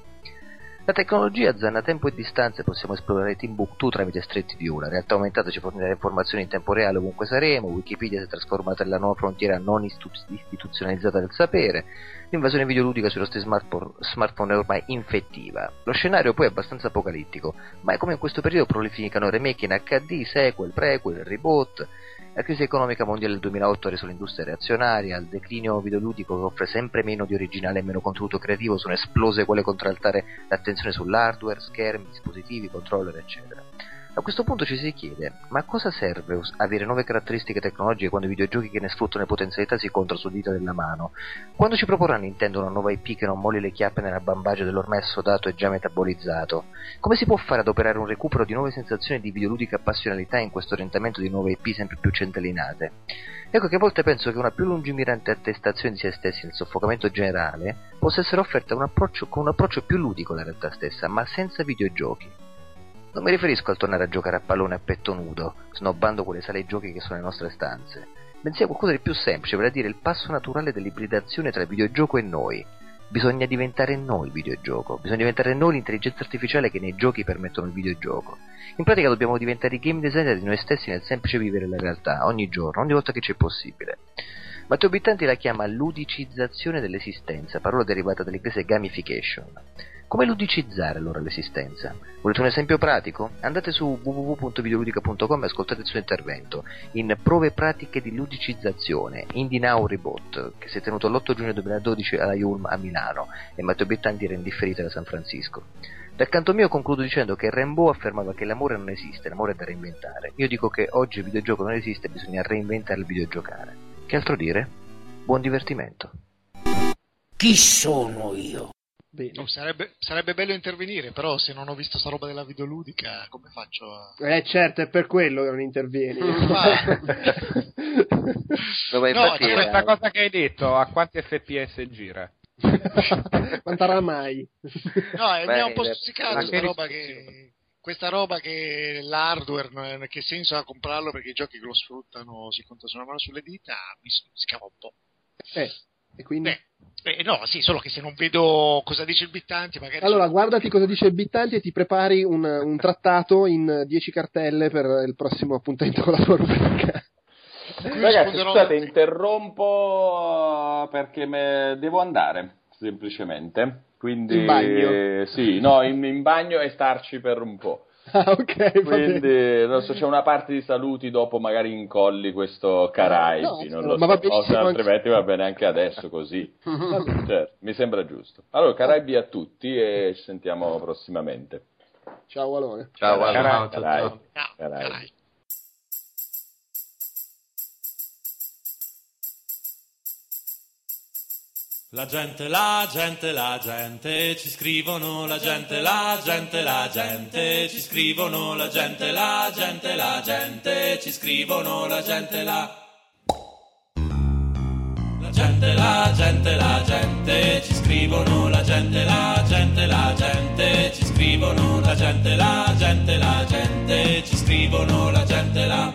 La tecnologia zanna tempo e distanze, possiamo esplorare Timbuktu tramite stretti di una, realtà aumentata ci fornirà informazioni in tempo reale ovunque saremo, Wikipedia si è trasformata nella nuova frontiera non istu- istituzionalizzata del sapere, l'invasione videoludica sui nostri smartphone, smartphone è ormai infettiva. Lo scenario poi è abbastanza apocalittico, ma è come in questo periodo prolificano remake in acca di, sequel, prequel, reboot. La crisi economica mondiale del duemilaotto ha reso l'industria reazionaria, il declinio videoludico che offre sempre meno di originale e meno contenuto creativo sono esplose quelle contraltare l'attenzione sull'hardware, schermi, dispositivi, controller, eccetera. A questo punto ci si chiede, ma a cosa serve us- avere nuove caratteristiche tecnologiche quando i videogiochi che ne sfruttano le potenzialità si incontrano sul dito della mano? Quando ci proporrà Nintendo una nuova I P che non molli le chiappe nella bambagia dell'ormai assodato e già metabolizzato? Come si può fare ad operare un recupero di nuove sensazioni di videoludica passionalità in questo orientamento di nuove I P sempre più centellinate? Ecco che a volte penso che una più lungimirante attestazione di se stessi nel soffocamento generale possa essere offerta un approccio, con un approccio più ludico alla realtà stessa, ma senza videogiochi. Non mi riferisco al tornare a giocare a pallone a petto nudo, snobbando quelle sale giochi che sono le nostre stanze, bensì a qualcosa di più semplice, vale a dire il passo naturale dell'ibridazione tra il videogioco e noi. Bisogna diventare noi il videogioco, bisogna diventare noi l'intelligenza artificiale che nei giochi permettono il videogioco. In pratica dobbiamo diventare i game designer di noi stessi nel semplice vivere la realtà, ogni giorno, ogni volta che c'è possibile. Matteo Bittanti la chiama ludicizzazione dell'esistenza, parola derivata dall'inglese gamification. Come ludicizzare allora l'esistenza? Volete un esempio pratico? Andate su w w w punto videoludica punto com e ascoltate il suo intervento in Prove pratiche di ludicizzazione, Indie Now Reboot, che si è tenuto l'otto giugno duemiladodici alla Yulm a Milano e Matteo Bittanti era in differita da San Francisco. Dal canto mio concludo dicendo che Rimbaud affermava che l'amore non esiste, l'amore è da reinventare. Io dico che oggi il videogioco non esiste, bisogna reinventare il videogiocare. Che altro dire? Buon divertimento. Chi sono io? Oh, sarebbe, sarebbe bello intervenire, però se non ho visto sta roba della videoludica, come faccio a... Eh certo, è per quello che non intervieni. Ma... Dove No, infatti c'è era... questa cosa che hai detto, a quanti F P S gira? Quanta mai? No, eh, mi ha un po' Beh, stuzzicato la- questa roba che questa roba che l'hardware non è- che senso ha comprarlo perché i giochi che lo sfruttano si conta su una mano sulle dita, mi stuzzicava un po'. Eh, e quindi... Beh, beh, no, sì, solo che se non vedo cosa dice il Bittanti, magari... Allora, guardati cosa dice il Bittanti e ti prepari un, un trattato in dieci cartelle per il prossimo appuntamento con la tua rubrica. Ragazzi, risponderò- scusate, interrompo perché me... devo andare, semplicemente. Quindi, In bagno? Sì, no, in, in bagno e starci per un po'. Ah, ok, va bene. Quindi, non so, c'è una parte di saluti, dopo magari incolli questo Caraibi, No, non lo ma va so, benissimo o, anche- altrimenti va bene anche adesso così. Va bene. Certo, mi sembra giusto. Allora, Caraibi a tutti e ci sentiamo prossimamente. Ciao Alone. Ciao, Carai- ciao, ciao, Carai- ciao. No, Caraibi. carai. La gente, la gente, la gente, ci scrivono la gente, la gente, la gente, ci scrivono la gente, la gente, la gente, ci scrivono la gente, la... La gente, la gente, la gente, ci scrivono la gente, la gente, la gente, ci scrivono la gente, la gente, la gente, ci scrivono la gente, la...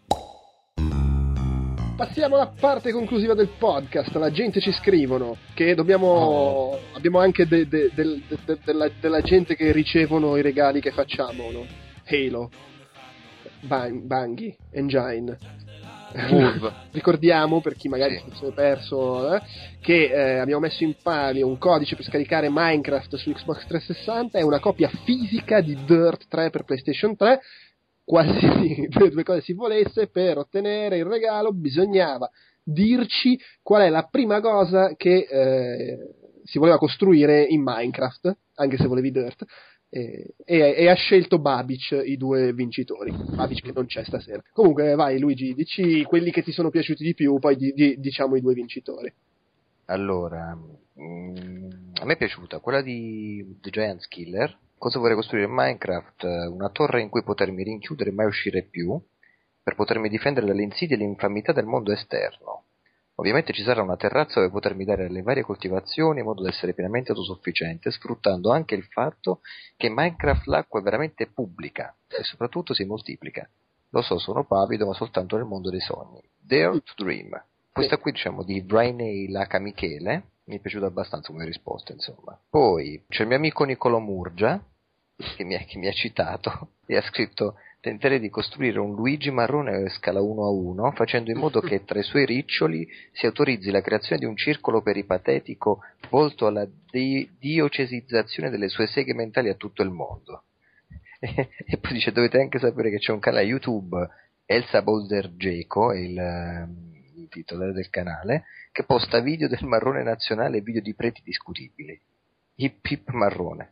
Passiamo alla parte conclusiva del podcast. La gente ci scrivono che dobbiamo Oh. abbiamo anche de- de- del- de- de- della, della gente che ricevono i regali che facciamo, no? Halo, Bang, Bungie, Engine. Wolf. Ricordiamo, per chi magari Sì. si è perso, eh, che eh, abbiamo messo in palio un codice per scaricare Minecraft su Xbox trecentosessanta e una copia fisica di Dirt tre per PlayStation tre. Qualsiasi delle due cose si volesse, per ottenere il regalo bisognava dirci qual è la prima cosa che eh, si voleva costruire in Minecraft, anche se volevi Dirt, e, e, e ha scelto Babic i due vincitori. Babic che non c'è stasera. Comunque vai Luigi, dici quelli che ti sono piaciuti di più, poi di, di, diciamo i due vincitori. Allora, mm, a me è piaciuta quella di The Giant Killer. Cosa vorrei costruire in Minecraft? Una torre in cui potermi rinchiudere e mai uscire più, per potermi difendere dalle insidie e l'infamità del mondo esterno. Ovviamente ci sarà una terrazza dove potermi dare le varie coltivazioni in modo da essere pienamente autosufficiente, sfruttando anche il fatto che in Minecraft l'acqua è veramente pubblica e soprattutto si moltiplica. Lo so, sono pavido, ma soltanto nel mondo dei sogni. Dare to Dream. Questa qui, diciamo, di Brainay Laca Michele, mi è piaciuta abbastanza come risposta, insomma. Poi c'è il mio amico Niccolò Murgia, che mi ha, che mi ha citato, e ha scritto: tenterei di costruire un Luigi marrone a scala uno a uno, facendo in modo che tra i suoi riccioli si autorizzi la creazione di un circolo peripatetico volto alla di- diocesizzazione delle sue seghe mentali a tutto il mondo. E, e poi dice: dovete anche sapere che c'è un canale YouTube, Elsa Boulder Geco, è il, il titolo del canale, che posta video del marrone nazionale e video di preti discutibili. Hip hip marrone.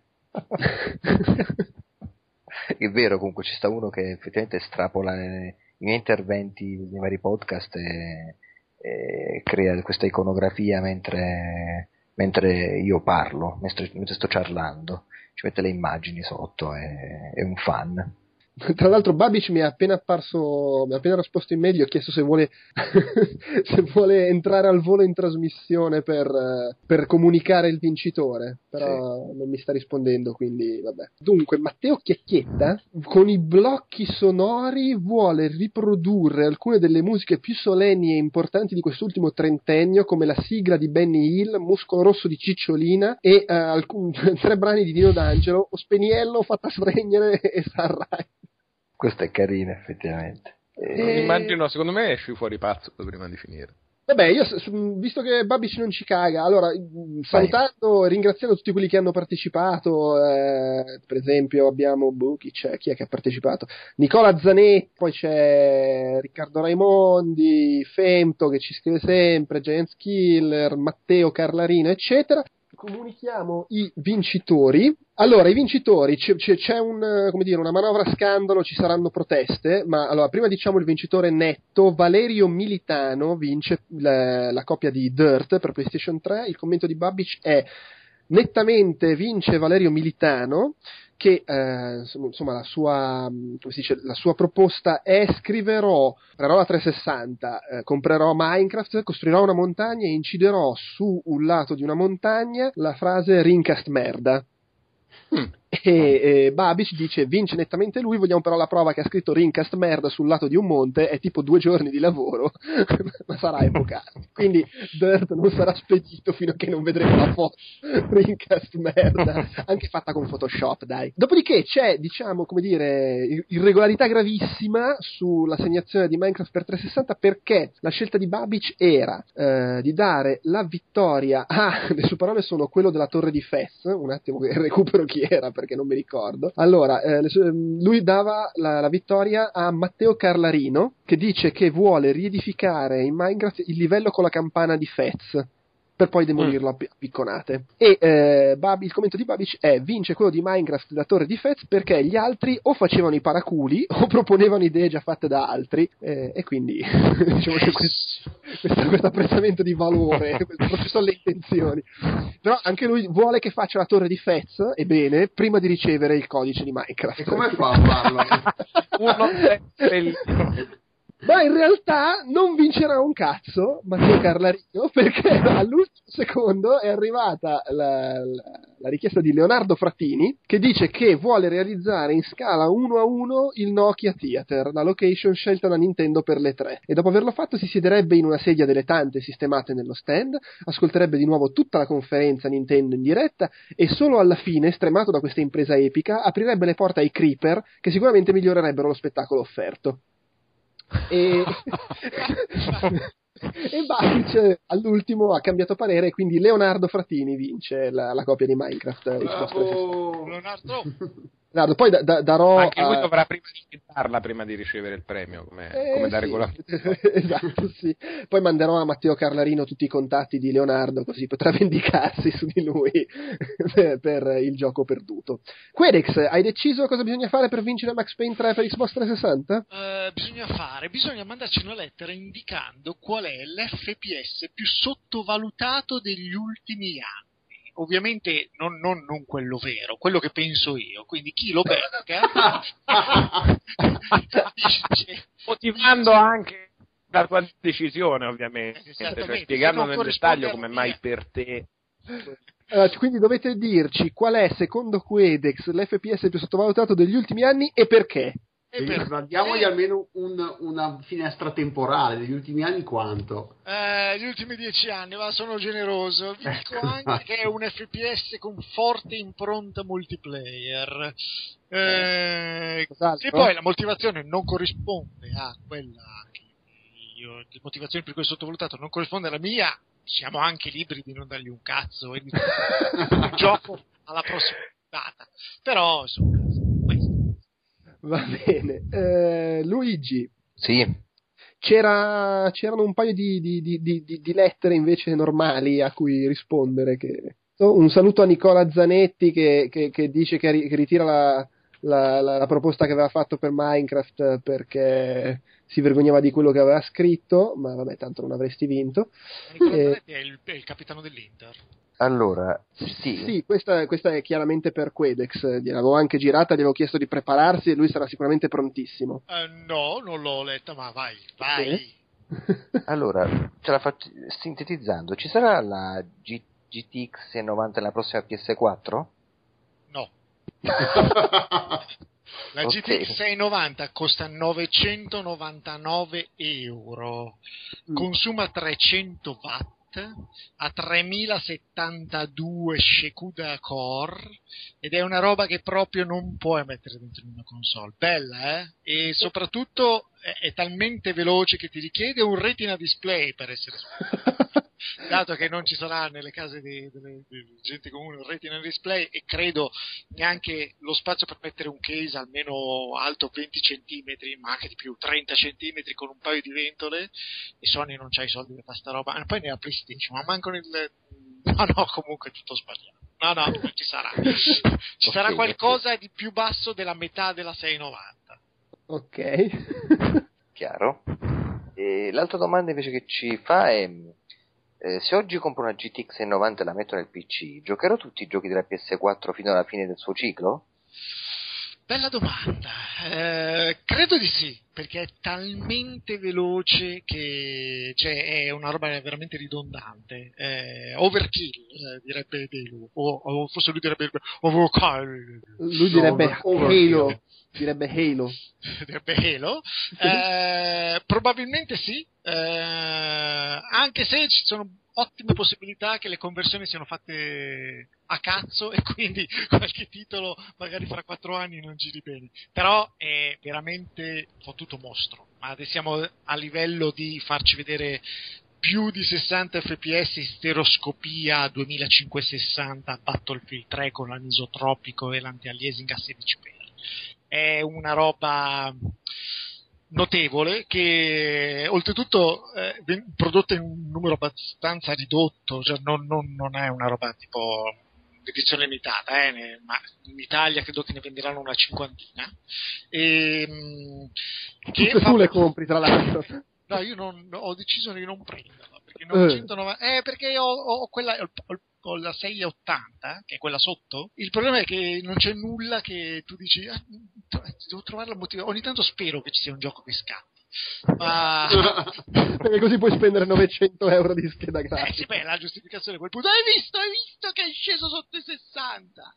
È vero, comunque ci sta uno che effettivamente strapola i miei interventi nei vari podcast e, e crea questa iconografia mentre, mentre io parlo, mentre, mentre sto parlando, ci mette le immagini sotto, è, è un fan. Tra l'altro Babic mi è appena apparso, mi ha appena risposto in mail, gli ho chiesto se vuole se vuole entrare al volo in trasmissione per, per comunicare il vincitore, però sì, non mi sta rispondendo, quindi vabbè. Dunque Matteo Chiacchietta con i blocchi sonori vuole riprodurre alcune delle musiche più solenni e importanti di quest'ultimo trentennio, come la sigla di Benny Hill, Muscolo Rosso di Cicciolina e uh, alcun, tre brani di Dino D'Angelo, O Speniello, Fatta Sfregnere e Sarrai. Questa è carina, effettivamente. E... Immagino, secondo me esci fuori pazzo prima di finire. Vabbè, io visto che Babic non ci caga, allora salutando e ringraziando tutti quelli che hanno partecipato, eh, per esempio abbiamo boh, chi c'è, chi è che ha partecipato? Nicola Zanetti, poi c'è Riccardo Raimondi, Femto che ci scrive sempre, Giant Killer, Matteo Carlarino, eccetera. Comunichiamo i vincitori. Allora, i vincitori, c'è, c'è, c'è un, come dire, una manovra scandalo, ci saranno proteste, ma allora prima diciamo il vincitore netto. Valerio Militano vince la, la copia di Dirt per PlayStation tre. Il commento di Babic è: nettamente vince Valerio Militano, che eh, insomma la sua, come si dice, la sua proposta è: scriverò, comprerò la trecentosessanta, eh, comprerò Minecraft, costruirò una montagna e inciderò su un lato di una montagna la frase Rincast merda. Mm. E, e Babic dice: vince nettamente lui, vogliamo però la prova che ha scritto Rincast merda sul lato di un monte, è tipo due giorni di lavoro ma sarà evocato, quindi Dirt non sarà spedito fino a che non vedremo la foto Rincast merda, anche fatta con Photoshop, dai. Dopodiché c'è, diciamo, come dire, irregolarità gravissima sull'assegnazione di Minecraft per trecentosessanta, perché la scelta di Babic era eh, di dare la vittoria a, le sue parole sono quello della torre di Fez, un attimo che recupero chi era perché non mi ricordo. Allora, eh, lui dava la, la vittoria a Matteo Carlarino, che dice che vuole riedificare in Minecraft il livello con la campana di Fez, per poi demolirlo mm. a picconate. E eh, Bab- il commento di Babic è: vince quello di Minecraft da torre di Fez perché gli altri o facevano i paraculi o proponevano idee già fatte da altri, eh, e quindi diciamo che questo, questo, questo apprezzamento di valore, questo processo alle intenzioni. Però anche lui vuole che faccia la torre di Fez, ebbene, prima di ricevere il codice di Minecraft. E come fa a farlo? Uno Ma in realtà non vincerà un cazzo Matteo Carlarino, perché all'ultimo secondo è arrivata la, la, la richiesta di Leonardo Frattini, che dice che vuole realizzare in scala uno a uno il Nokia Theater, la location scelta da Nintendo per le tre, e dopo averlo fatto si siederebbe in una sedia delle tante sistemate nello stand, ascolterebbe di nuovo tutta la conferenza Nintendo in diretta e solo alla fine, stremato da questa impresa epica, aprirebbe le porte ai creeper che sicuramente migliorerebbero lo spettacolo offerto. E, e Babic all'ultimo ha cambiato parere, e quindi Leonardo Frattini vince la, la copia di Minecraft. Bravo, Leonardo. Leonardo, poi da, da, darò anche lui a... dovrà prima darla prima di ricevere il premio, come, eh, come da sì. regolamento. Esatto, sì. Poi manderò a Matteo Carlarino tutti i contatti di Leonardo, così potrà vendicarsi su di lui per, per il gioco perduto. Quedex, hai deciso cosa bisogna fare per vincere Max Payne tre per Xbox trecentosessanta? Uh, bisogna fare, bisogna mandarci una lettera indicando qual è l'F P S più sottovalutato degli ultimi anni. Ovviamente non, non, non quello vero, quello che penso io, quindi chi lo becca dice, motivando anche la tua decisione, ovviamente, cioè, spiegando nel dettaglio come mai per te. Uh, quindi dovete dirci qual è secondo Quedex l'F P S più sottovalutato degli ultimi anni e perché. E per... Diamogli almeno un, una finestra temporale degli ultimi anni, quanto? Eh, gli ultimi dieci anni, ma sono generoso. Vi dico anche che è un F P S con forte impronta multiplayer. Eh, e poi la motivazione non corrisponde a quella che io, la motivazione per cui è sottovalutato non corrisponde alla mia. Siamo anche liberi di non dargli un cazzo e di il gioco alla prossima puntata. Però insomma, questo. Va bene, eh, Luigi. Sì. C'era, c'erano un paio di, di, di, di, di lettere invece normali a cui rispondere. Che... Un saluto a Nicola Zanetti che, che, che dice che, ri, che ritira la, la, la, la proposta che aveva fatto per Minecraft perché si vergognava di quello che aveva scritto, ma vabbè, tanto non avresti vinto. Nicola eh, Zanetti è il, è il capitano dell'Inter. Allora, sì, sì questa, questa è chiaramente per Quedex, gliel'avevo anche girata, gli avevo chiesto di prepararsi e lui sarà sicuramente prontissimo. Uh, no, non l'ho letta, ma vai, vai. Sì. Allora, ce la faccio sintetizzando, ci sarà la G- G T X seicentonovanta nella prossima P S quattro? No. La okay. G T X seicentonovanta costa novecentonovantanove euro, mm. consuma trecento watt, a tremilasettantadue CUDA core ed è una roba che proprio non puoi mettere dentro una console. Bella, eh? E soprattutto è, è talmente veloce che ti richiede un retina display per essere dato che non ci sarà nelle case di, di, di gente comune un retina display e credo neanche lo spazio per mettere un case almeno alto venti centimetri, ma anche di più, trenta centimetri con un paio di ventole, e Sony non c'ha i soldi per fare sta roba, e poi nella PlayStation, ma manco nel... no no comunque è tutto sbagliato, no no non ci sarà ci sarà okay, qualcosa okay. di più basso della metà della seicentonovanta. Ok. Chiaro. E l'altra domanda invece che ci fa è: Eh, se oggi compro una G T X seicentonovanta e la metto nel P C, giocherò tutti i giochi della P S quattro fino alla fine del suo ciclo? Bella domanda. Eh, credo di sì, perché è talmente veloce che cioè, è una roba veramente ridondante. Eh, overkill, eh, direbbe Delu. O, o forse lui direbbe overkill. Lui direbbe No, Halo. Direbbe Halo. direbbe Halo. Eh, probabilmente sì, eh, anche se ci sono ottime possibilità che le conversioni siano fatte a cazzo e quindi qualche titolo magari fra quattro anni non giri bene, però è veramente fottuto mostro, ma siamo a livello di farci vedere più di sessanta F P S in stereoscopia duemilacinquecentosessanta Battlefield tre con l'anisotropico e l'anti-aliasing a sedici per. È una roba notevole che oltretutto è eh, prodotta in un numero abbastanza ridotto, cioè non, non, non è una roba tipo edizione limitata, eh, ne, ma in Italia credo che ne venderanno una cinquantina e, mh, che tutte fa... tu le compri tra l'altro. No, io non, ho deciso di non prenderla perché novecentonovanta eh, perché ho, ho quella ho, ho la seicentottanta che è quella sotto. Il problema è che non c'è nulla che tu dici ah, devo trovare la motivazione. Ogni tanto spero che ci sia un gioco che scatti, ma perché così puoi spendere novecento euro di scheda gratis. Eh sì, beh, la giustificazione a quel punto hai visto, hai visto che è sceso sotto i sessanta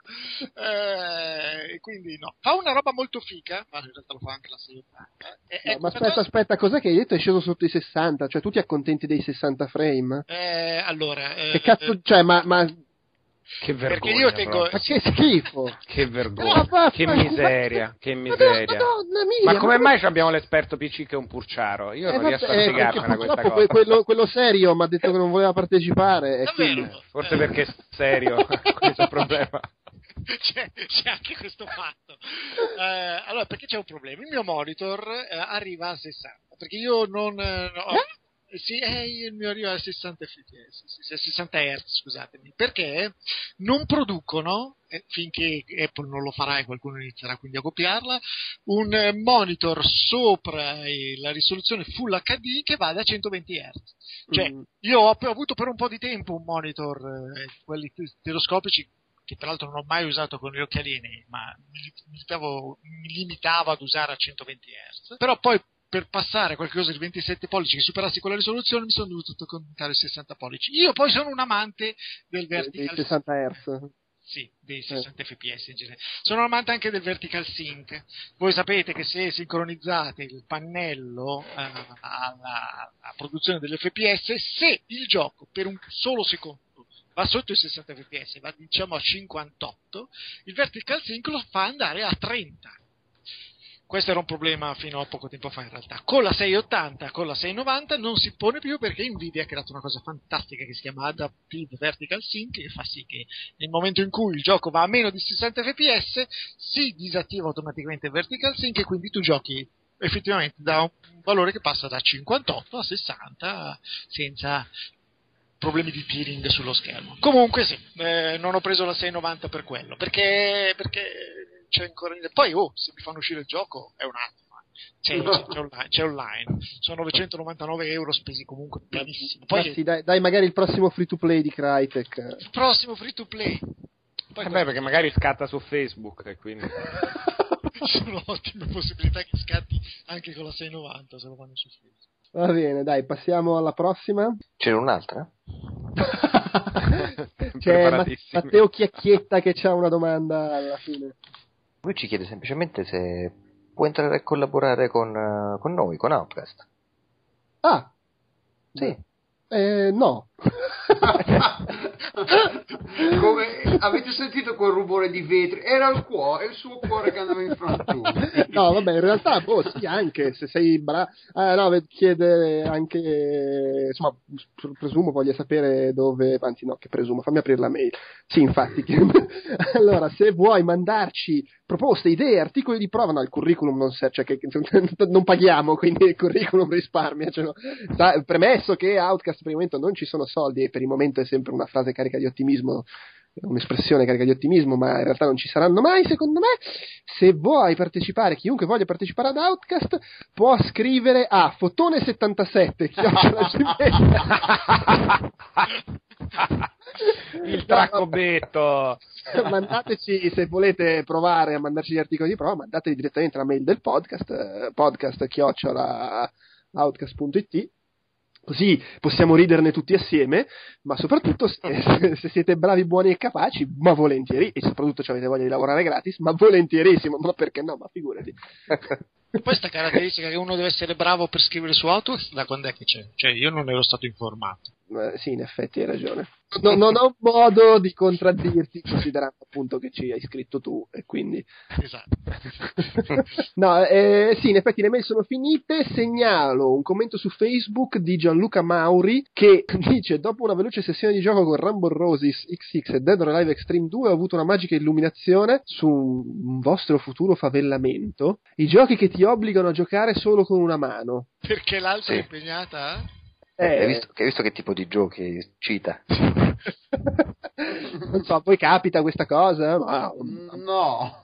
eh, e quindi no, fa una roba molto figa, ma in realtà lo fa anche la seicentottanta eh, no, eh, ma aspetta cosa... aspetta cos'è che hai detto è sceso sotto i sessanta, cioè tu ti accontenti dei sessanta frame eh, allora eh, che cazzo eh, cioè ma, ma... Che vergogna, perché io tengo... Ma che schifo! Che vergogna, no, che miseria, che miseria. Madonna mia, ma come ma... mai abbiamo l'esperto P C che è un purciaro? Io eh, non vabbè, riesco a eh, spiegarmela questa cosa. Que- quello, quello serio mi ha detto che non voleva partecipare. E quindi... Forse perché è serio, questo è il problema. C'è, c'è anche questo fatto. Eh, allora, perché c'è un problema? Il mio monitor eh, arriva a sessanta, perché io non... Eh, no, eh? Sì, eh, il mio arriva a sessanta F P S, sì, sessanta hertz, scusatemi, perché non producono, eh, finché Apple non lo farà e qualcuno inizierà quindi a copiarla, un eh, monitor sopra eh, la risoluzione Full H D che vada a centoventi hertz. Cioè, mm. io ho, ho avuto per un po' di tempo un monitor, eh, quelli stereoscopici, che tra l'altro non ho mai usato con gli occhialini, ma mi limitavo, mi limitavo ad usare a centoventi hertz, però poi per passare a qualcosa di ventisette pollici che superassi quella risoluzione mi sono dovuto comprare sessanta pollici. Io poi sono un amante del vertical dei sessanta hertz. Sì, dei sessanta eh. F P S in genere. Sono un amante anche del vertical sync. Voi sapete che se sincronizzate il pannello eh, alla, alla produzione dell'F P S, se il gioco per un solo secondo va sotto i sessanta F P S, va diciamo a cinquantotto, il vertical sync lo fa andare a trenta. Questo era un problema fino a poco tempo fa in realtà. Con la seicentottanta, con la seicentonovanta non si pone più perché Nvidia ha creato una cosa fantastica che si chiama Adaptive Vertical Sync, che fa sì che nel momento in cui il gioco va a meno di sessanta F P S si disattiva automaticamente il Vertical Sync e quindi tu giochi effettivamente da un valore che passa da cinquantotto a sessanta senza problemi di tearing sullo schermo. Comunque sì, eh, non ho preso la seicentonovanta per quello, perché... perché c'è ancora poi oh se mi fanno uscire il gioco è un attimo c'è, c'è, c'è, online, c'è online sono novecentonovantanove euro spesi comunque benissimo. Poi ma sì, dai, dai magari il prossimo free to play di Crytek, il prossimo free to play poi eh beh, perché magari scatta su Facebook e quindi ci sono ottime possibilità che scatti anche con la seicentonovanta se lo fanno su Facebook. Va bene, dai, passiamo alla prossima. C'è un'altra? C'è Matteo Chiacchietta che c'ha una domanda alla fine. Lui ci chiede semplicemente se può entrare a collaborare con, uh, con noi, con Outcast. Ah, sì. Eh, no. Come avete sentito quel rumore di vetri? Era il cuore, è il suo cuore che andava in frantumi. No, vabbè, in realtà, boh, sì, anche se sei bravo. Ah, no, chiede anche, insomma, presumo voglia sapere dove, anzi no, che presumo, fammi aprire la mail. Sì, infatti. Allora, se vuoi mandarci proposte, idee, articoli di prova, no, il curriculum non serve, cioè che non paghiamo, quindi il curriculum risparmia. Cioè, no. Premesso che Outcast per il momento non ci sono soldi e per il momento è sempre una frase carica di ottimismo un'espressione carica di ottimismo, ma in realtà non ci saranno mai, secondo me. Se vuoi partecipare, chiunque voglia partecipare ad Outcast, può scrivere a fotone settantasette chiocciola gmail. Il tracobetto. Mandateci, se volete provare a mandarci gli articoli di prova, mandateli direttamente alla mail del podcast, eh, podcast chiocciola outcast punto it, così possiamo riderne tutti assieme, ma soprattutto se, se siete bravi, buoni e capaci, ma volentieri, e soprattutto se avete voglia di lavorare gratis, ma volentierissimo, ma perché no, ma figurati. E poi sta caratteristica che uno deve essere bravo per scrivere su Outlook, da quando è che c'è? Cioè, io non ero stato informato. Eh, sì, in effetti hai ragione. No, non ho modo di contraddirti, considerando appunto che ci hai scritto tu, e quindi... Esatto. No, eh, sì, in effetti le mail sono finite. Segnalo un commento su Facebook di Gianluca Mauri che dice: dopo una veloce sessione di gioco con Rumble Roses X X e Dead or Alive Extreme due ho avuto una magica illuminazione su un vostro futuro favellamento. I giochi che ti obbligano a giocare solo con una mano. Perché l'altra Sì. è impegnata? Eh, Hai visto, hai visto che tipo di giochi cita? non so, poi capita questa cosa, ma... No.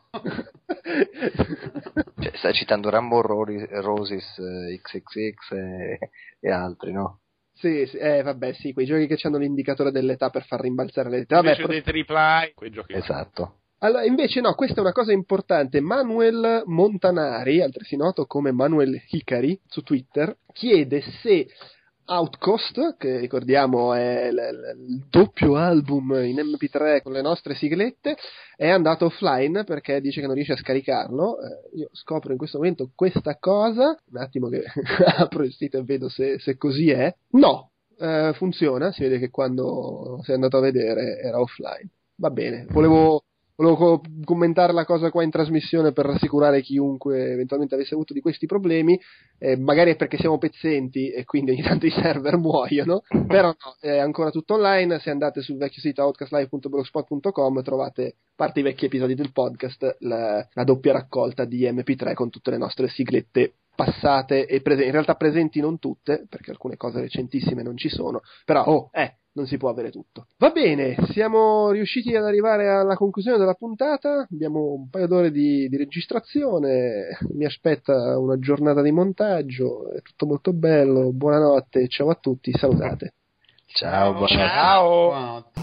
Cioè, stai citando Rambo Rori- Roses eh, X X X e, e altri, no? Sì, sì, eh, vabbè, sì, quei giochi che hanno l'indicatore dell'età per far rimbalzare l'età. Vabbè, Invece dei triple A, quei giochi. Esatto. Allora, invece no, questa è una cosa importante. Manuel Montanari, altresì noto come Manuel Hicari, su Twitter, chiede se Outcast, che ricordiamo è l- l- il doppio album in M P tre con le nostre siglette, è andato offline perché dice che non riesce a scaricarlo. Eh, io scopro in questo momento questa cosa, un attimo che apro il sito e vedo se, se così è. No, eh, funziona, si vede che quando sei andato a vedere era offline. Va bene, volevo... Volevo co- commentare la cosa qua in trasmissione per rassicurare chiunque eventualmente avesse avuto di questi problemi, eh, magari è perché siamo pezzenti e quindi ogni tanto i server muoiono, però no, è ancora tutto online. Se andate sul vecchio sito outcastlive punto blogspot punto com trovate, a parte i vecchi episodi del podcast, la, la doppia raccolta di M P tre con tutte le nostre siglette passate e presenti, in realtà presenti non tutte, perché alcune cose recentissime non ci sono, però oh, eh, non si può avere tutto. Va bene, siamo riusciti ad arrivare alla conclusione della puntata, abbiamo un paio d'ore di, di registrazione, mi aspetta una giornata di montaggio, è tutto molto bello, buonanotte, ciao a tutti, salutate. Ciao, buonanotte. Ciao. Buonanotte.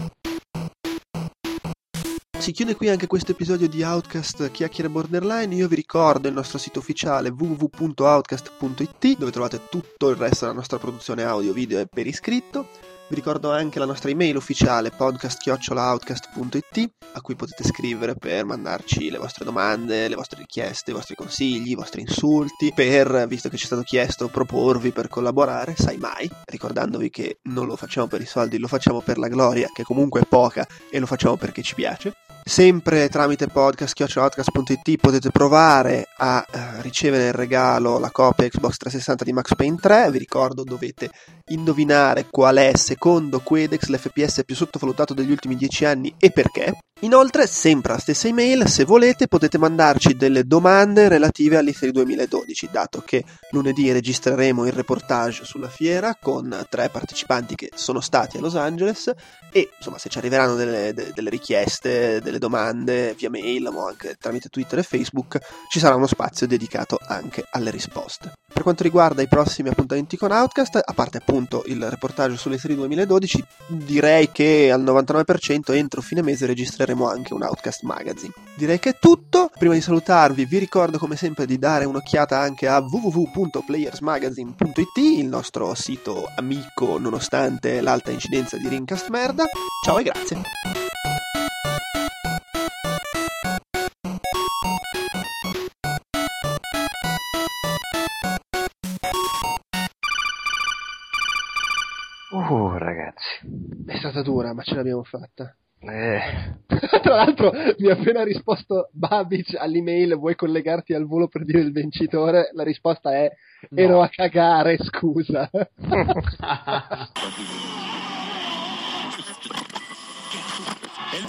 Si chiude qui anche questo episodio di Outcast Chiacchiere Borderline. Io vi ricordo il nostro sito ufficiale w w w punto outcast punto it, dove trovate tutto il resto della nostra produzione audio, video e per iscritto. Vi ricordo anche la nostra email ufficiale podcast chiocciola outcast punto it, a cui potete scrivere per mandarci le vostre domande, le vostre richieste, i vostri consigli, i vostri insulti, per, visto che ci è stato chiesto, proporvi per collaborare, sai mai, ricordandovi che non lo facciamo per i soldi, lo facciamo per la gloria, che comunque è poca, e lo facciamo perché ci piace. Sempre tramite podcast chiocciola outcast punto it potete provare a uh, ricevere in regalo la copia Xbox trecentosessanta di Max Payne tre. Vi ricordo, dovete indovinare qual è, secondo Quedex, l'F P S più sottovalutato degli ultimi dieci anni e perché. Inoltre, sempre alla stessa email, se volete potete mandarci delle domande relative all'E tre duemiladodici, dato che lunedì registreremo il reportage sulla fiera con tre partecipanti che sono stati a Los Angeles e insomma, se ci arriveranno delle, de, delle richieste, delle domande via mail o anche tramite Twitter e Facebook, ci sarà uno spazio dedicato anche alle risposte. Per quanto riguarda i prossimi appuntamenti con Outcast, a parte appunto il reportage sull'E tre duemiladodici, direi che al novantanove per cento entro fine mese registreremo anche un Outcast Magazine. Direi che è tutto. Prima di salutarvi vi ricordo come sempre di dare un'occhiata anche a w w w punto players magazine punto it, il nostro sito amico nonostante l'alta incidenza di Rincast merda. Ciao e grazie. Uh, ragazzi. È stata dura, ma ce l'abbiamo fatta. Eh. Tra l'altro mi ha appena risposto Babic all'email: vuoi collegarti al volo per dire il vincitore? La risposta è: ero a cagare, scusa.